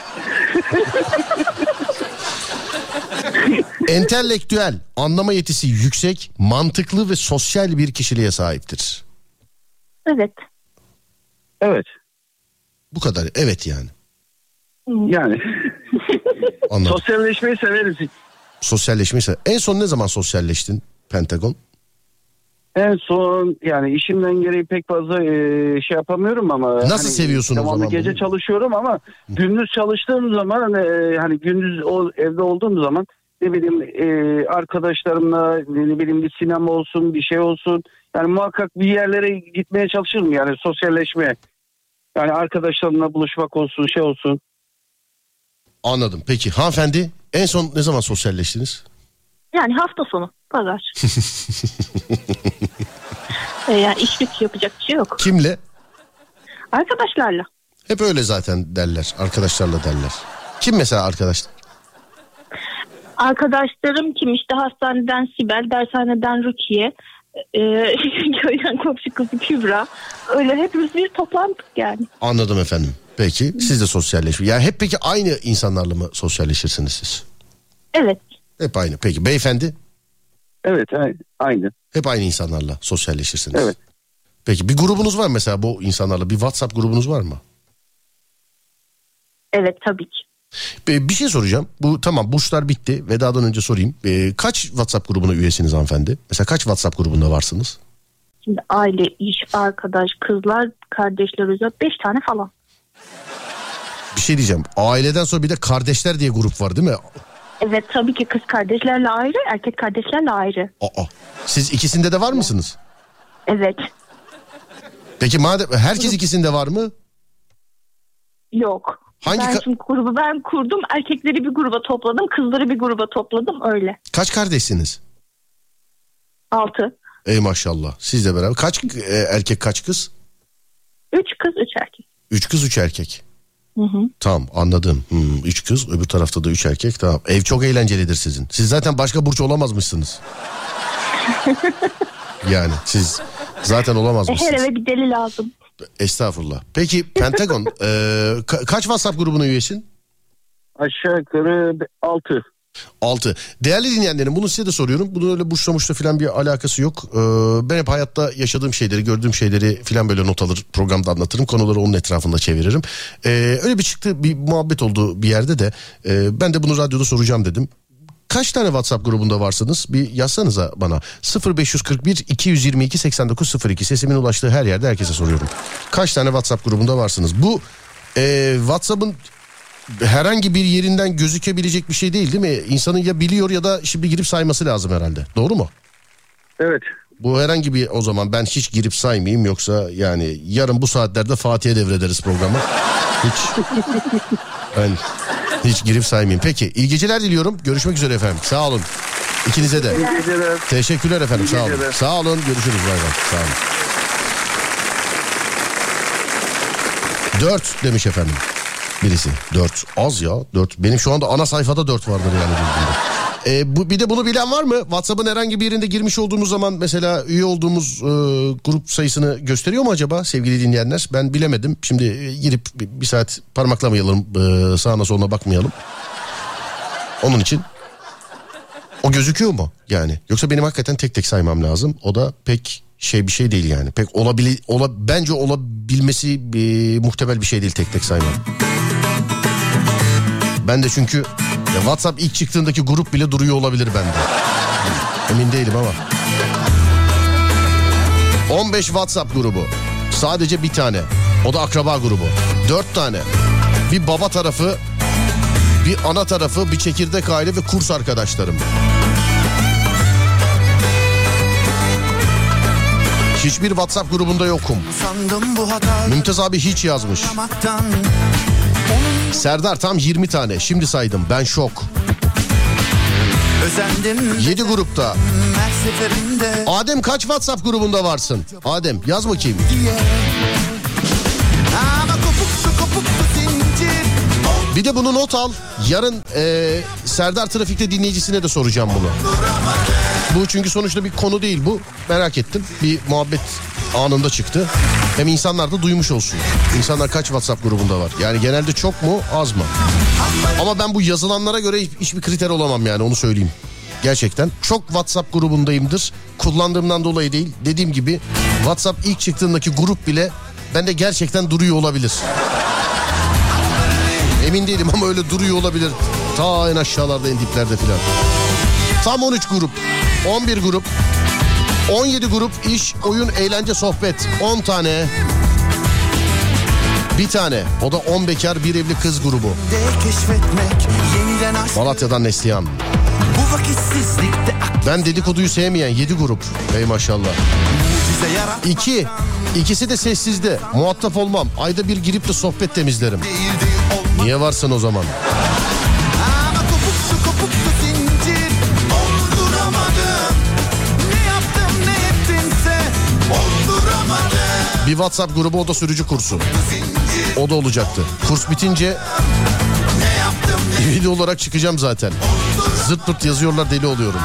Entelektüel, anlama yetisi yüksek, mantıklı ve sosyal bir kişiliğe sahiptir. Evet. Evet. Bu kadar, evet yani. Yani. Anladım. Sosyalleşmeyi severiz. Sosyalleşmeyi En son ne zaman sosyalleştin Pentagon? En son yani işimden gereği pek fazla şey yapamıyorum ama. Nasıl hani, seviyorsun o zaman? Gece çalışıyorum ama gündüz çalıştığım zaman hani gündüz evde olduğum zaman ne bileyim arkadaşlarımla ne bileyim bir sinema olsun, bir şey olsun. Yani muhakkak bir yerlere gitmeye çalışırım, yani sosyalleşmeye. Yani arkadaşlarımla buluşmak olsun, şey olsun. Anladım. Peki hanımefendi, en son ne zaman sosyalleştiniz? Yani hafta sonu, pazar. Yani iş güç yapacak bir şey yok. Kimle? Arkadaşlarla. Hep öyle zaten derler. Arkadaşlarla derler. Kim mesela arkadaşlar? Arkadaşlarım kim? İşte hastaneden Sibel, dershaneden Rukiye, köyden komşu kızı Kübra. Öyle hepimiz bir toplandık yani. Anladım efendim. Peki siz de sosyalleşme. Yani hep peki aynı insanlarla mı sosyalleşirsiniz siz? Evet. Hep aynı. Peki beyefendi? Evet, aynı. Hep aynı insanlarla sosyalleşirsiniz. Evet. Peki bir grubunuz var mı mesela bu insanlarla? Bir WhatsApp grubunuz var mı? Evet, tabii ki. Bir şey soracağım. Bu tamam, burçlar bitti. Vedadan önce sorayım. Kaç WhatsApp grubuna üyesiniz hanımefendi? Mesela kaç WhatsApp grubunda varsınız? Şimdi aile, iş, arkadaş, kızlar, kardeşler özel 5 tane falan. Bir şey diyeceğim. Aileden sonra bir de kardeşler diye grup var değil mi? Evet, tabii ki kız kardeşlerle ayrı, erkek kardeşlerle ayrı. Siz ikisinde de var mısınız? Evet. Peki madem herkes ikisinde var mı? Yok. Şimdi grubu ben kurdum. Erkekleri bir gruba topladım. Kızları bir gruba topladım. Öyle. Kaç kardeşsiniz? 6. Ey maşallah. Siz de beraber. Kaç erkek kaç kız? 3 kız 3 erkek. 3 kız 3 erkek. Hı. Tamam, anladım. 3 kız, öbür tarafta da 3 erkek. Tamam. Ev çok eğlencelidir sizin. Siz zaten başka burç olamazmışsınız. Yani siz zaten olamazmışsınız. Her eve bir deli lazım. Estağfurullah. Peki Pentagon kaç WhatsApp grubuna üyesin? Aşağı yukarı 6. 6. Değerli dinleyenlerim, bunu size de soruyorum. Bunun öyle burçla muşla falan bir alakası yok. Ben hep hayatta yaşadığım şeyleri, gördüğüm şeyleri falan böyle not alır, programda anlatırım. Konuları onun etrafında çeviririm. Öyle bir çıktı, bir muhabbet oldu bir yerde de. Ben de bunu radyoda soracağım dedim. Kaç tane WhatsApp grubunda varsınız? Bir yazsanıza bana. 0541 222 8902. Sesimin ulaştığı her yerde herkese soruyorum. Kaç tane WhatsApp grubunda varsınız? Bu WhatsApp'ın herhangi bir yerinden gözükebilecek bir şey değil mi? İnsanın ya biliyor ya da şimdi girip sayması lazım herhalde. Doğru mu? Evet. Bu herhangi bir, o zaman ben hiç girip saymayayım, yoksa yani yarın bu saatlerde Fatih'e devrederiz programı. Hiç girip saymayayım. Peki, iyi geceler diliyorum. Görüşmek üzere efendim. Sağ olun. İkinize de. İyi geceler. Teşekkürler efendim. Sağ olun. Sağ olun. Görüşürüz. Bay bay. Sağ olun. 4 demiş efendim birisi. 4 az ya. 4. Benim şu anda ana sayfada 4 vardır yani. Bir de bunu bilen var mı? WhatsApp'ın herhangi bir yerinde girmiş olduğumuz zaman mesela üye olduğumuz grup sayısını gösteriyor mu acaba sevgili dinleyenler? Ben bilemedim. Şimdi girip bir saat parmaklamayalım, sağına soluna bakmayalım. Onun için o gözüküyor mu yani? Yoksa benim hakikaten tek tek saymam lazım. O da pek bir şey değil yani. Pek bence olabilmesi muhtemel bir şey değil tek tek saymam. Ben de çünkü WhatsApp ilk çıktığındaki grup bile duruyor olabilir bende. Emin değilim ama. 15 WhatsApp grubu. Sadece bir tane. O da akraba grubu. 4 tane. Bir baba tarafı, bir ana tarafı, bir çekirdek aile ve kurs arkadaşlarım. Hiçbir WhatsApp grubunda yokum. Mümtaz abi hiç yazmış. Serdar tam 20 tane. Şimdi saydım. Ben şok. 7 grupta. Adem kaç WhatsApp grubunda varsın? Adem yaz bakayım. Bir de bunu not al. Yarın Serdar Trafik'te dinleyicisine de soracağım bunu. Bu çünkü sonuçta bir konu değil bu. Merak ettim. Bir muhabbet anında çıktı. Hem insanlar da duymuş olsun. İnsanlar kaç WhatsApp grubunda var? Yani genelde çok mu, az mı? Ama ben bu yazılanlara göre hiçbir kriter olamam yani, onu söyleyeyim. Gerçekten çok WhatsApp grubundayımdır. Kullandığımdan dolayı değil. Dediğim gibi WhatsApp ilk çıktığındaki grup bile bende gerçekten duruyor olabilir. Emin değilim ama öyle duruyor olabilir. Ta en aşağılarda, en diplerde filan. Tam 13 grup, 11 grup, 17 grup, iş, oyun, eğlence, sohbet. 10 tane. Bir tane. O da 10 bekar bir evli kız grubu. Malatya'dan Neslihan. Ben dedikoduyu sevmeyen 7 grup. Ey maşallah. 2. İkisi de sessizde. Muhatap olmam. Ayda bir girip de sohbet temizlerim. Niye varsın o zaman? Bir WhatsApp grubu, o da sürücü kursu. O da olacaktı. Kurs bitince video olarak çıkacağım zaten. Zırt pırt yazıyorlar, deli oluyorum.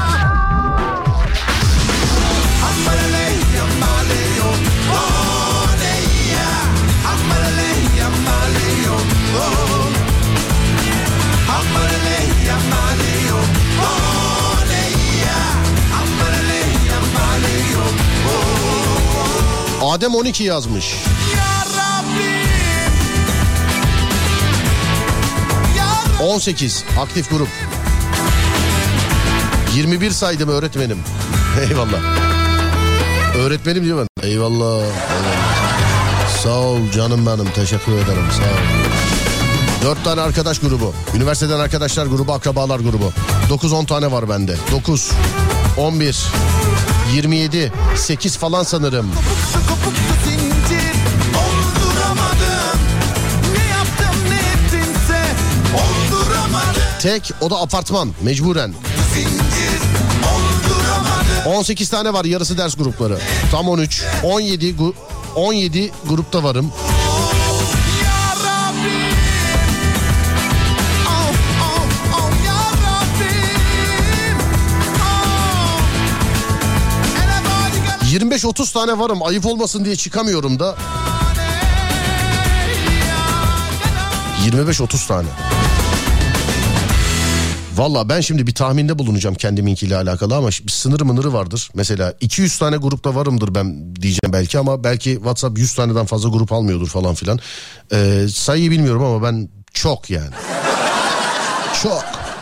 Adem 12 yazmış. 18 aktif grup. 21 saydım öğretmenim. Eyvallah. Öğretmenim diyor ben. Eyvallah. Sağ ol canım benim. Teşekkür ederim. Sağ ol. 4 tane arkadaş grubu. Üniversiteden arkadaşlar grubu, akrabalar grubu. 9-10 tane var bende. 9, 11, 27, 8 falan sanırım. Tek, o da apartman mecburen. 18 tane var, yarısı ders grupları. Tam 13, 17 grupta varım. ...25-30 tane varım, ayıp olmasın diye çıkamıyorum da. 25-30 tane. Valla ben şimdi bir tahminde bulunacağım kendiminkiyle alakalı ama bir sınırı mınırı vardır. Mesela 200 tane grupta varımdır ben diyeceğim belki ama belki WhatsApp 100 taneden fazla grup almıyordur falan filan. Sayıyı bilmiyorum ama ben çok yani. Çok.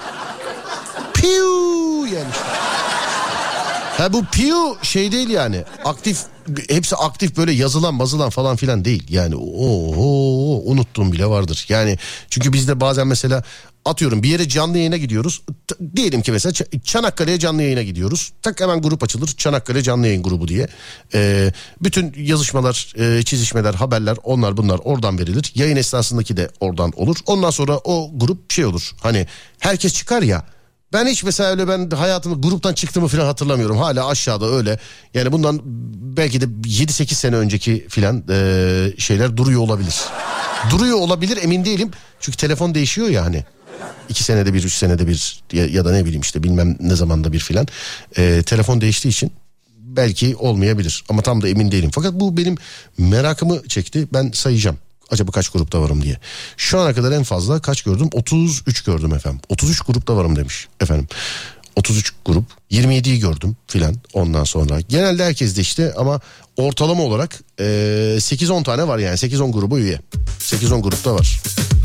Piu yani. Ha bu piu şey değil yani. Aktif, hepsi aktif böyle yazılan falan filan değil. Yani unuttuğum bile vardır. Yani çünkü bizde bazen mesela atıyorum bir yere canlı yayına gidiyoruz. Diyelim ki mesela Çanakkale'ye canlı yayına gidiyoruz. Tak hemen grup açılır. Çanakkale canlı yayın grubu diye. Bütün yazışmalar, çizişmeler, haberler, onlar bunlar oradan verilir. Yayın esnasındaki de oradan olur. Ondan sonra o grup şey olur. Hani herkes çıkar ya. Ben hiç mesela öyle ben hayatımda gruptan çıktığımı falan hatırlamıyorum. Hala aşağıda öyle. Yani bundan belki de 7-8 sene önceki filan şeyler duruyor olabilir. Duruyor olabilir, emin değilim. Çünkü telefon değişiyor ya hani. 2 senede bir, 3 senede bir ya da ne bileyim işte bilmem ne zamanda bir filan. Telefon değiştiği için belki olmayabilir. Ama tam da emin değilim. Fakat bu benim merakımı çekti. Ben sayacağım. Acaba kaç grupta varım diye. Şu ana kadar en fazla kaç gördüm? 33 gördüm efendim. 33 grupta varım demiş efendim. 33 grup. 27'yi gördüm filan ondan sonra. Genelde herkes de işte ama ortalama olarak 8-10 tane var yani. 8-10 grubu üye. 8-10 grupta var.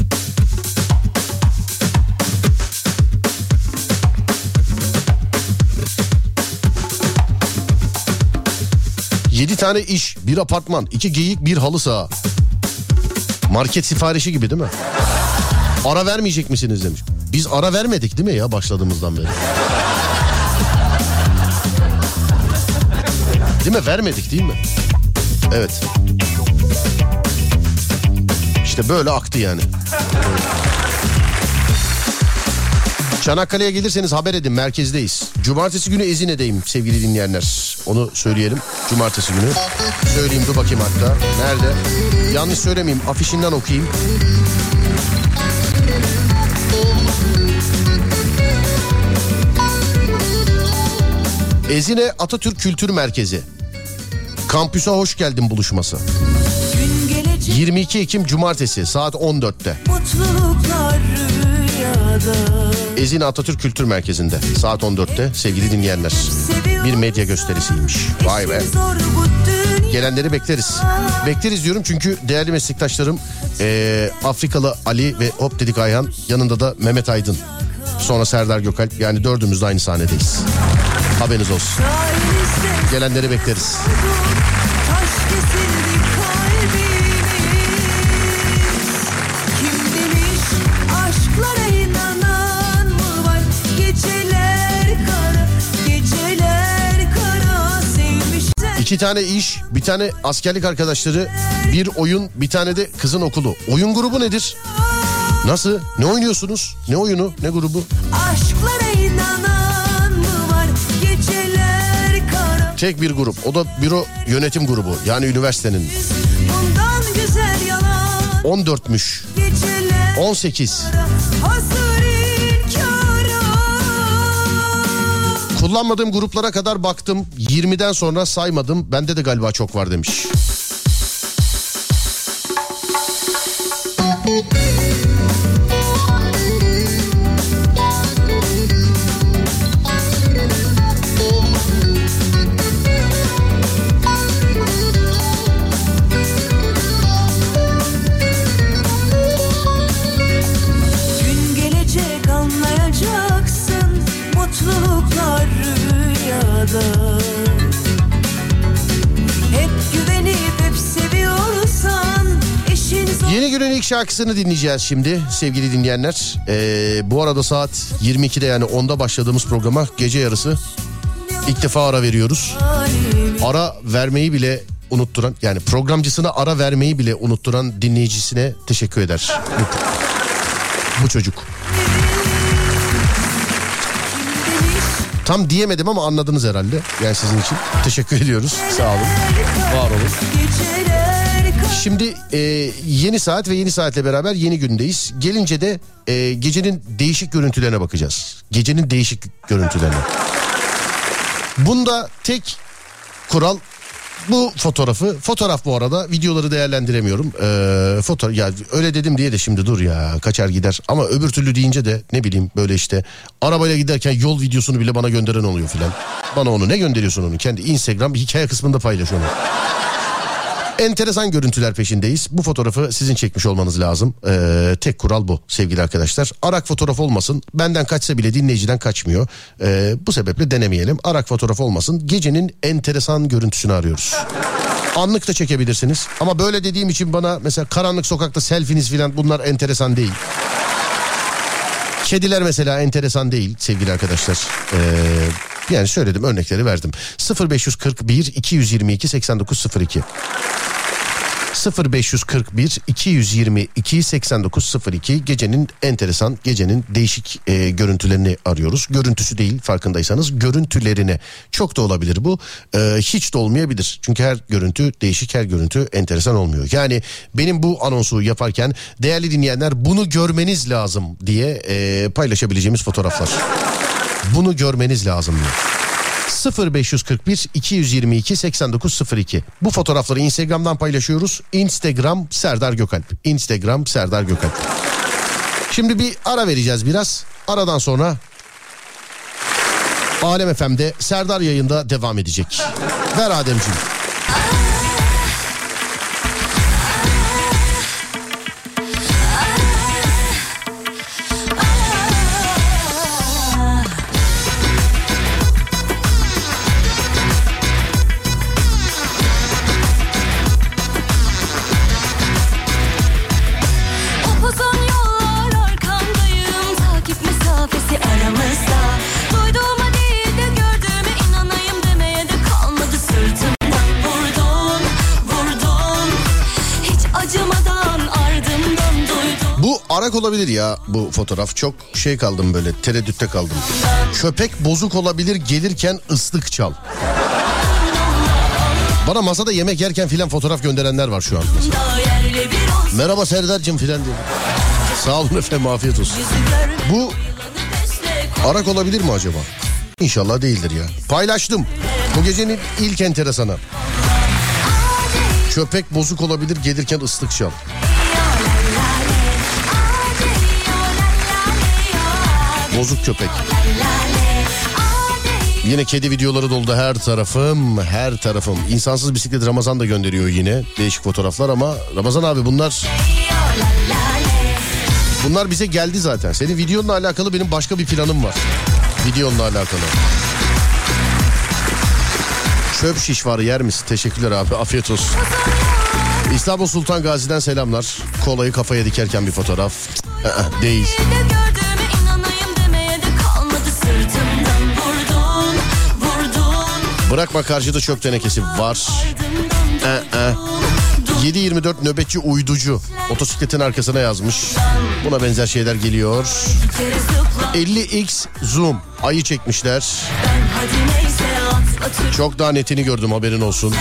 ...7 tane iş, 1 apartman, 2 geyik, 1 halı saha. Market siparişi gibi değil mi? Ara vermeyecek misiniz demiş. Biz ara vermedik değil mi ya başladığımızdan beri? Değil mi? Vermedik değil mi? Evet. İşte böyle aktı yani. Çanakkale'ye gelirseniz haber edin, merkezdeyiz. Cumartesi günü Ezine'deyim sevgili dinleyenler. Onu söyleyelim. Cumartesi günü. Söyleyeyim, dur bakayım hatta. Nerede? Yanlış söylemeyeyim, afişinden okuyayım. Ezine Atatürk Kültür Merkezi. Kampüse hoş geldin buluşması. 22 Ekim Cumartesi saat 14'te. Ezine Atatürk Kültür Merkezi'nde saat 14'te sevgili dinleyenler. Bir medya gösterisiymiş. Vay be. Gelenleri bekleriz. Bekleriz diyorum çünkü değerli meslektaşlarım Afrikalı Ali ve Hop Dedik Ayhan, yanında da Mehmet Aydın. Sonra Serdar Gökalp, yani dördümüz de aynı sahnedeyiz. Haberiniz olsun. Gelenleri bekleriz. İki tane iş, bir tane askerlik arkadaşları, bir oyun, bir tane de kızın okulu. Oyun grubu nedir? Nasıl? Ne oynuyorsunuz? Ne oyunu? Ne grubu? Tek bir grup. O da büro yönetim grubu. Yani üniversitenin. 14'müş. 18. Kullanmadığım gruplara kadar baktım. 20'den sonra saymadım. Bende de galiba çok var demiş. Gün gelecek anlayacaksın, mutluluklar rüyada. Hep güvenip hep seviyorsan eşin zor. Yeni günün ilk şarkısını dinleyeceğiz şimdi sevgili dinleyenler. Bu arada saat 22'de, yani 10'da başladığımız programa gece yarısı ilk defa ara veriyoruz. Ara vermeyi bile unutturan, yani programcısına ara vermeyi bile unutturan dinleyicisine teşekkür eder. Bu çocuk. Tam diyemedim ama anladınız herhalde. Yani sizin için teşekkür ediyoruz. Sağ olun. Var olun. Şimdi yeni saat ve yeni saatle beraber yeni gündeyiz. Gelince de gecenin değişik görüntülerine bakacağız. Gecenin değişik görüntülerine. Bunda tek kural Bu fotoğraf bu arada, videoları değerlendiremiyorum. Ya öyle dedim diye de şimdi dur ya, kaçar gider. Ama öbür türlü deyince de ne bileyim, böyle işte arabayla giderken yol videosunu bile bana gönderen oluyor filan. Bana onu ne gönderiyorsun, onu kendi Instagram bir hikaye kısmında paylaş onu. Enteresan görüntüler peşindeyiz. Bu fotoğrafı sizin çekmiş olmanız lazım. Tek kural bu sevgili arkadaşlar. Arak fotoğraf olmasın. Benden kaçsa bile dinleyiciden kaçmıyor. Bu sebeple denemeyelim. Arak fotoğraf olmasın. Gecenin enteresan görüntüsünü arıyoruz. Anlık da çekebilirsiniz. Ama böyle dediğim için bana mesela karanlık sokakta selfiniz filan, bunlar enteresan değil. Kediler mesela enteresan değil sevgili arkadaşlar. Yani söyledim, örnekleri verdim. 0541 222 8902 0541 222 8902 gecenin enteresan, gecenin değişik görüntülerini arıyoruz. Görüntüsü değil, farkındaysanız görüntülerini. Çok da olabilir bu, hiç de olmayabilir. Çünkü her görüntü değişik, her görüntü enteresan olmuyor. Yani benim bu anonsu yaparken değerli dinleyenler, bunu görmeniz lazım diye paylaşabileceğimiz fotoğraflar. Bunu görmeniz lazım diye. 0541 222 8902. Bu fotoğrafları Instagram'dan paylaşıyoruz. Instagram Serdar Gökalp. Instagram Serdar Gökalp. Şimdi bir ara vereceğiz biraz. Aradan sonra Alem FM'de Serdar yayında devam edecek. Ver Ademciğim. Arak olabilir ya bu fotoğraf. Çok şey kaldım, böyle tereddütte kaldım. Köpek bozuk olabilir, gelirken ıslık çal. Bana masada yemek yerken filan fotoğraf gönderenler var şu an. Merhaba Serdar'cığım filan diye. Sağ olun efendim, afiyet olsun. Bu arak olabilir mi acaba? İnşallah değildir ya. Paylaştım. Bu gecenin ilk enteresanı. Köpek bozuk olabilir, gelirken ıslık çal. Bozuk köpek. Yine kedi videoları doldu her tarafım, her tarafım. İnsansız bisiklet Ramazan da gönderiyor yine değişik fotoğraflar, ama Ramazan abi bunlar bize geldi zaten. Senin videonla alakalı benim başka bir planım var. Videonla alakalı. Çöp şiş var, yer misin? Teşekkürler abi, afiyet olsun. İstanbul Sultan Gazi'den selamlar. Kolayı kafaya dikerken bir fotoğraf. Değil. Bırakma karşıda çöp tenekesi var. 7/24 nöbetçi uyducu motosikletin arkasına yazmış. Buna benzer şeyler geliyor. 50x zoom ayı çekmişler. Çok daha netini gördüm, haberin olsun.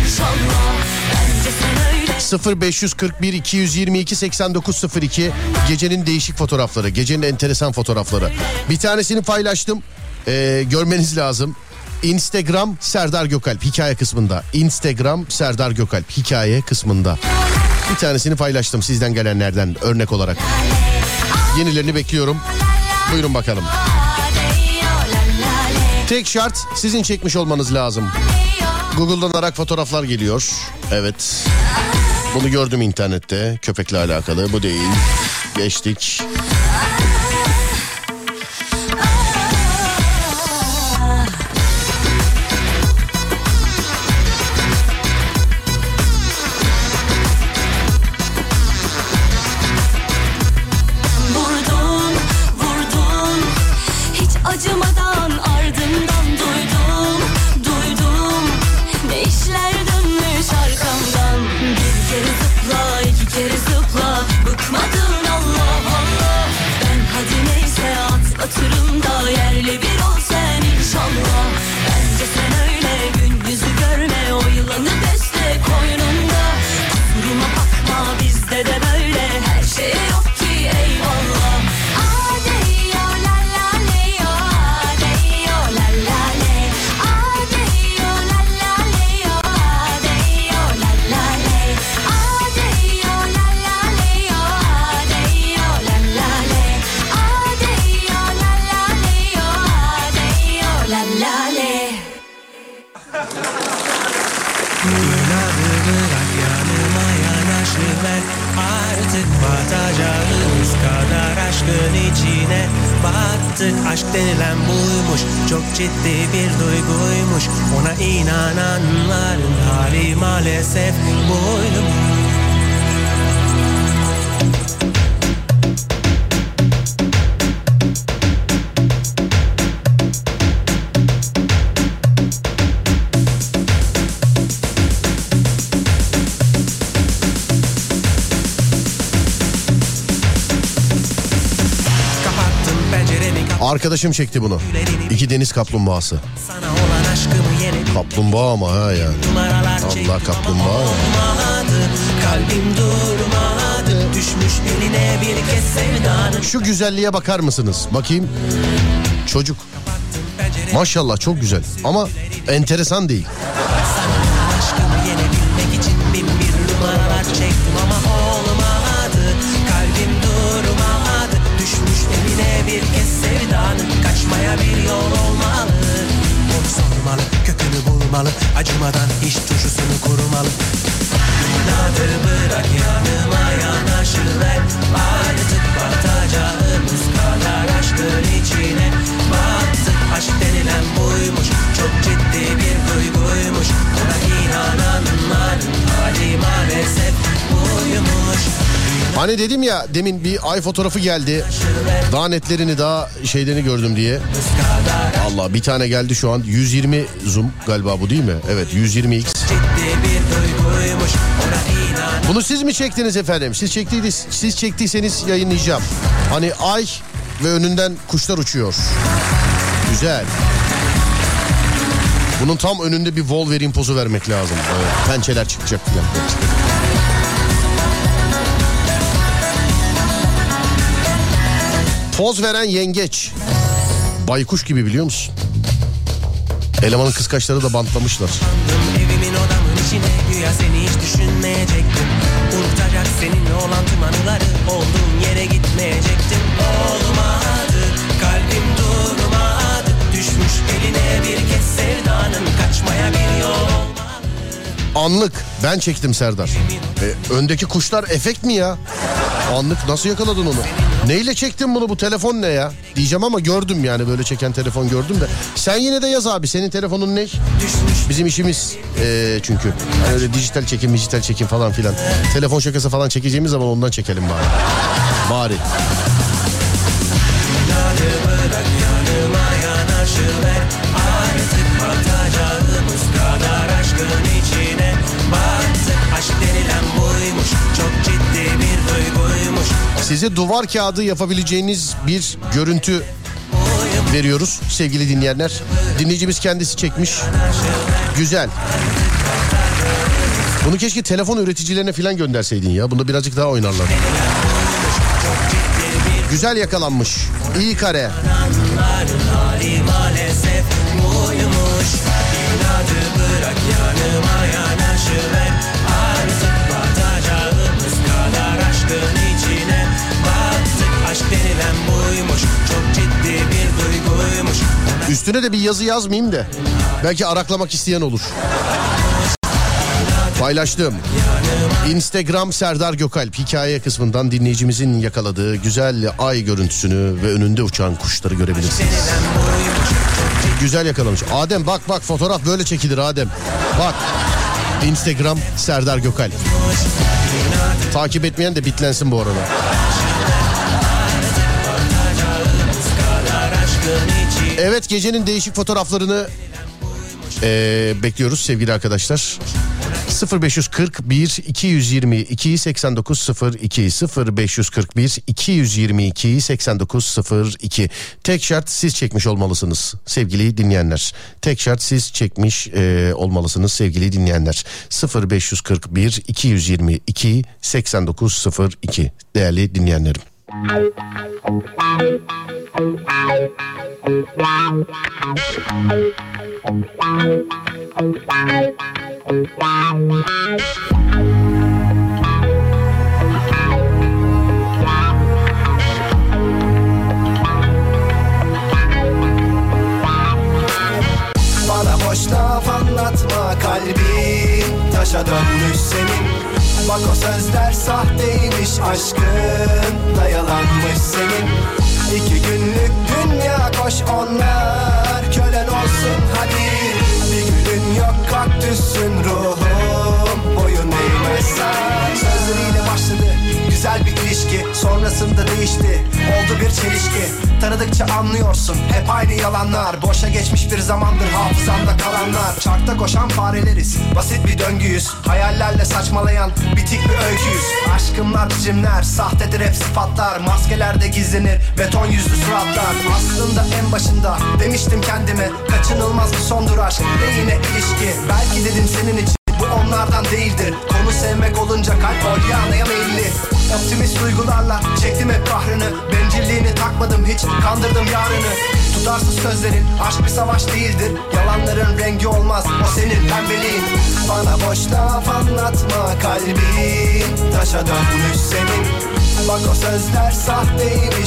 0541 222 8902 gecenin değişik fotoğrafları, gecenin enteresan fotoğrafları. Bir tanesini paylaştım. Görmeniz lazım. Instagram Serdar Gökalp hikaye kısmında. Instagram Serdar Gökalp hikaye kısmında. Bir tanesini paylaştım sizden gelenlerden örnek olarak. Yenilerini bekliyorum. Buyurun bakalım. Tek şart sizin çekmiş olmanız lazım. Google'dan arak fotoğraflar geliyor. Evet. Bunu gördüm internette. Köpekle alakalı. Bu değil. Geçtik. Baktık aşk denilen buymuş, çok ciddi bir duyguymuş. Ona inananların hali maalesef buymuş. Arkadaşım çekti bunu. 2 deniz kaplumbağası. Kaplumbağa ama ha yani. Allah kaplumbağa. Kalbim durmadı, düşmüş eline bir kez sevdanın. Şu güzelliğe bakar mısınız? Bakayım. Çocuk. Maşallah çok güzel ama enteresan değil. Aşkımı yenebilmek için bin bir numaralar çektim ama olmadı. Kalbim durmadı, düşmüş eline bir kez sevdanın. Kaçmaya bir yol olmalı. Onu sormalı, kökünü bulmalı. Acımadan iş turşusunu kurmalı. İnadı bırak yanıma yanaşıver. Artık batacağımız kadar aşkın içine battık. Aşk denilen buymuş, çok ciddi bir duyguymuş. Ona inananların hali maalesef buymuş. Hani dedim ya demin bir ay fotoğrafı geldi. Daha netlerini daha şeylerini gördüm diye. Allah bir tane geldi şu an 120 zoom galiba bu değil mi? Evet 120x. Bunu siz mi çektiniz efendim? Siz çektiyseniz yayınlayacağım. Hani ay ve önünden kuşlar uçuyor. Güzel. Bunun tam önünde bir Wolverine pozu vermek lazım. Evet, pençeler çıkacak falan. Poz veren yengeç. Baykuş gibi biliyor musun? Elemanın kıskaçları da bantlamışlar. Evimin odamın içine güya seni hiç düşünmeyecektim. Unutacak seninle olan tüm anıları. Olduğum yere gitmeyecektim. Olmadı, kalbim durmadı. Düşmüş eline bir kez sevdanın. Kaçmaya bir yol olmalı. Anlık ben çektim Serdar. Öndeki kuşlar efekt mi ya? Anlık nasıl yakaladın onu? Neyle çektin bunu, bu telefon ne ya? Diyeceğim ama gördüm yani, böyle çeken telefon gördüm de. Sen yine de yaz abi, senin telefonun ne? Bizim işimiz çünkü. Yani öyle dijital çekim falan filan. Telefon şakası falan çekeceğimiz zaman ondan çekelim bari. Bari. Size duvar kağıdı yapabileceğiniz bir görüntü veriyoruz sevgili dinleyenler. Dinleyicimiz kendisi çekmiş. Güzel. Bunu keşke telefon üreticilerine falan gönderseydin ya. Bunda birazcık daha oynarlar. Güzel yakalanmış. İyi kare. Üstüne de bir yazı yazmayayım da belki araklamak isteyen olur. Paylaştım. Instagram Serdar Gökalp hikaye kısmından dinleyicimizin yakaladığı güzel ay görüntüsünü ve önünde uçan kuşları görebilirsiniz. Güzel yakalamış. Adem bak fotoğraf böyle çekilir Adem. Bak. Instagram Serdar Gökalp. Takip etmeyen de bitlensin bu arada. Evet, gecenin değişik fotoğraflarını bekliyoruz sevgili arkadaşlar. 0541 222 8902 0541 222 8902. Tek şart siz çekmiş olmalısınız sevgili dinleyenler. Tek şart siz çekmiş olmalısınız sevgili dinleyenler. 0541 222 8902 değerli dinleyenlerim. Bana boş laf anlatma, kalbin taşa dönmüş senin. Bak o sözler sahteymiş, aşkın da yalanmış senin. 2 günlük dünya kaktüsün ruhum boyun eğmezsen. Sözleriyle başladı güzel bir ilişki, sonrasında değişti, oldu bir çelişki. Tanıdıkça anlıyorsun hep aynı yalanlar, boşa geçmiş bir zamandır hafızamda kalanlar. Çarkta koşan fareleriz, basit bir döngüyüz, hayallerle saçmalayan bitik bir öyküyüz. Aşkımlar biçimler, sahtedir hep sıfatlar, maskelerde gizlenir beton yüzlü suratlar. Aslında en başında demiştim kendime, kaçınılmaz bir sondur aşk ve yine ilişki. Belki dedim senin için bu onlardan değildir, konu sevmek olunca kalp Polyana'ya meyilli. Optimist duygularla çektim hep kahrını, bencilliğini takmadım hiç, kandırdım yarını. Tutarsız sözlerin aşk bir savaş değildir, yalanların rengi olmaz o senin pembeliğin. Bana boş laf anlatma, kalbin taşa dönmüş senin. Bak o sözler sahteymiş,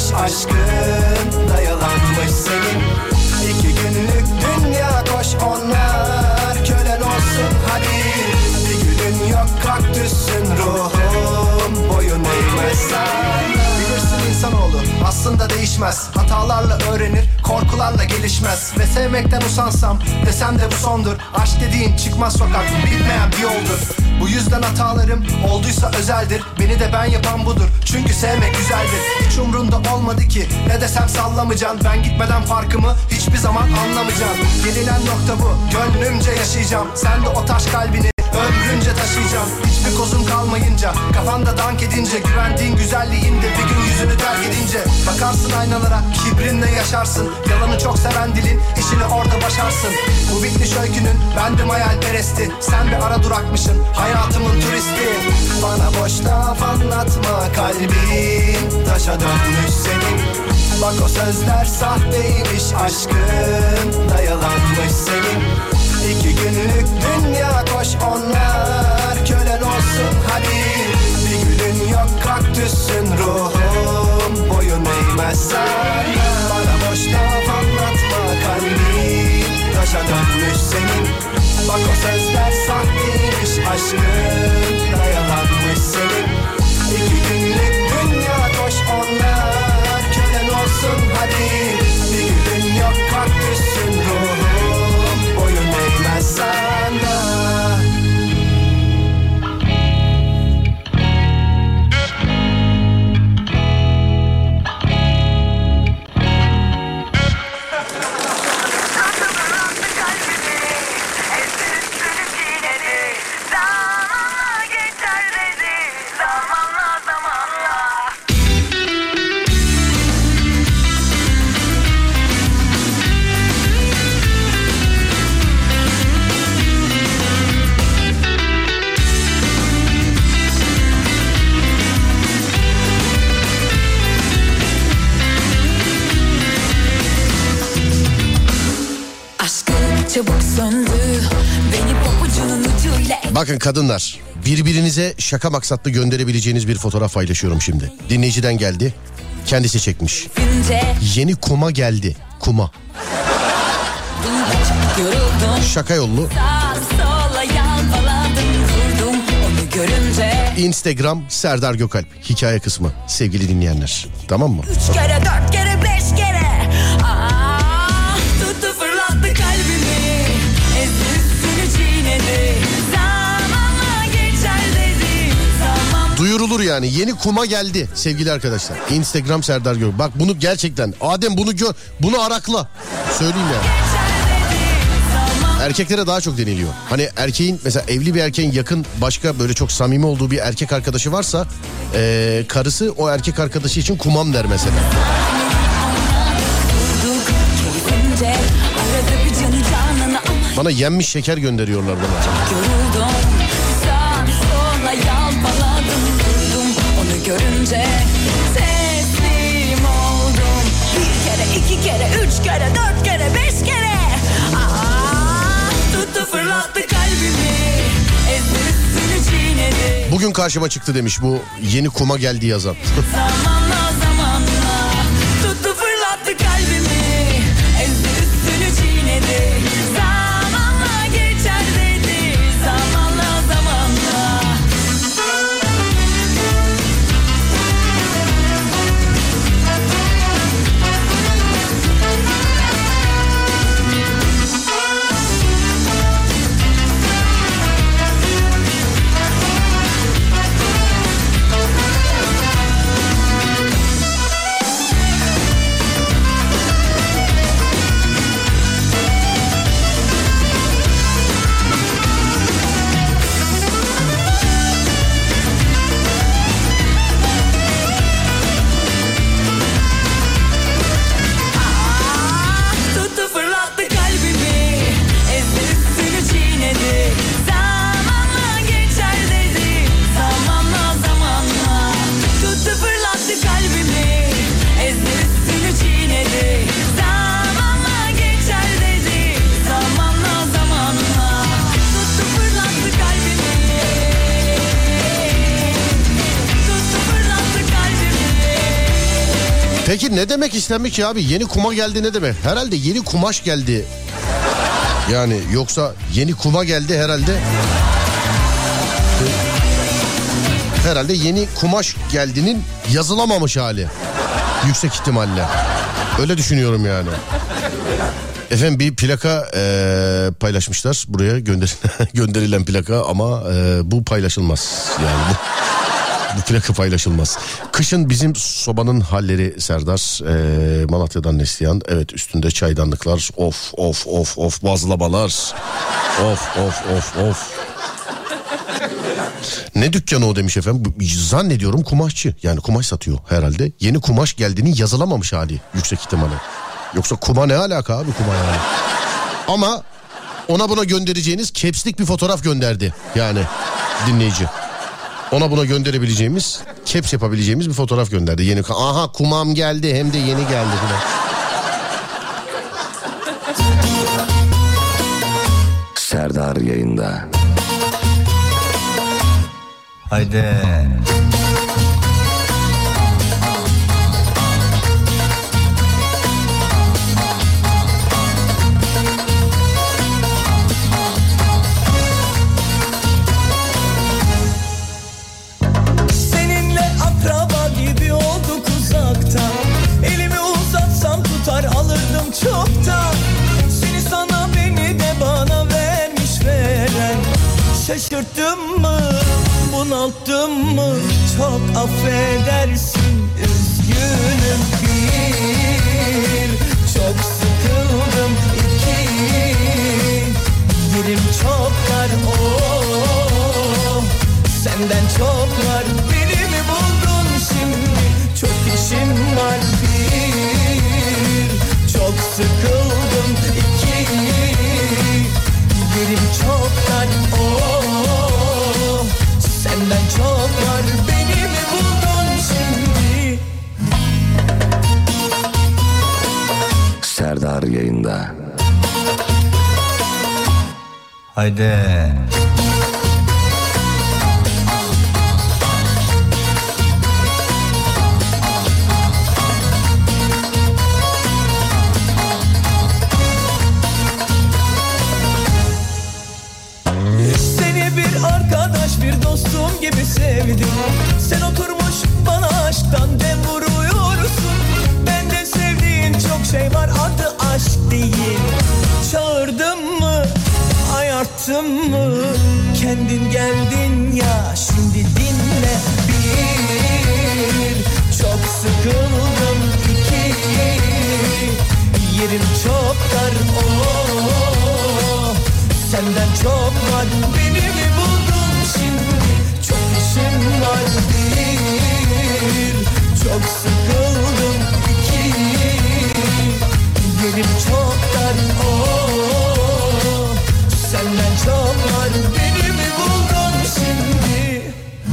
aşkın da yalanmış senin. 2 günlük dünya koş, onlar kölen olsun hadi. Bir gülün yok kaktüsün ruhum boyun eğmezsen. Bilirsin insanoğlu aslında değişmez, hatalarla öğrenir, korkularla gelişmez. Ve sevmekten usansam desem de bu sondur, aşk dediğin çıkmaz sokak, bitmeyen bir yoldur. Bu yüzden hatalarım olduysa özeldir, beni de ben yapan budur, çünkü sevmek güzeldir. Hiç umrunda olmadı ki ne desem sallamayacaksın, ben gitmeden farkımı hiçbir zaman anlamayacaksın. Gelinen nokta bu, gönlümce yaşayacağım, sen de o taş kalbini ömrünce taşıyacağım. Hiçbir kozun kalmayınca, kafanda dank edince, güvendiğin güzelliğinde bir gün yüzünü terk edince. Bakarsın aynalara, kibrinle yaşarsın, yalanı çok seven dilin işini orada başarsın. Bu bitmiş öykünün bendim hayalperesti, sen bir ara durakmışsın hayatımın turisti. Bana boş laf anlatma, kalbin taşa dönmüş senin. Bak o sözler sahteymiş, aşkın da yalanmış senin. 2 günlük dünya koş, onlar kölen olsun hadi. Bir gülün yok kaktüsün ruhum boyun eğmezsen. Bana boş laf anlatma, kalbin taşa dönmüş senin. Bak o sözler sahteymiş, aşkın da yalanmış senin. 2 günlük dünya koş, onlar kölen olsun hadi. Bir gülün yok kaktüsün ruhum boyun eğmezsen. Çabuk söndü, beni papucunun ucuyla. Bakın kadınlar, birbirinize şaka maksatlı gönderebileceğiniz bir fotoğraf paylaşıyorum şimdi. Dinleyiciden geldi, kendisi çekmiş. Yeni kuma geldi, kuma. Şaka yollu. Instagram Serdar Gökalp hikaye kısmı sevgili dinleyenler, tamam mı? 3 kere 4 kere 5 kere tuttu fırlattı kalbimi, ezdi üstünü çiğnedi, zamanla geçer dedi, zaman... Duyurulur yani, yeni kuma geldi sevgili arkadaşlar. Instagram Serdar Gökalp. Bak bunu gerçekten Adem bunu arakla söyleyeyim yani. Erkeklere daha çok deniliyor. Hani erkeğin mesela, evli bir erkeğin yakın başka böyle çok samimi olduğu bir erkek arkadaşı varsa karısı o erkek arkadaşı için kumam der mesela. Bana yenmiş şeker gönderiyorlar bana. Onu görünce teslim oldum. 1 kere 2 kere 3 kere 4 kere 5 kere tuttu fırlattı kalbimi, ezdi üstünü çiğnedi. Bugün karşıma çıktı demiş bu yeni kuma geldi yazan. Zamanla tuttu fırlattı kalbimi, ezdi üstünü çiğnedi. Zamanla geçer dedi, zamanla. Peki ne demek istenmiş ya abi? Yeni kuma geldi ne demek? Herhalde yeni kumaş geldi. Yani yoksa yeni kuma geldi herhalde. Herhalde yeni kumaş geldiğinin yazılamamış hali. Yüksek ihtimalle. Öyle düşünüyorum yani. Efendim bir plaka paylaşmışlar buraya gönderilen plaka ama bu paylaşılmaz. Yani bu plaka paylaşılmaz. Kışın bizim sobanın halleri Serdar. Malatya'dan Neslihan. Evet, üstünde çaydanlıklar. Of bazlamalar. Of. Ne dükkanı o demiş efendim. Zannediyorum kumaşçı. Yani kumaş satıyor herhalde. Yeni kumaş geldiğinin yazılamamış hali yüksek ihtimalle. Yoksa kuma ne alaka abi, kuma yani. Ama ona buna göndereceğiniz caps'lik bir fotoğraf gönderdi. Yani dinleyici. Ona buna gönderebileceğimiz, caps yapabileceğimiz bir fotoğraf gönderdi. Yeni, aha kumam geldi, hem de yeni geldi falan. Serdar yayında. Haydi. Seninle akraba gibi olduk uzakta. Elimi uzatsam tutar alırdım çoktan. Seni sana beni de bana vermiş veren. Şaşırttım mı? Bunalttım mı? Çok affedersin, üzgünüm bir. Çok sıkıldım iki. Dilim çok dar senden çok var. Beni mi buldun şimdi? Çok işim var bir. Çok sıkıldım iki. Dilim çok dar senden çok var. Beni mi buldun şimdi? Serdar yayında. Haydi. Seni bir arkadaş, bir dostum gibi sevdim. Sen oturmuş bana aşktan dem vuruyorsun. Bende sevdiğin çok şey var, adı aşk değil. Çağırdım mı, ayarttım mı? Kendin geldin ya, şimdi dinle bir. Çok sıkıldım iki. Yerim çok dar senden çok var. Beni mi buldun şimdi? Çok işim var bir. Çok sıkıldım iki. Yerim çok dar senden çok var. Beni mi buldun şimdi?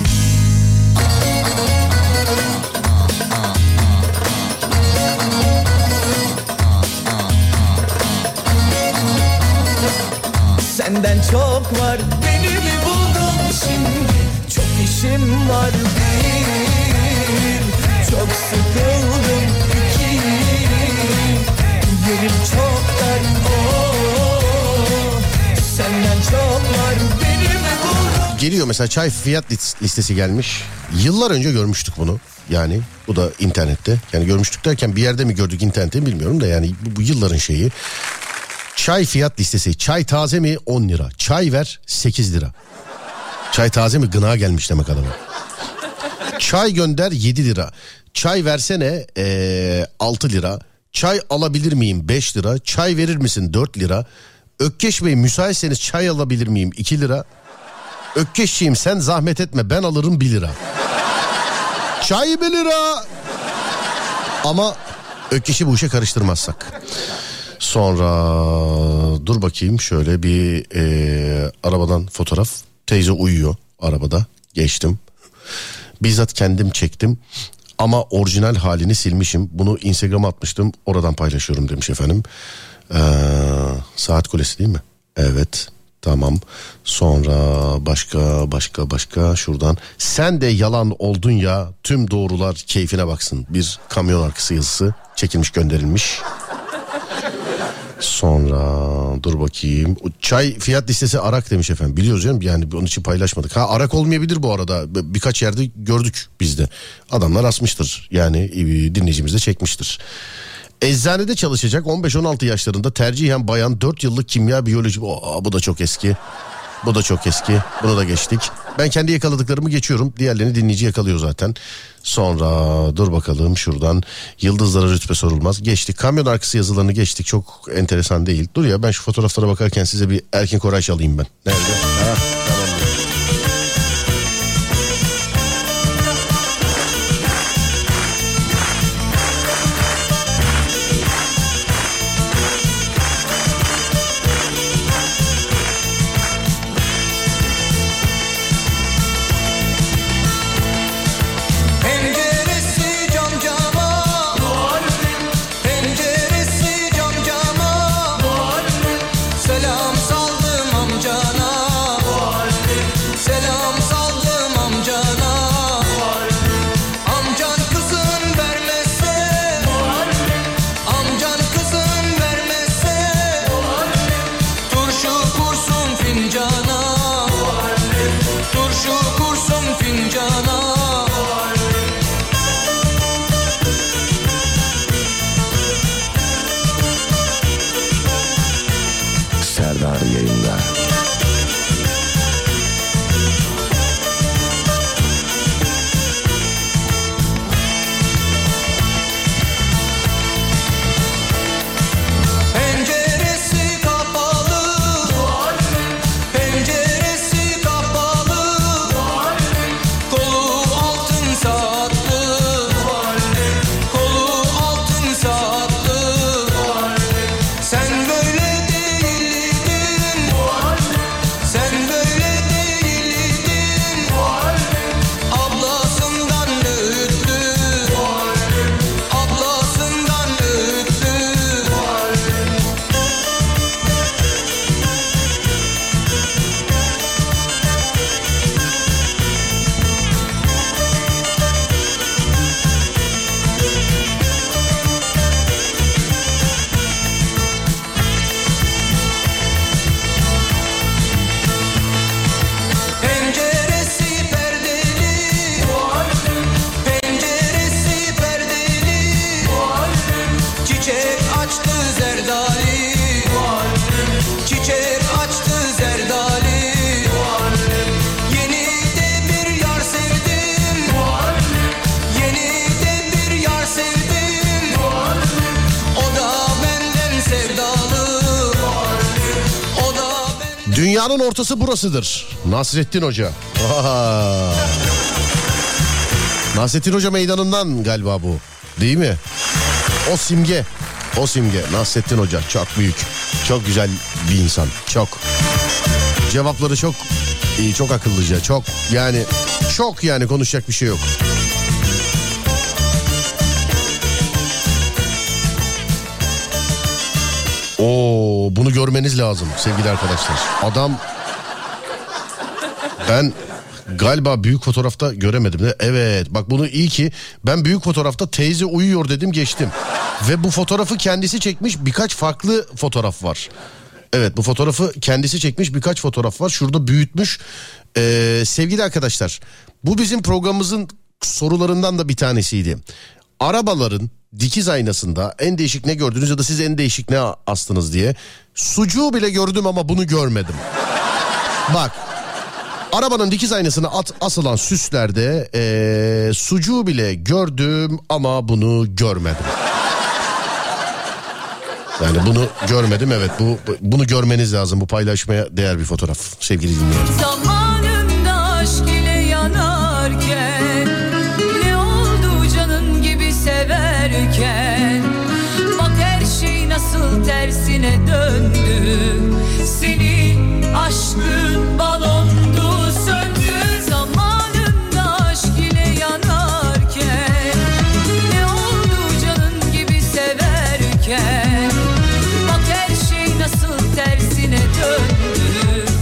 Senden çok var. Beni mi buldun şimdi? Çok işim var bir. Çok sıkıldım iki. Yerim çok dar senden çok var. Beni mi buldun? Geliyor mesela çay fiyat listesi gelmiş. Yıllar önce görmüştük bunu. Yani bu da internette. Yani görmüştük derken bir yerde mi gördük internette bilmiyorum da yani bu yılların şeyi. Çay fiyat listesi. Çay taze mi 10 lira. Çay ver 8 lira. Çay taze mi, gına gelmiş demek adama. Çay gönder 7 lira. Çay versene 6 lira. Çay alabilir miyim 5 lira. Çay verir misin 4 lira. Ökkeş Bey müsaitseniz çay alabilir miyim 2 lira. Ökkeşciğim sen zahmet etme ben alırım 1 lira. Çay 1 lira. Ama Ökkeş'i bu işe karıştırmazsak. Sonra dur bakayım şöyle bir arabadan fotoğraf. Teyze uyuyor arabada, geçtim. Bizzat kendim çektim ama orijinal halini silmişim. Bunu Instagram'a atmıştım, oradan paylaşıyorum demiş efendim. Saat Kulesi değil mi? Evet. Tamam. Sonra başka şuradan. Sen de yalan oldun ya, tüm doğrular keyfine baksın. Bir kamyon arkası yazısı çekilmiş, gönderilmiş. Sonra dur bakayım. Çay fiyat listesi Arak demiş efendim. Biliyoruz canım, yani onun için paylaşmadık. Ha, Arak olmayabilir bu arada. Birkaç yerde gördük biz de. Adamlar asmıştır. Yani dinleyicimiz de çekmiştir. Eczanede çalışacak 15-16 yaşlarında, tercihen bayan, 4 yıllık kimya biyoloji. Bu da çok eski. Bu da çok eski. Bunu da geçtik. Ben kendi yakaladıklarımı geçiyorum. Diğerlerini dinleyici yakalıyor zaten. Sonra dur bakalım şuradan. Yıldızlara rütbe sorulmaz. Geçtik. Kamyon arkası yazılarını geçtik. Çok enteresan değil. Dur ya, ben şu fotoğraflara bakarken size bir Erkin Koray çalayım ben. Nerede? Ha, tamam. Dünyanın ortası burasıdır. Nasrettin Hoca. Nasrettin Hoca meydanından galiba bu. Değil mi? O simge. O simge. Nasrettin Hoca çok büyük. Çok güzel bir insan. Çok. Cevapları çok iyi, çok akıllıca. Çok yani konuşacak bir şey yok. Bunu görmeniz lazım sevgili arkadaşlar. Adam, ben galiba büyük fotoğrafta göremedim de. Evet, bak bunu iyi ki ben büyük fotoğrafta teyze uyuyor dedim, geçtim. Ve bu fotoğrafı kendisi çekmiş, birkaç farklı fotoğraf var. Evet, bu fotoğrafı kendisi çekmiş, birkaç fotoğraf var. Şurada büyütmüş. Sevgili arkadaşlar, bu bizim programımızın sorularından da bir tanesiydi. Arabaların dikiz aynasında en değişik ne gördünüz ya da siz en değişik ne astınız diye. Sucuğu bile gördüm ama bunu görmedim. Bak, arabanın dikiz aynasına asılan süslerde sucuğu bile gördüm ama bunu görmedim. Yani bunu görmedim, evet, bunu görmeniz lazım. Bu paylaşmaya değer bir fotoğraf sevgili dinleyiciler. Zamanında aşk ile yanarken, ne oldu canın gibi severken, bak her şey nasıl tersine döndü. Senin aşkın balondu, söndü. Zamanında aşk ile yanarken, ne oldu canın gibi severken, bak her şey nasıl tersine döndü.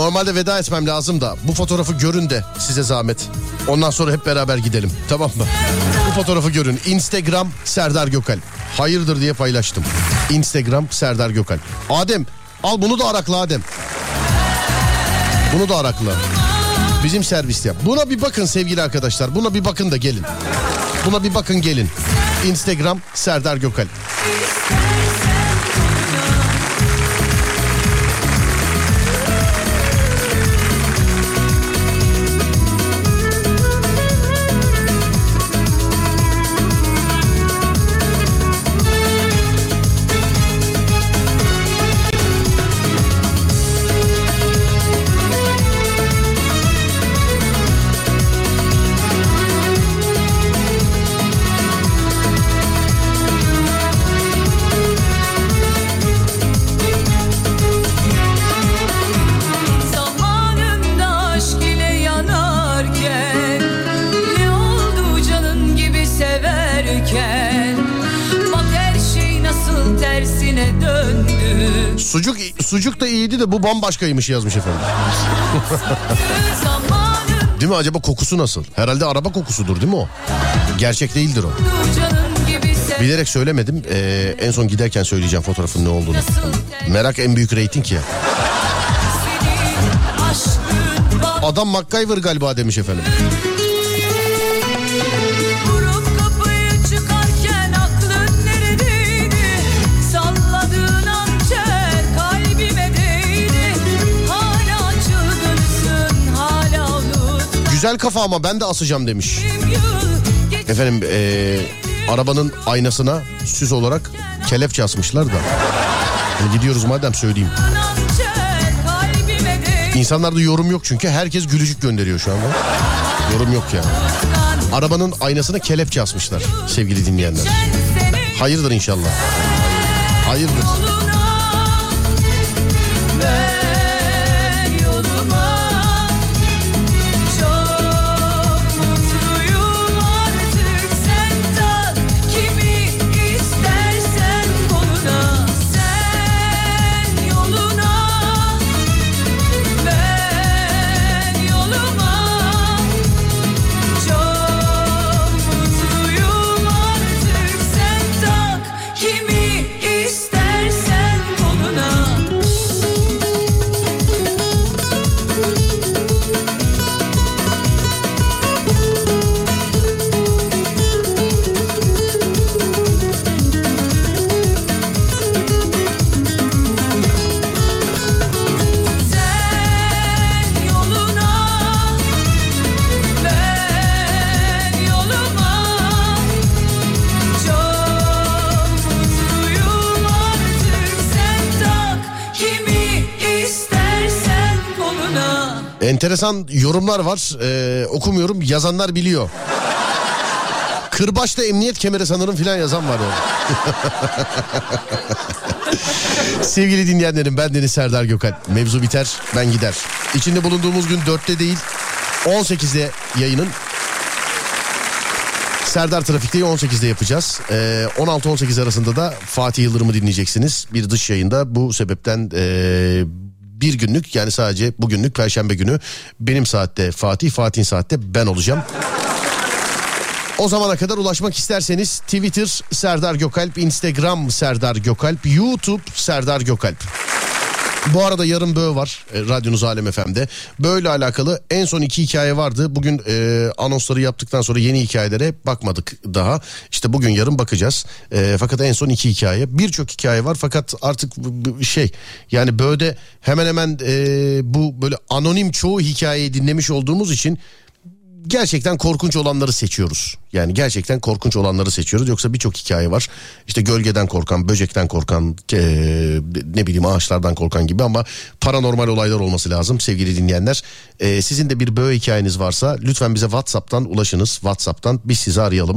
Normalde veda etmem lazım da bu fotoğrafı görün de size zahmet. Ondan sonra hep beraber gidelim, tamam mı? Bu fotoğrafı görün. Instagram Serdar Gökalp. Hayırdır diye paylaştım. Instagram Serdar Gökalp. Adem al bunu da arakla Adem. Bunu da arakla. Bizim serviste yap. Buna bir bakın sevgili arkadaşlar. Buna bir bakın da gelin. Buna bir bakın gelin. Instagram Serdar Gökalp. Sucuk da iyiydi de bu bambaşkaymış yazmış efendim. Değil mi? Acaba kokusu nasıl? Herhalde araba kokusudur değil mi o? Gerçek değildir o. Bilerek söylemedim. En son giderken söyleyeceğim fotoğrafın ne olduğunu. Merak en büyük reyting ya. Adam MacGyver galiba demiş efendim. Güzel kafa ama ben de asacağım demiş. Efendim arabanın aynasına süs olarak kelepçe asmışlar da. Yani gidiyoruz madem söyleyeyim. İnsanlarda yorum yok çünkü herkes gülücük gönderiyor şu anda. Yorum yok yani. Arabanın aynasına kelepçe asmışlar sevgili dinleyenler. Hayırdır inşallah. Hayırdır. Enteresan yorumlar var. Okumuyorum. Yazanlar biliyor. Kırbaçta emniyet kemeri sanırım filan yazan var yani. Sevgili dinleyenlerim, ben Deniz Serdar Gökalp. Mevzu biter, ben gider. İçinde bulunduğumuz gün 4'te değil 18'de yayının. Serdar Trafik'teyi 18'de yapacağız. 16-18 arasında da Fatih Yıldırım'ı dinleyeceksiniz. Bir dış yayında, bu sebepten bir günlük, yani sadece bugünlük Perşembe günü benim saatte Fatih, Fatih'in saatte ben olacağım. O zamana kadar ulaşmak isterseniz Twitter Serdar Gökalp, Instagram Serdar Gökalp, YouTube Serdar Gökalp. Bu arada yarın Böğ var radyonuz Alem FM'de. Böğ'le alakalı en son 2 hikaye vardı. Bugün anonsları yaptıktan sonra yeni hikayelere bakmadık daha. İşte bugün yarın bakacağız. Fakat en son 2 hikaye. Birçok hikaye var fakat artık yani Böğ'de hemen hemen bu böyle anonim çoğu hikayeyi dinlemiş olduğumuz için gerçekten korkunç olanları seçiyoruz. Yani gerçekten korkunç olanları seçiyoruz. Yoksa birçok hikaye var. İşte gölgeden korkan, böcekten korkan, ne bileyim ağaçlardan korkan gibi, ama paranormal olaylar olması lazım sevgili dinleyenler. Sizin de bir Böğ hikayeniz varsa lütfen bize WhatsApp'tan ulaşınız. WhatsApp'tan biz sizi arayalım.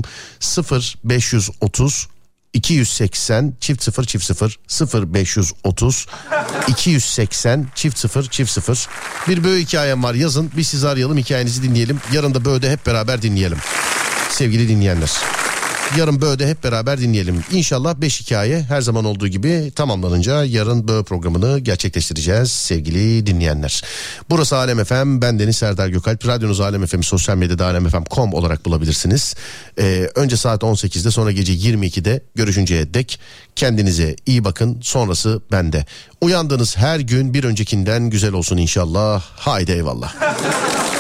0530 280 çift 0 çift 0 0530 280 çift 0 çift 0. Bir Böğ hikayem var, yazın, biz sizi arayalım, hikayenizi dinleyelim. Yarın da Böğ'de hep beraber dinleyelim sevgili dinleyenler. Yarın Böğ'de hep beraber dinleyelim. İnşallah 5 hikaye her zaman olduğu gibi tamamlanınca yarın Böğ programını gerçekleştireceğiz sevgili dinleyenler. Burası Alem FM, ben Deniz Serdar Gökalp. Radyonuz Alem FM'i sosyal medyada alemfm.com olarak bulabilirsiniz. Önce saat 18'de, sonra gece 22'de görüşünceye dek kendinize iyi bakın, sonrası bende. Uyandığınız her gün bir öncekinden güzel olsun inşallah. Haydi eyvallah.